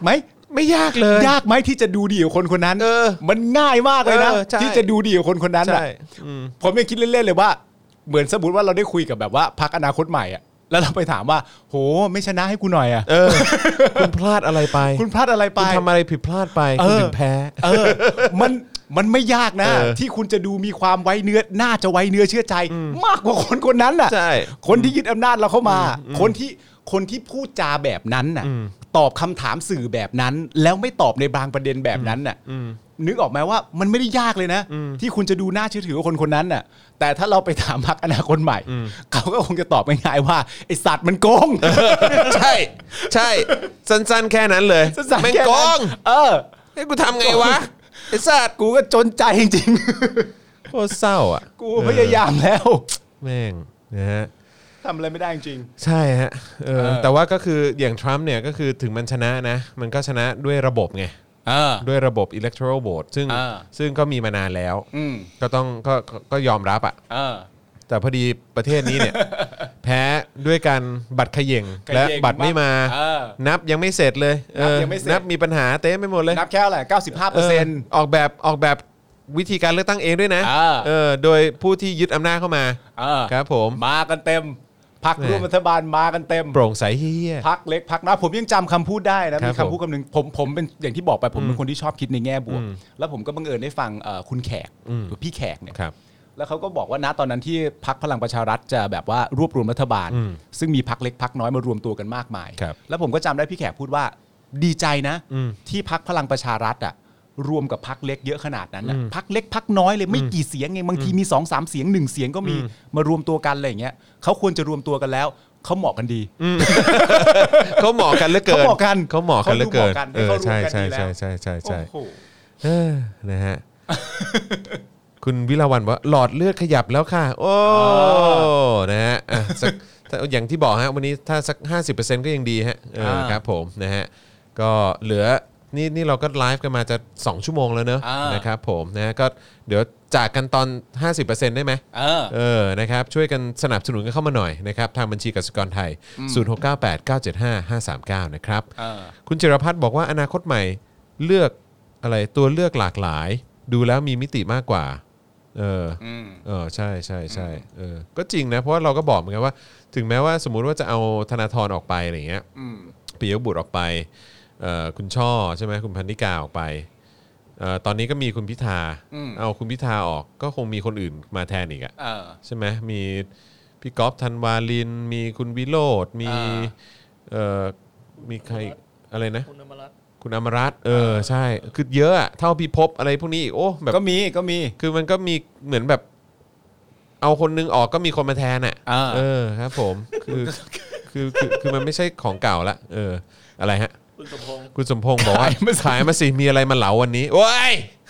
ไม่ยากเลยยากไหมที่จะดูดีกับคนคนนั้นเออมันง่ายมากเลยนะเออใช่ที่จะดูดีกับคนคนนั้นใช่อะอืมผมยังคิดเล่นๆเลยว่าเหมือนสมมติว่าเราได้คุยกับแบบว่าพรรคอนาคตใหม่อะแล้วเราไปถามว่าโหไม่ชนะให้กูหน่อยอะเออ คุณพลาดอะไรไปคุณพลาดอะไรไปคุณทำอะไรผิดพลาดไปคุณถึงแพ้เออมันมันไม่ยากนะเออที่คุณจะดูมีความไว้เนื้อน่าจะไว้เนื้อเชื่อใจ มากกว่าคนคนนั้นน่ะใช่คนที่ยึดอำนาจเราเข้ามา คนที่คนที่พูดจาแบบนั้นน่ะ ตอบคำถามสื่อแบบนั้น แล้วไม่ตอบในบางประเด็นแบบนั้นน่ะนึกออกไหมว่ามันไม่ได้ยากเลยนะ ที่คุณจะดูน่าเชื่อถือกับคนคนนั้นน่ะ แต่ถ้าเราไปถามพรรคอนาคตใหม่เขาก็คงจะตอบง่ายๆว่าไอสัตว์มันโกงใช่ใช่สั้นๆแค่นั้นเลยสั้นๆแม่งแค่นั้นโกงเออให้กูทำไงวะไอ้สัตว์กูก็จนใจจริงโคตรเศร้าอ่ะๆ กูพยายามแล้วแม่งนะฮะทำอะไรไม่ได้จริงใช่ฮะเออเออแต่ว่าก็คืออย่างทรัมป์เนี่ยก็คือถึงมันชนะนะ มันก็ชนะด้วยระบบไงเออด้วยระบบ electoral vote ซึ่งอ่าซึ่งก็มีมานานแล้วอืมก็ต้องก็ก็ก็ยอมรับอ่ะเออแต่พอดีประเทศนี้เนี่ย แพ้ด้วยการบัตรเขย่งเขย่งและบัตรไม่มาเออนับยังไม่เสร็จเลยนับเออยังไม่เสร็จนับมีปัญหาเต็มไปหมดเลยนับแค่อะไรเก้าสิบห้าเปอร์เซ็นต์ออกแบบออกแบบวิธีการเลือกตั้งเองด้วยนะอ่าเออโดยผู้ที่ยึดอำนาจเข้ามาเออครับผมมากันเต็มพักแหม่ร่วมรัฐบาลมากันเต็มโปร่งใสเฮียพักเล็กพักน้อยผมยังจำคำพูดได้นะครับมีคำพูดคำหนึ่งผมผมเป็นอย่างที่บอกไปผมเป็นคนที่ชอบคิดในแง่บวกอืมแล้วผมก็บังเอิญได้ฟังเอ่อคุณแขกอืมหรือพี่แขกเนี่ยครับแล้วเขาก็บอกว่าณตอนนั้นที่พักพลังประชารัฐจะแบบว่ารวบรวมรัฐบาลอืมซึ่งมีพักเล็กพักน้อยมารวมตัวกันมากมายครับแล้วผมก็จำได้พี่แขกพูดว่าดีใจนะอืมที่พักพลังประชารัฐอ่ะรวมกับพักเล็กเยอะขนาดนั้นนะอืมพักเล็กพักน้อยเลยไม่กี่เสียงเองบางทีมีสองสามเสียงหนึ่งเสียงก็มีอืมมารวมตัวกันอะไรอย่างเงี้ยเขาควรจะรวมตัวกันแล้วเขาเหมาะกันดีเขาเหมาะกันเหลือเกินเขาเหมาะกันเขาเหมาะกันเหลือเกินเขาดูเหมาะกันเออเขารวมใช่กันใช่ดีแล้วใช่ใช่ใช่ใช่โอ้โหเออนะฮะ คุณวิลาวันว่าหลอดเลือดขยับแล้วค่ะ โอ้นะฮะอ่ะสักอย่างที่บอกฮะวันนี้ถ้าสัก ห้าสิบเปอร์เซ็นต์ ก็ยังดีฮะเออครับผมนะฮะก็เหลือนี่นี่เราก็ไลฟ์กันมาจะสองชั่วโมงแล้วเนอะอ่านนะครับผมนะก็เดี๋ยวจากกันตอน ห้าสิบเปอร์เซ็นต์ ได้ไหมเออเออ นะครับ ช่วยกันสนับสนุนกันเข้ามาหน่อยนะครับ ทางบัญชีกสิกรไทย ศูนย์ หก เก้า แปด เก้า เจ็ด ห้า ห้า สาม เก้า นะครับเออคุณจิรพัฒน์บอกว่าอนาคตใหม่เลือกอะไรตัวเลือกหลากหลาย ดูแล้วมีมิติมากกว่า เอออืมเออ ใช่ใช่ใช่เออ ก็จริงนะ เพราะว่าเราก็บอกเหมือนกันว่า ถึงแม้ว่าสมมุติว่าจะเอาธนาธรออกไปอะไรอย่างเงี้ยอืมปิยบุตรออกไปเอ่อคุณช่อใช่ไหมคุณพันธิกาออกไปเอ่อตอนนี้ก็มีคุณพิธาอืมเอาคุณพิธาออกก็คงมีคนอื่นมาแทนอีกอะเออใช่ไหมมีพี่ก๊อฟธันวาลิน มีคุณวิโรจน์มีอ่าเอ่อมีใครอีกอะไรนะคุณอมรัตน์คุณอมรัตน์เออใช่คือเยอะอะเท่าพี่ภพอะไรพวกนี้อีกโอ้แบบก็มีก็มีคือมันก็มีเหมือนแบบ เอาคนนึงออกก็มีคนมาแทนอ่ะอ่าเออครับผมคือคือคือคือมันไม่ใช่ของเก่าละเอออะไรฮะคุณสมพงษ์คุณสมพงษ์บอกว่าขายมาสิขายมาสิมีอะไรมาเหลาวันนี้โอ้ย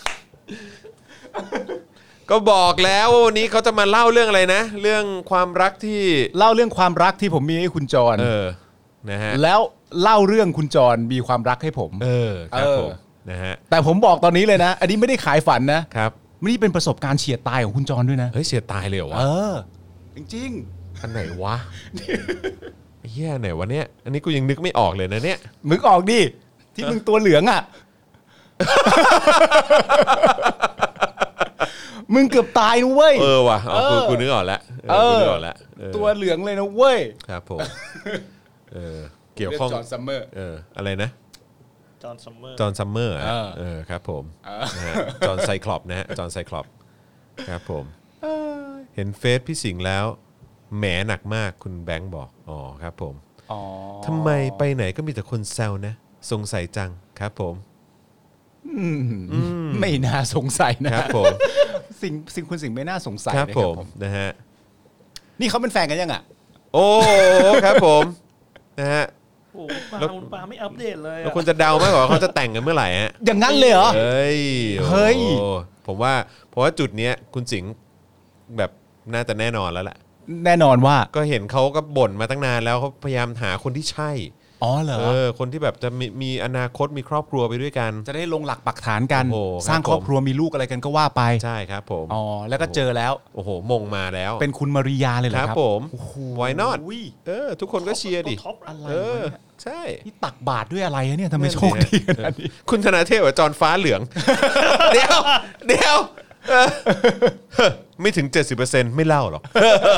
ก็บอกแล้วว่าวันนี้เขาจะมาเล่าเรื่องอะไรนะ เรื่องความรักที่เล่าเรื่องความรักที่ผมมีให้คุณจรเออนะฮะแล้วเล่าเรื่องคุณจรมีความรักให้ผมเออครับเออผมนะฮะแต่ผมบอกตอนนี้เลยนะ อันนี้ไม่ได้ขายฝันนะครับ นี่เป็นประสบการณ์เฉียดตายของคุณจรด้วยนะเฮ้ยเสียตายเลยเหรอวะเออ จริงอันไหนวะไอ้เฮียไหนวะเนี่ยอันนี้กูยังนึกไม่ออกเลยนะเนี่ยๆมึงออกดิที่มึงตัวเหลืองอ่ะ มึงเกือบตายนะเว้ยเออว่ะอ๋อกูเออกูนึกออกแล้วเอเออกูอนึกออกแล้วเออตัวเหลืองเลยนะเว้ยครับผมเออเกี่ยวข้องจอห์นซัมเมอร์เอออะไรนะจอห์นซัมเมอร์จอห์นซัมเมอร์เออเออครับผมนะฮะจอห์นไซคลอปนะฮะจอห์นไซคลอปครับผมเห็นเฟซพี่สิงห์แล้วแหมหนักมากคุณแบงค์บอกอ๋อครับผมอ๋อทำไมไปไหนก็มีแต่คนแซวนะสงสัยจังครับผมอืมไม่น่าสงสัยนะครับผมสิ่งสิ่งคุณสิ่งไม่น่าสงสัยครับนะผมนะฮะนี่เขาเป็นแฟนกันยังอ่ะโอ้ครับผมนะฮะโอ้โหปาแล้วคุณปาไม่อัปเดตเลยเราอะควรจะเดามากกว่าว่าเขาจะแต่งกันเมื่อไหร่ฮะอย่างนั้นเลยเหรอเฮ้ยเฮ้ยโอ้ผมว่าเพราะว่าจุดเนี้ยคุณสิงห์แบบน่าจะแน่นอนแล้วแหละแน่นอนว่าก็เห็นเขาก็บ่นมาตั้งนานแล้วเขาพยายามหาคนที่ใช่อ๋อเหรอเออคนที่แบบจะมีมีอนาคตมีครอบครัวไปด้วยกันจะได้ลงหลักปักฐานกันโอ้โหสร้างครอบครัวมีลูกอะไรกันก็ว่าไปใช่ครับผมอ๋อแล้วก็เจอแล้วโอ้โหมงมาแล้วเป็นคุณมาริยาเลยเหรอคครัรับบ ผมโอ้โห why not อุ้ยเออทุกคนก็เชียร์ดิท็อปอะไรเออวะเนี่ยใช่นี่ตักบาตรด้วยอะไรอะเนี่ยทำไมโชคดีขนาดนี้คุณธนาเทพกับจอนฟ้าเหลือง เดี๋ยวเดี๋ยวเออไม่ถึง เจ็ดสิบเปอร์เซ็นต์ ไม่เล่าหรอก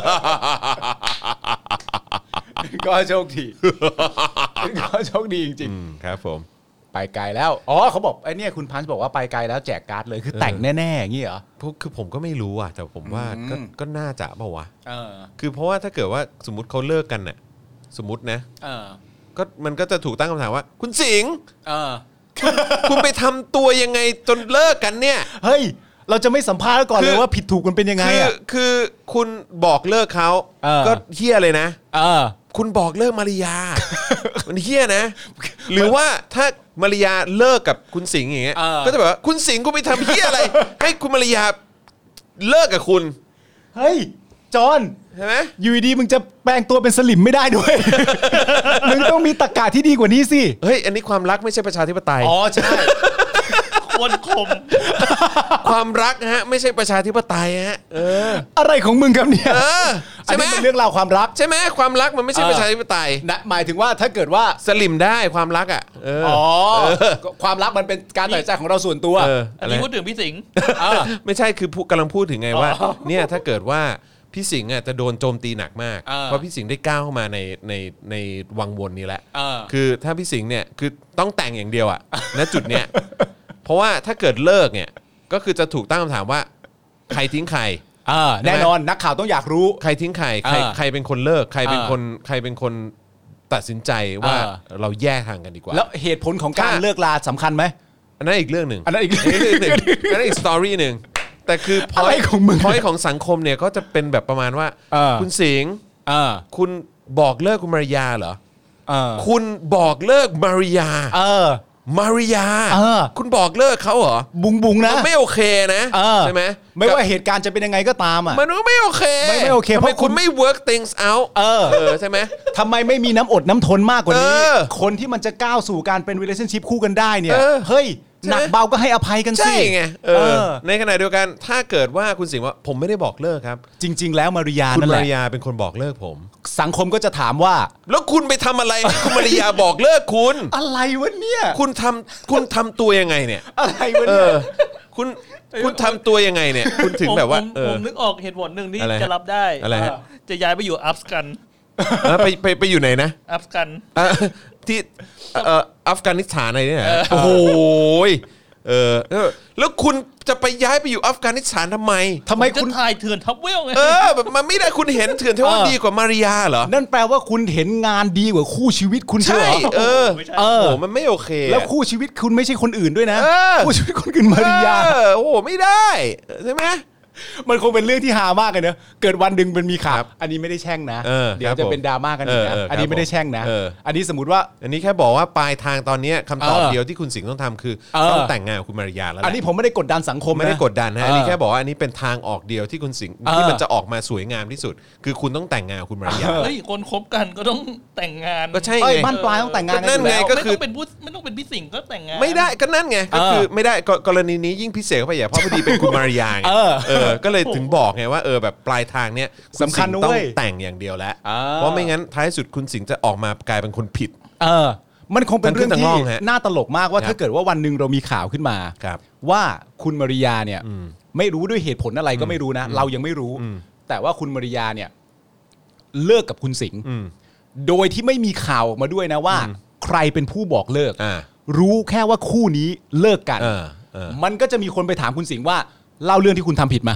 ก็โชคดีก็โชคดีจริงอืมครับผมๆไปไกลแล้วอ๋อเขาบอกไอ้เนี่ยคุณพันธ์บอกว่าไปไกลแล้วแจกการ์ดเลยคือแต่งแน่ๆอย่างงี้เหรอพวกคือผมก็ไม่รู้อ่ะแต่ผมว่าก็อืมก็น่าจะเปล่าวะเออคือเพราะว่าถ้าเกิดว่าสมมติเขาเลิกกันน่ะสมมตินะเออก็มันก็จะถูกตั้งคำถามว่า คุณสิงห์เออคุณไปทำตัวยังไงจนเลิกกันเนี่ยเฮ้ยเราจะไม่สัมภาษณ์ก่อนคืเลอยว่าผิดถูกมันเป็นยังไงคืออ่ะคือคุณบอกเลิกเขาเออก็เฮี้ยเลยนะเออคุณบอกเลิกมาริยา มันเฮี้ยนะ หรือว่าถ้ามาริยาเลิกกับคุณสิงห์อย่างเงี้ยเออก็จะแบบว่าคุณสิงห์คุณไปทำเฮี้ยอะไร ให้คุณมาริยาเลิกกับคุณเฮ้ยจอห์นใช่ไหมอยู่ดีๆมึงจะแปลงตัวเป็นสลิมไม่ได้ด้วย มึงต้องมีตรรกะที่ดีกว่านี้สิเฮ้ยอันนี้ความรักไม่ใช่ประชาธิปไตยอ๋อใช่คนคมความรักฮะไม่ใช่ประชาธิปไตยฮะเอออะไรของมึงครับเนี่ยเอออันใช่ไหมนี้เป็นเรื่องราวความรักใช่ไหมความรักมันไม่ใช่เออประชาธิปไตยนะหมายถึงว่าถ้าเกิดว่าสลิมได้ความรักอ่ะเอออ๋อก็ความรักมันเป็นการตัดสินใจของเราส่วนตัวเอออัอะนไรนี้พูดถึงพี่สิงห์เออไม่ใช่คือพูดกำลังพูดถึงไงว่าอ๋อเนี่ยถ้าเกิดว่าพี่สิงห์อ่ะจะโดนโจมตีหนักมากเออเพราะพี่สิงห์ได้ก้าวเข้ามาในในในวังวนนี้แหละเออคือถ้าพี่สิงห์เนี่ยคือต้องแต่งอย่างเดียวอ่ะ ณจุดเนี้ยเพราะว่าถ้าเกิดเลิกเนี่ยก็คือจะถูกตั้งคำถามว่าใครทิ้งใครเออแน่นอนนักข่าวต้องอยากรู้ใครทิ้งใครใครเออใครเป็นคนเลิกใครเป็นเออคนใครเป็นคนตัดสินใจว่าเออเราแยกทางกันดีกว่าแล้วเหตุผลของการถ้าเลิกลาสำคัญไหมอันนั้นอีกเรื่องหนึ่งอันนั้นอีกเรื่องอันนั้นอีกเรื่องหนึ่งอันนั้นอีกสตอรี่หนึ่งแต่คืออะไรของมึงพอยของสังคมเนี่ยก็จะเป็นแบบประมาณว่าเออคุณสิงห์เออคุณบอกเลิกคุณมาริยาเหรอเออคุณบอกเลิกมาริยาเออมาริยาเออคุณบอกเลิกเขาเหรอบุงบุงนะมันไม่โอเคนะเออใช่ไหมไม่ว่าเหตุการณ์จะเป็นยังไงก็ตามอ่ะมันก็ไม่โอเคไม่ไม่โอเคทำเพไมราะคุคุณ ณไม่ work things out เออเออใช่ไหมทำไมไม่มีน้ำอดน้ำทนมากกว่านี้เออคนที่มันจะก้าวสู่การเป็น relationship คู่กันได้เนี่ยเออเฮ้ยใช่ไหมหนักเบาก็ให้อภัยกันสิใช่ไงเอเอออในขณะเดียวกันถ้าเกิดว่าคุณสิงห์ว่าผมไม่ได้บอกเลิกครับจริง ๆ แล้วมาริยาคุณนั่นแหมาละริยาเป็นคนบอกเลิกผมสังคมก็จะถามว่าแล้วคุณไปทำอะไรให้คุณมาริยาบอกเลิกคุณอะไรวะเนี่ยคุณทำคุณทำตัวยังไงเนี่ยอะไรวะเอเนี่ยอ คุณคุณทำตัวยังไงเนี่ย คุณถึงแบบว่าผมเอผอมนึกออกเหตุผลหนึ่งที่อะไรฮะจะรับได้อะไรฮะจะย้ายไปอยู่อัฟกันเออไปไปไปอยู่ไหนนะอัฟกันอ่ะที่เอ่ออัฟกานิสถานอะไรเนี่ยโอ้โหยเออเออแล้วคุณจะไปย้ายไปอยู่อัฟกานิสถานทำไมทำไมจะคุณถ่ายเถื่อนทับเวลไงเออแบบมันไม่ได้คุณเห็นเถื่อนเท่าว่าเออดีกว่ามาริยาเหรอนั่นแปลว่าคุณเห็นงานดีกว่าคู่ชีวิตคุณใช่เหรอเออไม่ใช่เอโอ้อโหมันไม่โอเคอะแล้วคู่ชีวิตคุณไม่ใช่คนอื่นด้วยนะเออคู่ชีวิตคนอื่นมาริยาเออโอ้โหไม่ได้ใช่ไหมมันคงเป็นเรื่องที่ฮามากเลยเนอะเกิดวันหนึ่งมันมีข่าวครับอันนี้ไม่ได้แช่งนะเออเดี๋ยวครับจะผมเป็นดราม่ากันอีกนะเออเออครับอันนี้ไม่ได้แช่งนะเอออันนี้สมมติว่าอันนี้แค่บอกว่าปลายทางตอนเนี้ยคำตอบเออเดียวที่คุณสิงห์ต้องทำคือเออต้องแต่งงานกับคุณมาริยาแล้วแหอันละนี้ผมไม่ได้กดดันสังคมนะไม่ได้กดดันนะเอออัอันนี้แค่บอกว่าอันนี้เป็นทางออกเดียวที่คุณสิงห์เออที่มันจะออกมาสวยงามที่สุด คือคุณต้องแต่งงานกับคุณมาริยาเฮ้ยคนคบกันก็ต้องแต่งงานก็ใช่เอ้ยไงบ้านปลายต้องแต่งงานก็นั่นไงอยู่แล้วก็คือไม่ต้องเป็นผู้ไม่ต้องเป็นพี่สิงห์ก็แต่งงานไม่ได้ก็นั่นไงก็คือไม่ได้กกรณีนี้ยิ่งพิเศษเข้าไปใหญ่เพราะพอดีเป็นคุณมาริยาไงเออเออก็เลยถึงบอกไงว่าเออแบบปลายทางเนี้ยณสำคัญสิงห์นะต้องเว้ยแต่งอย่างเดียวแล้วอ่าเพราะไม่งั้นท้ายสุดคุณสิงห์จะออกมากลายเป็นคนผิดเออ มันคงเป็นเรื่องทั้งขึ้นทั้งที่ล่องฮะน่าตลกมากว่าครับถ้าเกิดว่าวันหนึ่งเรามีข่าวขึ้นมาครับว่าคุณมาริยาเนี่ยอืมไม่รู้ด้วยเหตุผลอะไรก็ไม่รู้นะ เรายังไม่รู้อืมแต่ว่าคุณมาริยาเนี่ยเลิกกับคุณสิงห์อืมโดยที่ไม่มีข่าวออกมาด้วยนะว่า ใครเป็นผู้บอกเลิกอ่ารู้แค่ว่าคู่นี้เลิกกันเออเออมันก็จะมีคนไปถามคุณสิงห์ว่าเล่าเรื่องที่คุณทำผิดมา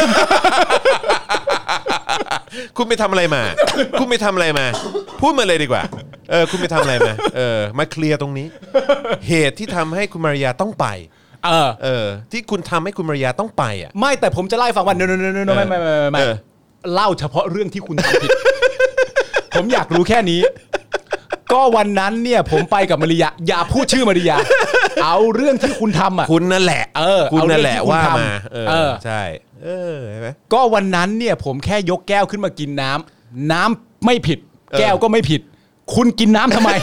คุณไปทำอะไรมา คุณไปทำอะไรมา พูดมาเลยดีกว่า เออ คุณไปทำอะไรมา เออ มาเคลียร์ตรงนี้ เหตุที่ทำให้คุณมาริยาต้องไปเออเออ ที่คุณทำให้คุณมาริยาต้องไปอ่ะไม่แต่ผมจะเล่าให้ฟังว่า no no no no no ไม่ไม่ไม่ไม่ไม่เออเล่าเฉพาะเรื่องที่คุณทำผิด ผมอยากรู้แค่นี้ ก็วันนั้นเนี่ยผมไปกับมาริยาอย่าพูดชื่อมาริยา เอาเรื่องที่คุณทำอ่ะคุณนั่นแหละเออคุณนั่นแหละเอาเรื่องที่คุณว่าทำมา เออเออใช่ เออเห็นไหมก็วันนั้นเนี่ยผมแค่ยกแก้วขึ้นมากินน้ำน้ำไม่ผิดเออแก้วก็ไม่ผิดคุณกินน้ำทำไม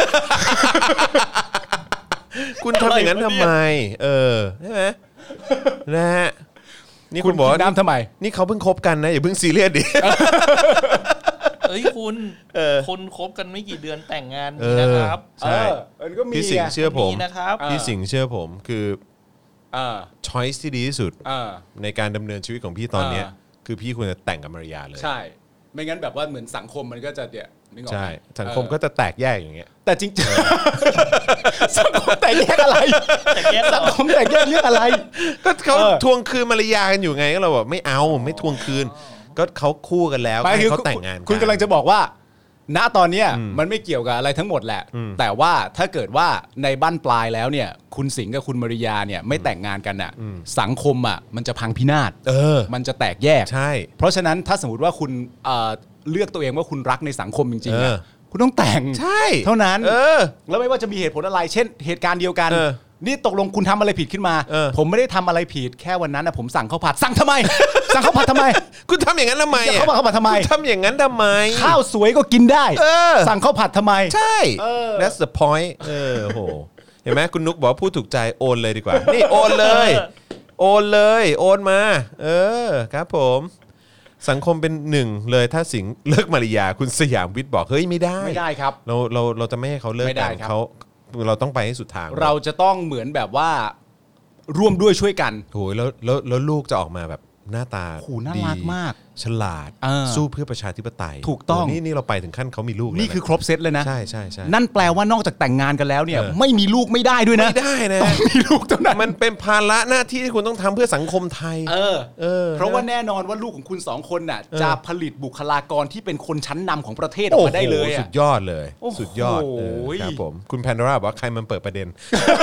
คุณทำอย่างนั้นทำไมเออใช่ไหมนะฮะนี่คุคุณ ณบอกว่ากินน้ำทำไมนี่เขาเพิ่งคบกันนะอย่าเพิ่งซีเรียสดิเอ้ยคุณเออคนคบกันไม่กี่เดือนแต่งงานเอนี่อนะครับใช่เออมันก็มีพี่สิงห์เชื่อผมมีนะครับพี่สิงห์เชื่อผมคือเออช้อยส์ที่ดีที่สุดเออในการดำเนินชีวิตของพี่ตอนเนี้ยอ่าคือพี่ควรจะแต่งกับมาริยาเลยใช่ ไม่งั้นแบบว่าเหมือนสังคมมันก็จะเดี๋ยวนึกออกไหมใช่สังคมก็จะแตกแยกอย่างเงี้ยแต่จริงๆสังคมแตกแยกอะไรแต่แยกเหรอสังคมแตกแยกเรื่องอะไรก็เขาเออทวงคืนมาริยากันอยู่ไงก็เราบอกไม่เอาไม่ทวงคืน ก็เขาคู่กันแล้วหมายให้ถึงเขาแต่งงานคุณกำลังจะบอกว่า ณตอนเนี้ยอืมมันไม่เกี่ยวกับอะไรทั้งหมดแหละอืมแต่ว่าถ้าเกิดว่าในบั้นปลายแล้วเนี่ย คุณสิงห์กับคุณมาริยาเนี่ยไม่แต่งงานกันอ่ะอืมสังคมอ่ะมันจะพังพินาศเออมันจะแตกแยกใช่เพราะฉะนั้นถ้าสมมติว่าคุณเอ่อเลือกตัวเองว่าคุณรักในสังคมจริงๆเออะอคุณต้องแต่งใช่เท่านั้นเออแล้วไม่ว่าจะมีเหตุผลอะไร เช่น เหตุการณ์เดียวกันเออนี่ตกลงคุณทำอะไรผิดขึ้นมาเออผมไม่ได้ทำอะไรผิดแค่วันนั้นนะผมสั่งข้าวผัดสั่งทำไม สั่งข้าวผัดทำไมคุณทำอย่างนั้นทำไมจะอะเข้ามาเข้ามาทำไมคุณทำอย่างนั้นทำไมข้าวสวยก็กินได้เออสั่งข้าวผัดทำไมใช่เออ that's the point เออโหเห็นไหมคุณนุกบอกว่าพูดถูกใจโอนเลยดีกว่า นี่โอนเลย โอนเลย โอนมา เออครับผม สังคมเป็นหนึ่งเลยถ้าสิงห์เลิกมาริยาคุณสยามวิทย์บอกเฮ้ยไม่ได้ไม่ได้ครับเราเราเราจะไม่ให้เขาเลิกไม่ได้กันครับเขาเราต้องไปให้สุดทางเราจะต้องเหมือนแบบว่าร่วมด้วยช่วยกันโหยแล้วแล้วแล้วลูกจะออกมาแบบหน้าตาโหน่ารักดีมากฉลาดเออสู้เพื่อประชาธิปไตยถูกต้องโหนี่นี่เราไปถึงขั้นเขามีลูกแล้วะนี่คือครบเซตเลยนะใช่ใช่ใช่นั่นแปลว่านอกจากแต่งงานกันแล้วเนี่ยเออไม่มีลูกไม่ได้ด้วยนะไม่ได้นะต้องมีลูกเท่านั้นมันเป็นภาระหน้าที่ที่คุณต้องทำเพื่อสังคมไทยเออเออเพราะว่าแน่นอนว่าลูกของคุณสองคนน่ะเออจะผลิตบุคลากรที่เป็นคนชั้นนำของประเทศออกมาได้เลยโอ้โหสุอะดยอดเลยโอ้โหสุดยอดเออครับผมคุณแพนดราบอกว่าใครมันเปิดประเด็น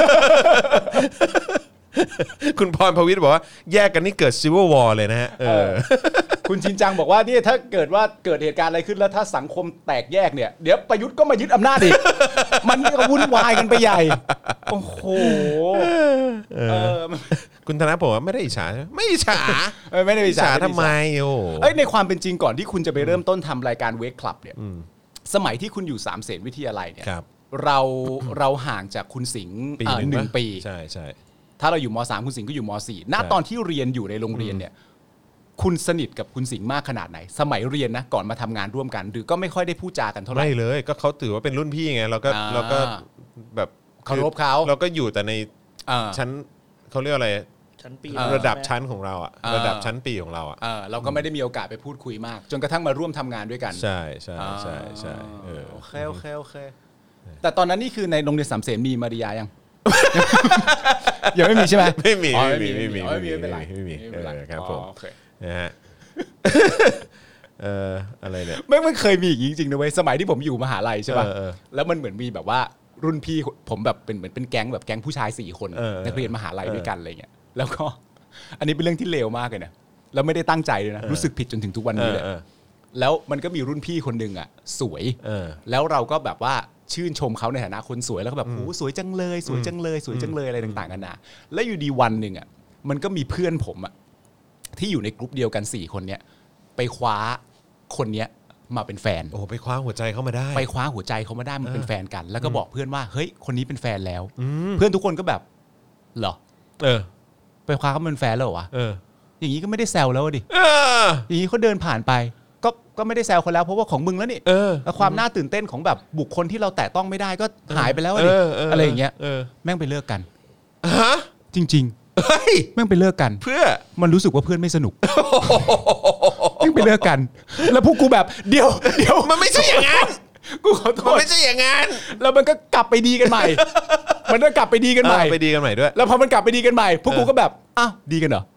คุณพรพวิทย์บอกว่าแยกกันนี่เกิดซิววอร์เลยนะฮะเออคุณชินจังบอกว่าเนี่ยถ้าเกิดว่าเกิดเหตุการณ์อะไรขึ้นแล้วถ้าสังคมแตกแยกเนี่ยเดี๋ยวประยุทธ์ก็มายึดอำนาจอีก มันก็วุ่นวายกันไปใหญ่โอ้โหเออคุณธนพงศ์ว่าไม่ได้อิจฉาใช่ไหมไม่อิจฉาเออไม่ได้อิอิจจฉาฉาไม่ได้ทำไมโอ้เอ้ยในความเป็นจริงก่อนที่คุณจะไปเริ่มต้นทำรายการเวกคลับเนี่ยสมัยที่คุณอยู่สามเสนวิทยาลัยเนี่ยครับเราเราห่างจากคุณสิงห์ปีเอ่อหนึ่งหนึ่งปะปีใช่ใช่ถ้าเราอยู่มสามคุณสิงห์ก็อยู่มสี่ณใช่ตอนที่เรียนอยู่ในโรงเรียนเนี่ย คุณสนิทกับคุณสิงห์มากขนาดไหน สมัยเรียนนะก่อนมาทำงานร่วมกัน หรือก็ไม่ค่อยได้พูดจากันเท่าไหร่ไม่เลยก็เขาถือว่าเป็นรุ่นพี่ไงเราก็อ่าเราก็แบบเคารพเขาเราก็อยู่แต่ในอ่าชั้นเขาเรียกอะไรชั้นปีเออระดับชั้นของเราอะอ่าระดับชั้นปีของเราอะเออเราก็ไม่ได้มีโอกาสไปพูดคุยมาก จนกระทั่งมาร่วมทำงานด้วยกันใช่ใช่ใช่ใช่เออโอเคโอเคโอเคแต่ตอนนั้นนี่คือในโรงเรียนสามเสนมีมาริยายัง ยังไม่มีใช่ไหมไม่มีอ๋อไม่มีไม่มีอ๋อไม่มีไม่เป็นไรไม่มีไม่เป็นไรเออครับผมอ๋อโอเคนะฮะ เอออะไรเนี่ยไม่มันเคยมีอย่างนี้จริงๆนะเว้ยสมัยที่ผมอยู่มหาลัยใช่ป่ะเออเออแล้วมันเหมือนมีแบบว่ารุ่นพี่ผมแบบเป็นเหมือนเป็นแก๊งแบบแก๊งผู้ชายสี่คนเออเออนักเรียนมหาลัยด้วยกันอะไรเงี้ยแล้วก็ อันนี้เป็นเรื่องที่เลวมากเลยนะแล้วไม่ได้ตั้งใจเลยนะรู้สึกผิดจนถึงทุกวันเอนี้อเลยเออแล้วมันก็มีรุ่นพี่คนหนึ่งอ่ะสวยเออแล้วเราก็แบบว่าชื่นชมเขาในฐานะคนสวยแล้วก็แบบโอ้สวยจังเลยสวยจังเลยสวยจังเลยอะไรต่างๆกันานาแล้วอยู่ดีวันหนึ่งอ่ะมันก็มีเพื่อนผมอ่ะที่อยู่ในกลุ่มเดียวกันสี่คนเนี้ยไปคว้าคนเนี้ยมาเป็นแฟนโอ้ไปคว้าหัวใจเข้ามาได้ไปคว้าหัวใจเขามาได้มันเป็นแฟนกัน แล้วก็บอกเพื่อนว่าเฮ้ยคนนี้เป็นแฟนแล้ว เพื่อนทุกคนก็แบบเหรอเออไปคว้าเขาเป็นแฟนแล้วเหรอวะเอออย่างนี้ก็ไม่ได้แซวแล้วดิเอออย่างนี้เขาเดินผ่านไป ก็ก็ไม่ได้แซวเขาแล้วเพราะว่าของมึงแล้วนี่เออแล้วความน่าตื่นเต้นของแบบบุคคลที่เราแตะต้องไม่ได้ก็หายไปแล้วอะดิเออเอออะไรอย่างเงี้ยเออแม่งไปเลิกกันฮะจริงเฮ้ยๆ แม่งไปเลิกกันเพื่อมันรู้สึกว่าเพื่อนไม่สนุกแม่งไปเลิกกัน แล้วพวกกูแบบเดี๋ยวเดี๋ยวมันไม่ใช่อย่างนั้นกูขอโทมันษไม่ใช่อย่างนั้นแล้วมันก็กลับไปดีกันใหม่ มันก็กลับไปดีกันใหม่เออไปดีกันใหม่ด้วยแล้วพอมันกลับไปดีกันใหม่ พวกกูก็แบบ อ้าว ดีกันเหรอ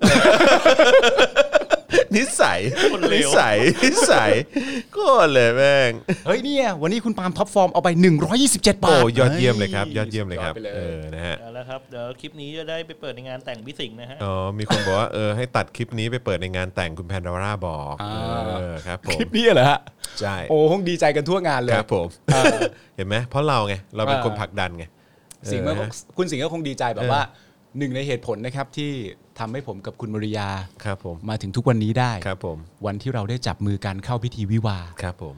นิสัยคนเลนิวสัยนิสัยก็เลยแม่งเฮ้ยเนี่ยวันนี้คุณปาล์มท็อปฟอร์มเอาไปหนึ่งร้อยยี่สิบเจ็ดบาโอ้ทยอดเยี่ยมเลยครับ ยอดเยี่ยมเลยครับสุดยอดไปเลยเออนะฮะเอาละครับเดี๋ยวคลิปนี้จะได้ไปเปิดในงานแต่งพี่สิงห์นะฮะอ๋อมีคนบอกว่าเออให้ตัดคลิปนี้ไปเปิดในงานแต่งคุณแพนดาร่าบอกอ่าเออครับผมคลิปนี้เหรอฮะใช่โอ้คงดีใจกันทั่วงานเลยครับผม เห็นไหมเพราะเราไงเราเป็นคนผลักดันไงสิงห์ก็เออคุณสิงห์ก็คงดีใจแบบว่าหนึ่งในเหตุผลนะครับที่ทำให้ผมกับคุณมาริยาครับผมมาถึงทุกวันนี้ได้ครับผมวันที่เราได้จับมือกันเข้าพิธีวิวาห์ครับผม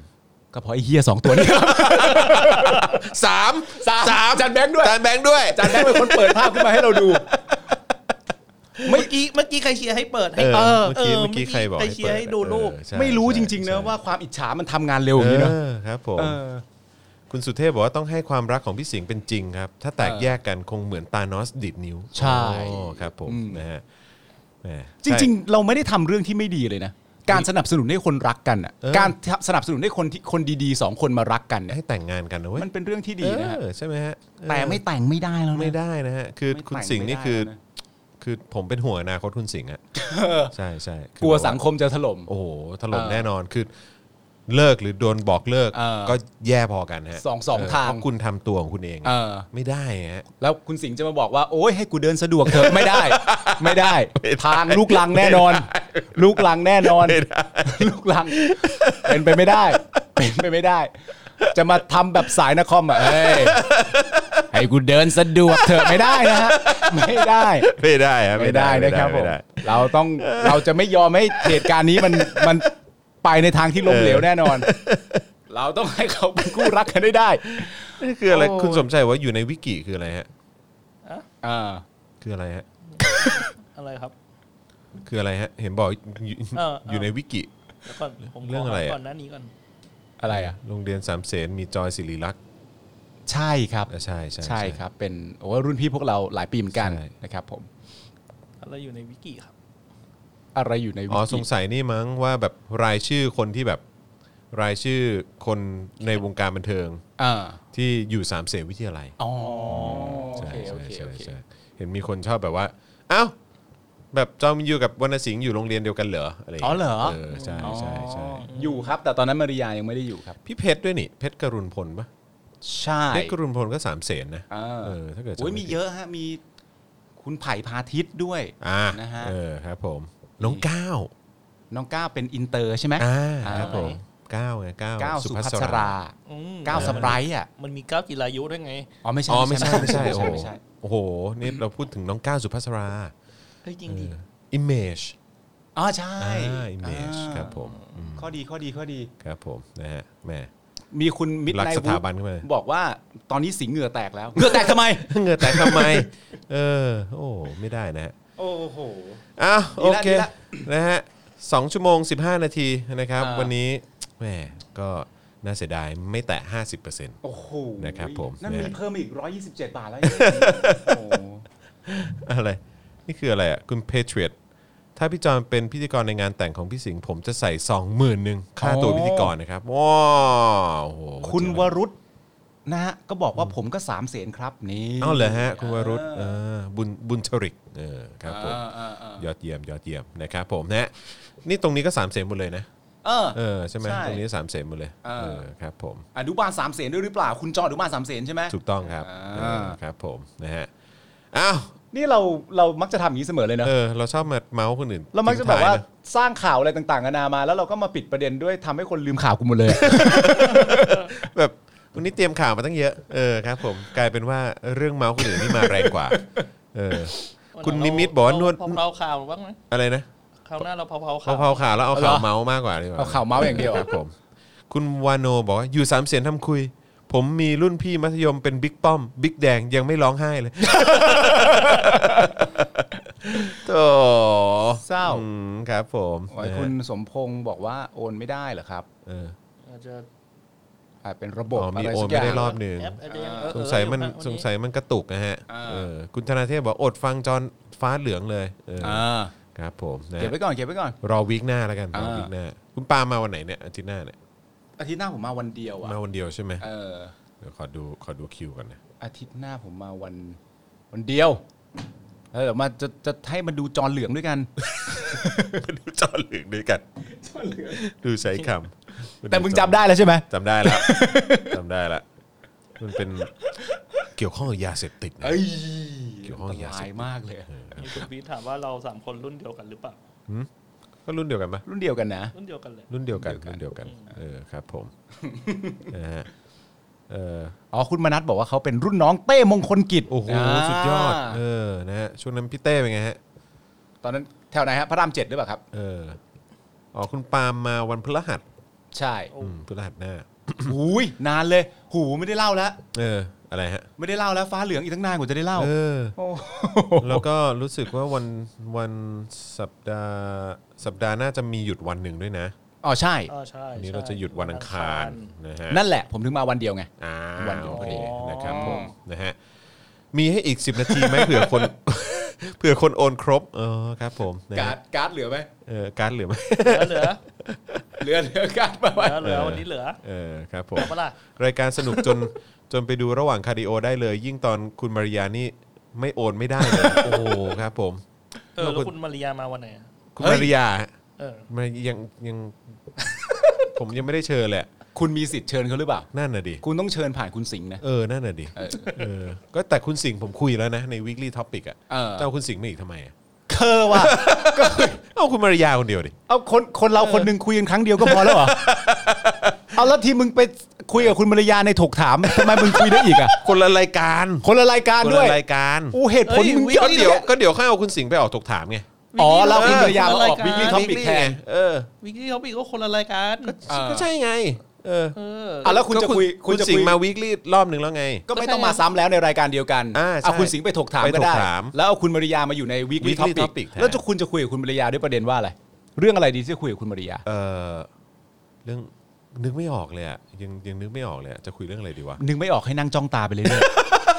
ก็เพราะไอ้เหี้ยสองตัวนี้ครับสามสามสามจานแบงค์ด้วยจานแบงค์ด้วยจานแบงค์เป็นคนเปิดภาพขึ้นมาให้เราดูเมื่อกี้เมื่อกี้ใครเชียร์ให้เปิดให้เออเออเมื่อกี้เมื่อกี้ใครบอกใครเชียร์ให้ดูรูปเออใช่ไม่รู้จริงๆนะใช่ว่าความอิจฉามันทำงานเร็วอย่างนี้เนอะเออครับผมเออคุณสุเทพบอกว่าต้องให้ความรักของพี่สิงห์เป็นจริงครับ ถ้าแตกเออแยกกันคงเหมือนตานอสดีดนิ้วใช่โอ้ครับผมอืมนะฮะแหมจริงๆ เราไม่ได้ทำเรื่องที่ไม่ดีเลยนะการสนับสนุนให้คนรักกันอ่ะเออการสนับสนุนให้คนที่คนดีๆสองคนมารักกันเนี่ยให้แต่งงานกันนะเว้ยมันเป็นเรื่องที่ดีนะฮะเออใช่ไหมฮะเออแต่ไม่แต่งไม่ได้แล้วนะไม่ได้นะฮะคือไม่คุณแต่งสิงห์นี่ไม่ได้คือแล้วนะคือผมเป็นห่วงอนาคตคุณสิงห์อะใช่ใช่คือกลัวสังคมจะถล่มโอ้โหถล่มเออแน่นอนคือเลิกหรือโดนบอกเลิกเออก็แย่พอกันฮะสองสองทางเพราะคุณทำตัวของคุณเองเออไม่ได้ฮะแล้วคุณสิงห์จะมาบอกว่าโอ๊ยให้กูเดินสะดวกเถอะไม่ได้ ไม่ได้ ทางลูกลังแน่นอน ลูกลังแน่นอน ลูกลัง เป็นไปไม่ได้ เป็นไปไม่ได้ จะมาทำแบบสายนครอ่ะเฮ้ยให้กูเดินสะดวกเถอะไม่ได้นะฮะไม่ได้ไม่ได้ฮะไม่ได้นะครับผมไได้เราต้องเราจะไม่ยอมให้เหตุการณ์นี้มันมันไปในทางที่ล้มเหลวแน่นอน เราต้องให้เขาเป็นคู่รักกันได้ได้นี่คืออะไรโอ้คุณสมชัยว่าอยู่ในวิกิคืออะไรฮะอ่าคืออะไรฮะอะไรครับคืออะไรฮะเห็นบอกอยู่เอออยู่ในวิกิเดี๋ยวก่อนผมเรื่องอะไรอะก่อนหน้านี้ก่อนอะไรอ่ะโรงเรียนสามเสนมีจอยศิริลักษณ์ใช่ครับอ่ะใช่ใช่ใช่ครับเป็นโอ้รุ่นพี่พวกเราหลายปีเหมือนกันใช่นะครับผมอะไรอยู่ในวิกิครับอะไรอยู่ในวิอ๋อกิสงสัยนี่มั้งว่าแบบรายชื่อคนที่แบบรายชื่อคนในวงการบันเทิงอ่าที่อยู่สามเสนวิทยาลัยอ๋อโอใช่เคโอใช่เคใช่โอเคใช่เห็นมีคนชอบแบบว่าเอ้าแบบจอมอยู่กับวรรณสิงห์อยู่โรงเรียนเดียวกันเหรออะไรย่างอ๋องี้ยเหรอเออใช่ใช่ใช่อ๋ออยู่ครับ แต่ตอนนั้นมาริยายังไม่ได้อยู่ครับพี่เพชรด้วยนี่เพชรกรุณพลปะใช่เพชรกรุณพลก็สามเสนนะอ่าเออถ้าเกิดจำโอ้ยไผิมีดเยอะฮะมีคุณไผ่พาทิตย์ด้วยอ่านะฮะเออครับผมน้องก้าวน้องก้าวเป็นอินเตอร์ใช่ไหมอ่าอ่าครับผมก้าวไงก้าวก้าวสุภัสราราอืมก้าวสไปรท์อ่ะมันมีก้าวจิรายุด้วยไงอ๋อไม่ใช่อ๋อไม่ใช่ไม่ใช่โอ้โหไม่ใช่โอ้โหนี่เราพูดถึงน้องก้าวสุภัสราเฮ้ยจริงดิอิมเมจอ๋อใช่อ่า image อ่าครับผมอืมข้อดีข้อดีข้อดีครับผมนะฮะแหม่มีคุณมิดรักไนสวูถาบันขึ้นมาบอกว่าตอนนี้สิงห์เหงื่อแตกแล้ว เหงื่อแตกทำไมเหงื่อแตกทำไม เออ โอ้ ไม่ได้นะฮะโอ้โหอ้าวดีโอละเคดีละนะฮะสองชั่วโมงสิบห้านาทีนะครับอ่าวันนี้แหมก็น่าเสียดายไม่แตะ ห้าสิบเปอร์เซ็นต์โอ้โหนะครับผมนั่นมีนะฮะเพิ่มอีกหนึ่งร้อยยี่สิบเจ็ดบาทแล้วโอ้โหอะไร นี่คืออะไรอ่ะ คุณเพเทรียตถ้าพี่จอนเป็นพิธีกรในงานแต่งของพี่สิงห์ผมจะใส่ซองหมื่นหนึ่งค่าตัวพิธีกรนะครับว้าวโอ้โหคุณวรุษนะฮะก็บอกว่าผมก็สามเสนครับนี่เอ้าเหรอฮะ คุณวรุษเออบุญบุญชริกเออครับผมอ่าอ่าอ่ายอดเยี่ยมยอดเยี่ยมนะครับผมนะฮะนี่ตรงนี้ก็สามเสนหมดเลยนะเออเออใช่ไหมใช่ตรงนี้สามเสนหมดเลยเออเออครับผมอนุบาลสามเสนด้วยหรือเปล่า คุณจออนุบาลสามเสนใช่ไหมถูกต้องครับอ่าเออครับผมนะฮะอ้าวนี่เราเรามักจะทำอย่างนี้เสมอเลยเนอะเออเราชอบมาเมาส์คนอื่นเรามักจะแบบว่าทิ้งท้ยนสร้างข่าวอะไรต่างๆนานามา แล้วเราก็มาปิดประเด็นด้วยทำให้คนลืมข่าวกูหมดเลยแบบวันนี้เตรียมข่าวมาตั้งเยอะเออครับผมกลายเป็นว่าเรื่องเมาส์คนอื่นนี่มาแรงกว่าเออ คุณนิมิตบอกว่านวดเผาๆข่าวบ้างไหมอะไรนะคราวหน้าเราเผาๆข่าเขาวเผาข่าวแล้วเอาเอาเหรอข่าวเมาส์มากกว่าดีกว่าเอาข่าวเมาส์อย่างเดียวครับผมคุณวานโนบอกว่าอยู่สามเสียนทำคุย ผมมีรุ่นพี่มัธยมเป็นบิ๊กป้อมบิ๊กแดงยังไม่ร้องไห้เลย โธ่เศร้าอืมครับผมโอ้ยคุณสมพงศ์บอกว่าโอนไม่ได้เหรอครับเอออาจจะอาจเป็นระบบอ๋อมีอะไรโอนสักอไม่ย่างได้รอบหนึ่งแอปอาจจะยังเออสงสัยมันเอออยู่สงสัยมันกระตุกนะฮะอ่าเออคุณธนาเทพบอกอดฟังจอนฟ้าเหลืองเลยเอออ่าครับผมนะเก็บไว้ก่อนเก็บไว้ก่อนรอวีคหน้าแล้วกันรออ่าวีคหน้าคุณปามาวันไหนเนี่ยอาทิตย์หน้าเนี่ยอาทิตย์หน้าผมมาวันเดียวอ่ะมาวันเดียวใช่ไหมเออเดี๋ยวขอดูขอดูคิวกันนะอาทิตย์หน้าผมมาวันวันเดียวเออเดี๋ยวมาจะจะให้มันดูจอเหลืองด้วยกันมาดูจอเหลืองด้วยกันดูใช้คำแต่มึงจำได้แล้วใช่ไหมจำได้แล้วจำได้แล้วมันเป็นเกี่ยวข้องกับยาเสพติดนะเอ้ยเกี่ยวข้องกับยาเสพติดอันตรมากเลยมีคุณพีทถามว่าเราสามคนรุ่นเดียวกันหรือเปล่าก็รุ่นเดียวกันปะรุ่นเดียวกันนะรุ่นเดียวกันเลยรุ่นเดียวกันรุ่นเดียวกันเออครับผมนะฮะเอออ๋อคุณมนัทบอกว่าเขาเป็นรุ่นน้องเต้มงคลกิจโอ้โหาสุดยอดเออนะฮะช่วงนั้นพี่เต้เป็นไงฮะตอนนั้นแถวไหนฮะพระรามเจ็ดหรือเปล่าครับเอออ๋อคุณปาล์มมาวันพฤหัสใช่อืมพฤหัสหน้าอุ้ยนานเลยหูไม่ได้เล่าแล้วเอออะไรฮะไม่ได้เล่าแล้วฟ้าเหลืองอีกตั้งนานกว่าจะได้เล่าเออแล้วก็รู้สึกว่าวันวันสัปดาห์สัปดาห์หน้าจะมีหยุดวันหนึ่งด้วยนะอ๋อใช่อ๋อใช่วันนี้เราจะหยุดวันอังคารนะฮะนั่นแหละผมถึงมาวันเดียวไงอ่าวันเดียวพอดีนะครับผมนะฮะมีให้อีกสิบนาทีไหมเผื่อคนเผื่อคนโอนครบเออครับผมการ์ดการ์ดเหลือไหมเออการ์ดเหลือไหมเหลือเหลือเหลือการ์ดมาไว้เหลือวันนี้เหลือเออครับผมรายการสนุกจนจนไปดูระหว่างคาร์ดิโอได้เลยยิ่งตอนคุณมาริยานี่ไม่โอนไม่ได้เลยโอ้โหครับผมเออแล้วคุณมาริยามาวันไหนคุณมาริยาเออมันยังยังผมยังไม่ได้เชิญเลยคุณมีสิทธิ์เชิญเขาหรือเปล่านั่นน่ะดิคุณต้องเชิญผ่านคุณสิงห์นะเออนั่นน่ะดิเออก็แต่คุณสิงห์ผมคุยแล้วนะใน weekly topic อ่ะจะเอาคุณสิงห์มาอีกทำไมอ่ะเคอว่ะก็เอาคุณมาริยาคนเดียวดิเอาคนคนเราคนนึงคุยกันครั้งเดียวก็พอแล้วเหรอเอาแล้วที่มึงไปคุยกับคุณมาริยาในถกถามทำไมมึงคุยได้อีกอ่ะคนละรายการคนละรายการด้วยคนละรายการอู้เหตุผลมึงก็เดี๋ยวก็เดี๋ยวค่อยเอาคุณสิงห์ไปออกถกถามไงอ๋อแล้วคุณมาริยามาออก weekly topic แทนเออ weekly topic ก็คนละรายการก็ใช่ไงเอออ่ะแล้วคุณจะคุยคุณสิงห์มา weekly รอบนึงแล้วไงก็ไม่ต้องมาซ้ำแล้วในรายการเดียวกันเอาคุณสิงห์ไปถกถามก็ได้แล้วเอาคุณมาริยามาอยู่ใน weekly topic แล้วจะคุณจะคุยกับคุณมาริยาด้วยประเด็นว่าอะไรเรื่องอะไรดีที่จะคุยกับคุณมาริยาเออเรื่องนึกไม่ออกเลยอ่ะยังยังนึกไม่ออกเลยจะคุยเรื่องอะไรดีวะนึกไม่ออกให้นั่งจ้องตาไปเรื่อย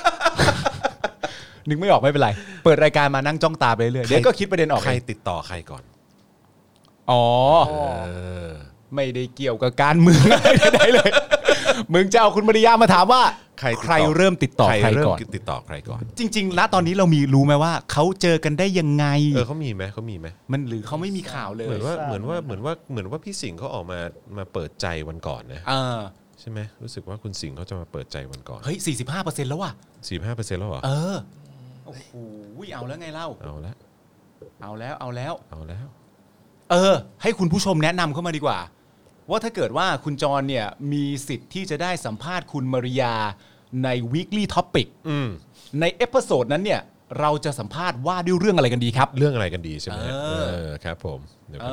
ๆนึกไม่ออกไม่เป็นไรเปิดรายการมานั่งจ้องตาไปเรื่อยเดี๋ยวก็คิดประเด็นออกใครติดต่อใครก่อนอ๋อไม่ได้เกี่ยวกับการเมืองอะไรใดๆเลยมึงจะเอาคุณมาริยามาถามว่าใครใครเริ่มติดต่อใครก่อนติดต่อใครก่อนจริงๆณตอนนี้เรามีรู้ไหมว่าเขาเจอกันได้ยังไงเออเขามีไหมเขามีไหมมันหรือเขาไม่มีข่าวเลยเหมือนว่าเหมือนว่าเหมือนว่าเหมือนว่าพี่สิงห์เขาออกมามาเปิดใจวันก่อนนะใช่ไหมรู้สึกว่าคุณสิงห์เขาจะมาเปิดใจวันก่อนเฮ้ย สี่สิบห้าเปอร์เซ็นต์ แล้วว่ะสี่สิบห้าเปอร์เซ็นต์ แล้วเหรอเออโอ้โหเอาแล้วไงเล่าเอาแล้วเอาแล้วเอาแล้วเอาแล้วเออให้คุณผู้ชมแนะนำเข้ามาดีกว่าว่าถ้าเกิดว่าคุณจรเนี่ยมีสิทธิ์ที่จะได้สัมภาษณ์คุณมาริยาใน weekly topic ในเอพิโซดนั้นเนี่ยเราจะสัมภาษณ์ว่าด้วยเรื่องอะไรกันดีครับเรื่องอะไรกันดีใช่ไหมเออครับผมเดี๋ยว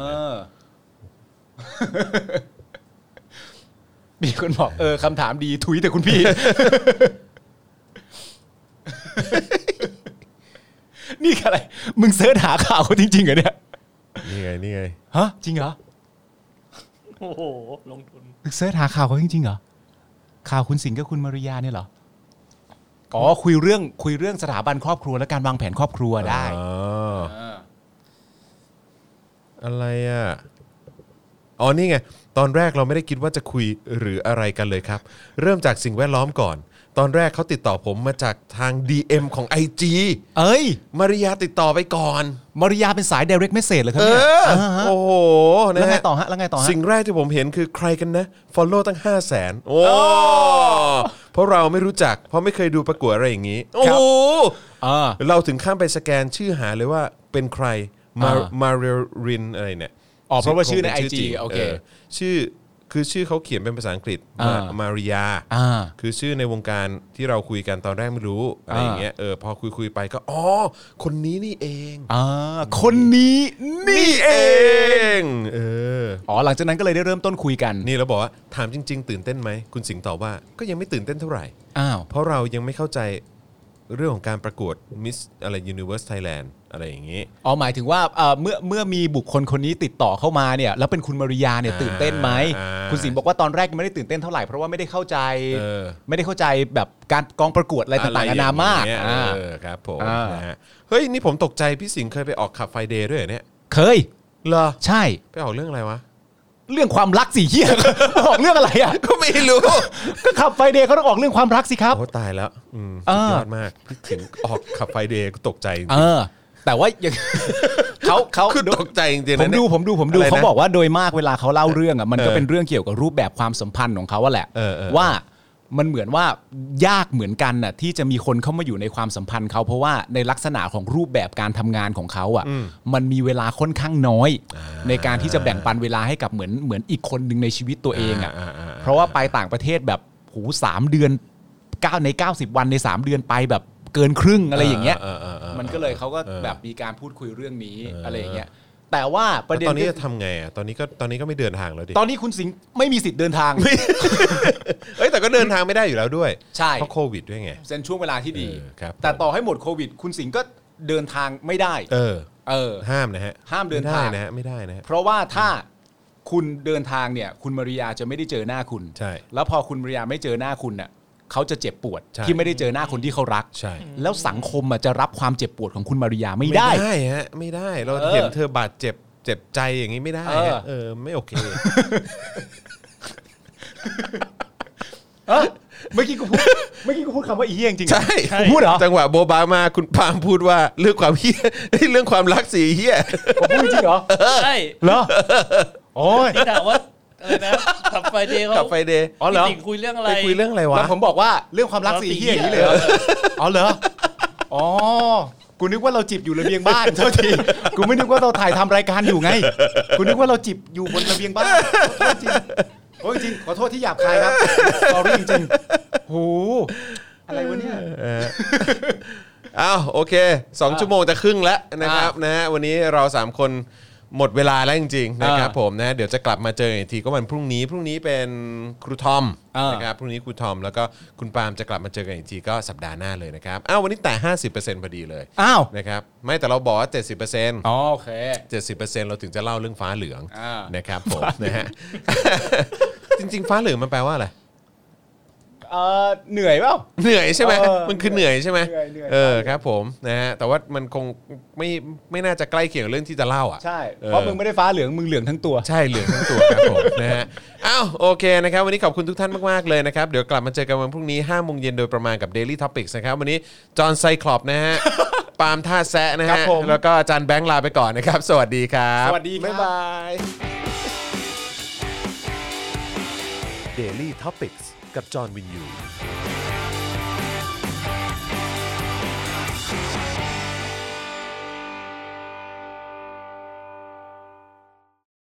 มีคนบอกเออคำถามดีถุยแต่คุณพี่ นี่อะไรมึงเสิร์ชหาข่าวเขาจริงๆเหรอเนี่ยนี่ไงนี่ไงฮะจริงเหรอโอ้โหลงทุนเสิร์ชหาข่าวเขาจริงๆเหรอข่าวคุณสิงห์กับคุณมาริยาเนี่ยเหรออ๋อคุยเรื่องคุยเรื่องสถาบันครอบครัวและการวางแผนครอบครัวได้อะไรอ่ะอ๋อนี่ไงตอนแรกเราไม่ได้คิดว่าจะคุยหรืออะไรกันเลยครับเริ่มจากสิ่งแวดล้อมก่อนตอนแรกเขาติดต่อผมมาจากทาง ดี เอ็ม ของ ไอ จีเอ้ยมาริยาติดต่อไปก่อนมาริยาเป็นสาย direct message เลยครับเนี่ยโอ้โหแล้วไงต่อฮะแล้วไงต่อฮะสิ่งแรกที่ผมเห็นคือใครกันนะ follow ตั้ง ห้าแสน โอ้เพราะเราไม่รู้จักเพราะไม่เคยดูประกวดอะไรอย่างนี้โอ้โหเราถึงข้ามไปสแกนชื่อหาเลยว่าเป็นใครมามาเรรินอะไรเนี่ยอ๋อเพราะว่าชื่อใน ไอ จี โอเคชื่อคือชื่อเขาเขียนเป็นภาษาอังกฤษมาริยาคือชื่อในวงการที่เราคุยกันตอนแรกไม่รู้อะไรอย่างเงี้ยเออพอคุยคุยไปก็อ๋อคนนี้นี่เองอ่าคนนี้นี่เองเอออ๋อหลังจากนั้นก็เลยได้เริ่มต้นคุยกันนี่เราบอกว่าถามจริงๆตื่นเต้นไหมคุณสิงห์ตอบว่าก็ยังไม่ตื่นเต้นเท่าไหร่อ้าวเพราะเรายังไม่เข้าใจเรื่องของการประกวด Miss อะไร Universe Thailand อะไรอย่างงี้อ๋อหมายถึงว่าเมื่อเมื่อมีบุคคลคนนี้ติดต่อเข้ามาเนี่ยแล้วเป็นคุณมาริยาเนี่ยตื่นเต้นไหมคุณสิงห์บอกว่าตอนแรกไม่ได้ตื่นเต้นเท่าไหร่เพราะว่าไม่ได้เข้าใจไม่ได้เข้าใจแบบการกองประกวดอะไรต่างๆนานามากเออครับผมนะฮะเฮ้ยนี่ผมตกใจพี่สิงห์เคยไปออกขับไฟเดย์ด้วยเนี่ยเคยเหรอใช่ไปออกเรื่องอะไรวะเรื่องความรักสิเหี้ยออกเรื่องอะไรอ่ะก็ไม่รู้ก็ขับไฟเดย์เขาต้องออกเรื่องความรักสิครับโอ้ตายแล้วอืมสุดยอดมากพี่ถึงออกขับไฟเดย์ก็ตกใจจริงเออแต่ว่าอย่างเขาเขาคือตกใจจริงๆผมดูผมดูผมดูเขาบอกว่าโดยมากเวลาเขาเล่าเรื่องอ่ะมันก็เป็นเรื่องเกี่ยวกับรูปแบบความสัมพันธ์ของเขาแหละว่ามันเหมือนว่ายากเหมือนกันน่ะที่จะมีคนเข้ามาอยู่ในความสัมพันธ์เขาเพราะว่าในลักษณะของรูปแบบการทำงานของเขาอ่ะมันมีเวลาค่อนข้างน้อยในการที่จะแบ่งปันเวลาให้กับเหมือนเหมือนอีกคนหนึ่งในชีวิตตัวเองอ่ะเพราะว่าไปต่างประเทศแบบโหสามเดือนเก้าในเก้าสิบวันในสามเดือนไปแบบเกินครึ่งอะไรอย่างเงี้ยมันก็เลยเขาก็แบบมีการพูดคุยเรื่องนี้อะไรอย่างเงี้ยแต่ว่าประเด็นตอนนี้จะทำไงอ่ะตอนนี้ก็ตอนนี้ก็ไม่เดินทางแล้วดิตอนนี้คุณสิงห์ไม่มีสิทธิ์เดินทางเอ้ยแต่ก็เดินทางไม่ได้อยู่แล้วด้วยใช่เพราะโควิดด้วยไงเป็นช่วงเวลาที่ดีเออครับแต่ต่อให้หมดโควิด คุณสิงห์ก็เดินทางไม่ได้เออเออห้ามนะฮะห้ามเดินทางไม่ได้นะฮะไม่ได้นะฮะเพราะว่าถ้าคุณเดินทางเนี่ยคุณมาริยาจะไม่ได้เจอหน้าคุณใช่แล้วพอคุณมาริยาไม่เจอหน้าคุณน่ะเขาจะเจ็บปวดใช่ที่ไม่ได้เจอหน้าคนที่เขารักใช่แล้วสังคมอ่ะจะรับความเจ็บปวดของคุณมาริยาไม่ได้ไม่ได้ฮะไม่ได้เราเออเห็นเธอบาดเจ็บเจ็บใจอย่างนี้ไม่ได้ฮะเออเออไม่โอเคเอ้อเมื่อกี้กูพูดเมื่อกี้กูพูดคำว่าอีเหี้ยจริงๆใช่กูพูดเหรอจังหวะโบบามาคุณปาล์มพูดว่าเรื่องความเฮี้ย เรื่องความรักสีเฮี้ยผมพูดจริงเหรอใช่เหรอโอ้ยที่ถามว่าอะไรนะขับไฟเดย์เขากับไฟเดย์อ๋อเหรอพี่สิงห์คุยเรื่องอะไรไปคุยเรื่องอะไรวะแล้วผมบอกว่าเรื่องความรักสีเหี้ยอย่างนี้เลยเหรออ๋อเหรออ๋อกูนึกว่าเราจิบอยู่ระเบียงบ้านเท่าทีกูไม่นึกว่าเราถ่ายทำรายการอยู่ไงกูนึกว่าเราจิบอยู่บนระเบียงบ้านขอโทษจริงโอ้ยจริงขอโทษที่หยาบคายครับสอรี่จริงโหอะไรวะเนี่ยอ้าวโอเคสองชั่วโมงจะครึ่งแล้วนะครับนะฮะวันนี้เราสามคนหมดเวลาแล้วจริงๆนะครับผมนะเดี๋ยวจะกลับมาเจออีกทีก็วันพรุ่งนี้พรุ่งนี้เป็นครูทอมอ่านนะครับพรุ่งนี้ครูทอมแล้วก็คุณปาล์มจะกลับมาเจอกันอีกทีก็สัปดาห์หน้าเลยนะครับอ้าววันนี้แต่ ห้าสิบเปอร์เซ็นต์ พอดีเลยอ้าวนะครับไม่แต่เราบอกว่า เจ็ดสิบเปอร์เซ็นต์อ๋อโอเคเจ็ดสิบเปอร์เซ็นต์ เราถึงจะเล่าเรื่องฟ้าเหลืองอ่านนะครับผมนะฮะ จริงๆฟ้าเหลืองมันแปลว่าอะไรเออเหนื่อยเปล่าเหนื่อยใช่ไหมเออมันคือเหนื่อยใช่ไหมเหนื่อยเหนื่อยเออครับผมนะฮะแต่ว่ามันคงไม่ไม่น่าจะใกล้เคียงกับเรื่องที่จะเล่าอ่ะใช่เออเพราะมึงไม่ได้ฟ้าเหลืองมึงเหลืองทั้งตัวใช่เหลืองทั้งตัวครับผม นะฮะอ้าวโอเคนะครับวันนี้ขอบคุณทุกท่านมากๆเลยนะครับเดี๋ยวกลับมาเจอกันวันพรุ่งนี้ห้าโมงเย็นโดยประมาณกับ Daily Topics นะครับวันนี้จอห์นไซคลอปนะฮะ ปาล์มท่าแซะนะครัฮะบผมแล้วก็อาจารย์แบงค์ลาไปก่อนนะครับสวัสดีครับสวัสดีครับบ๊ายบาย Daily Topics กับจอห์นวินยู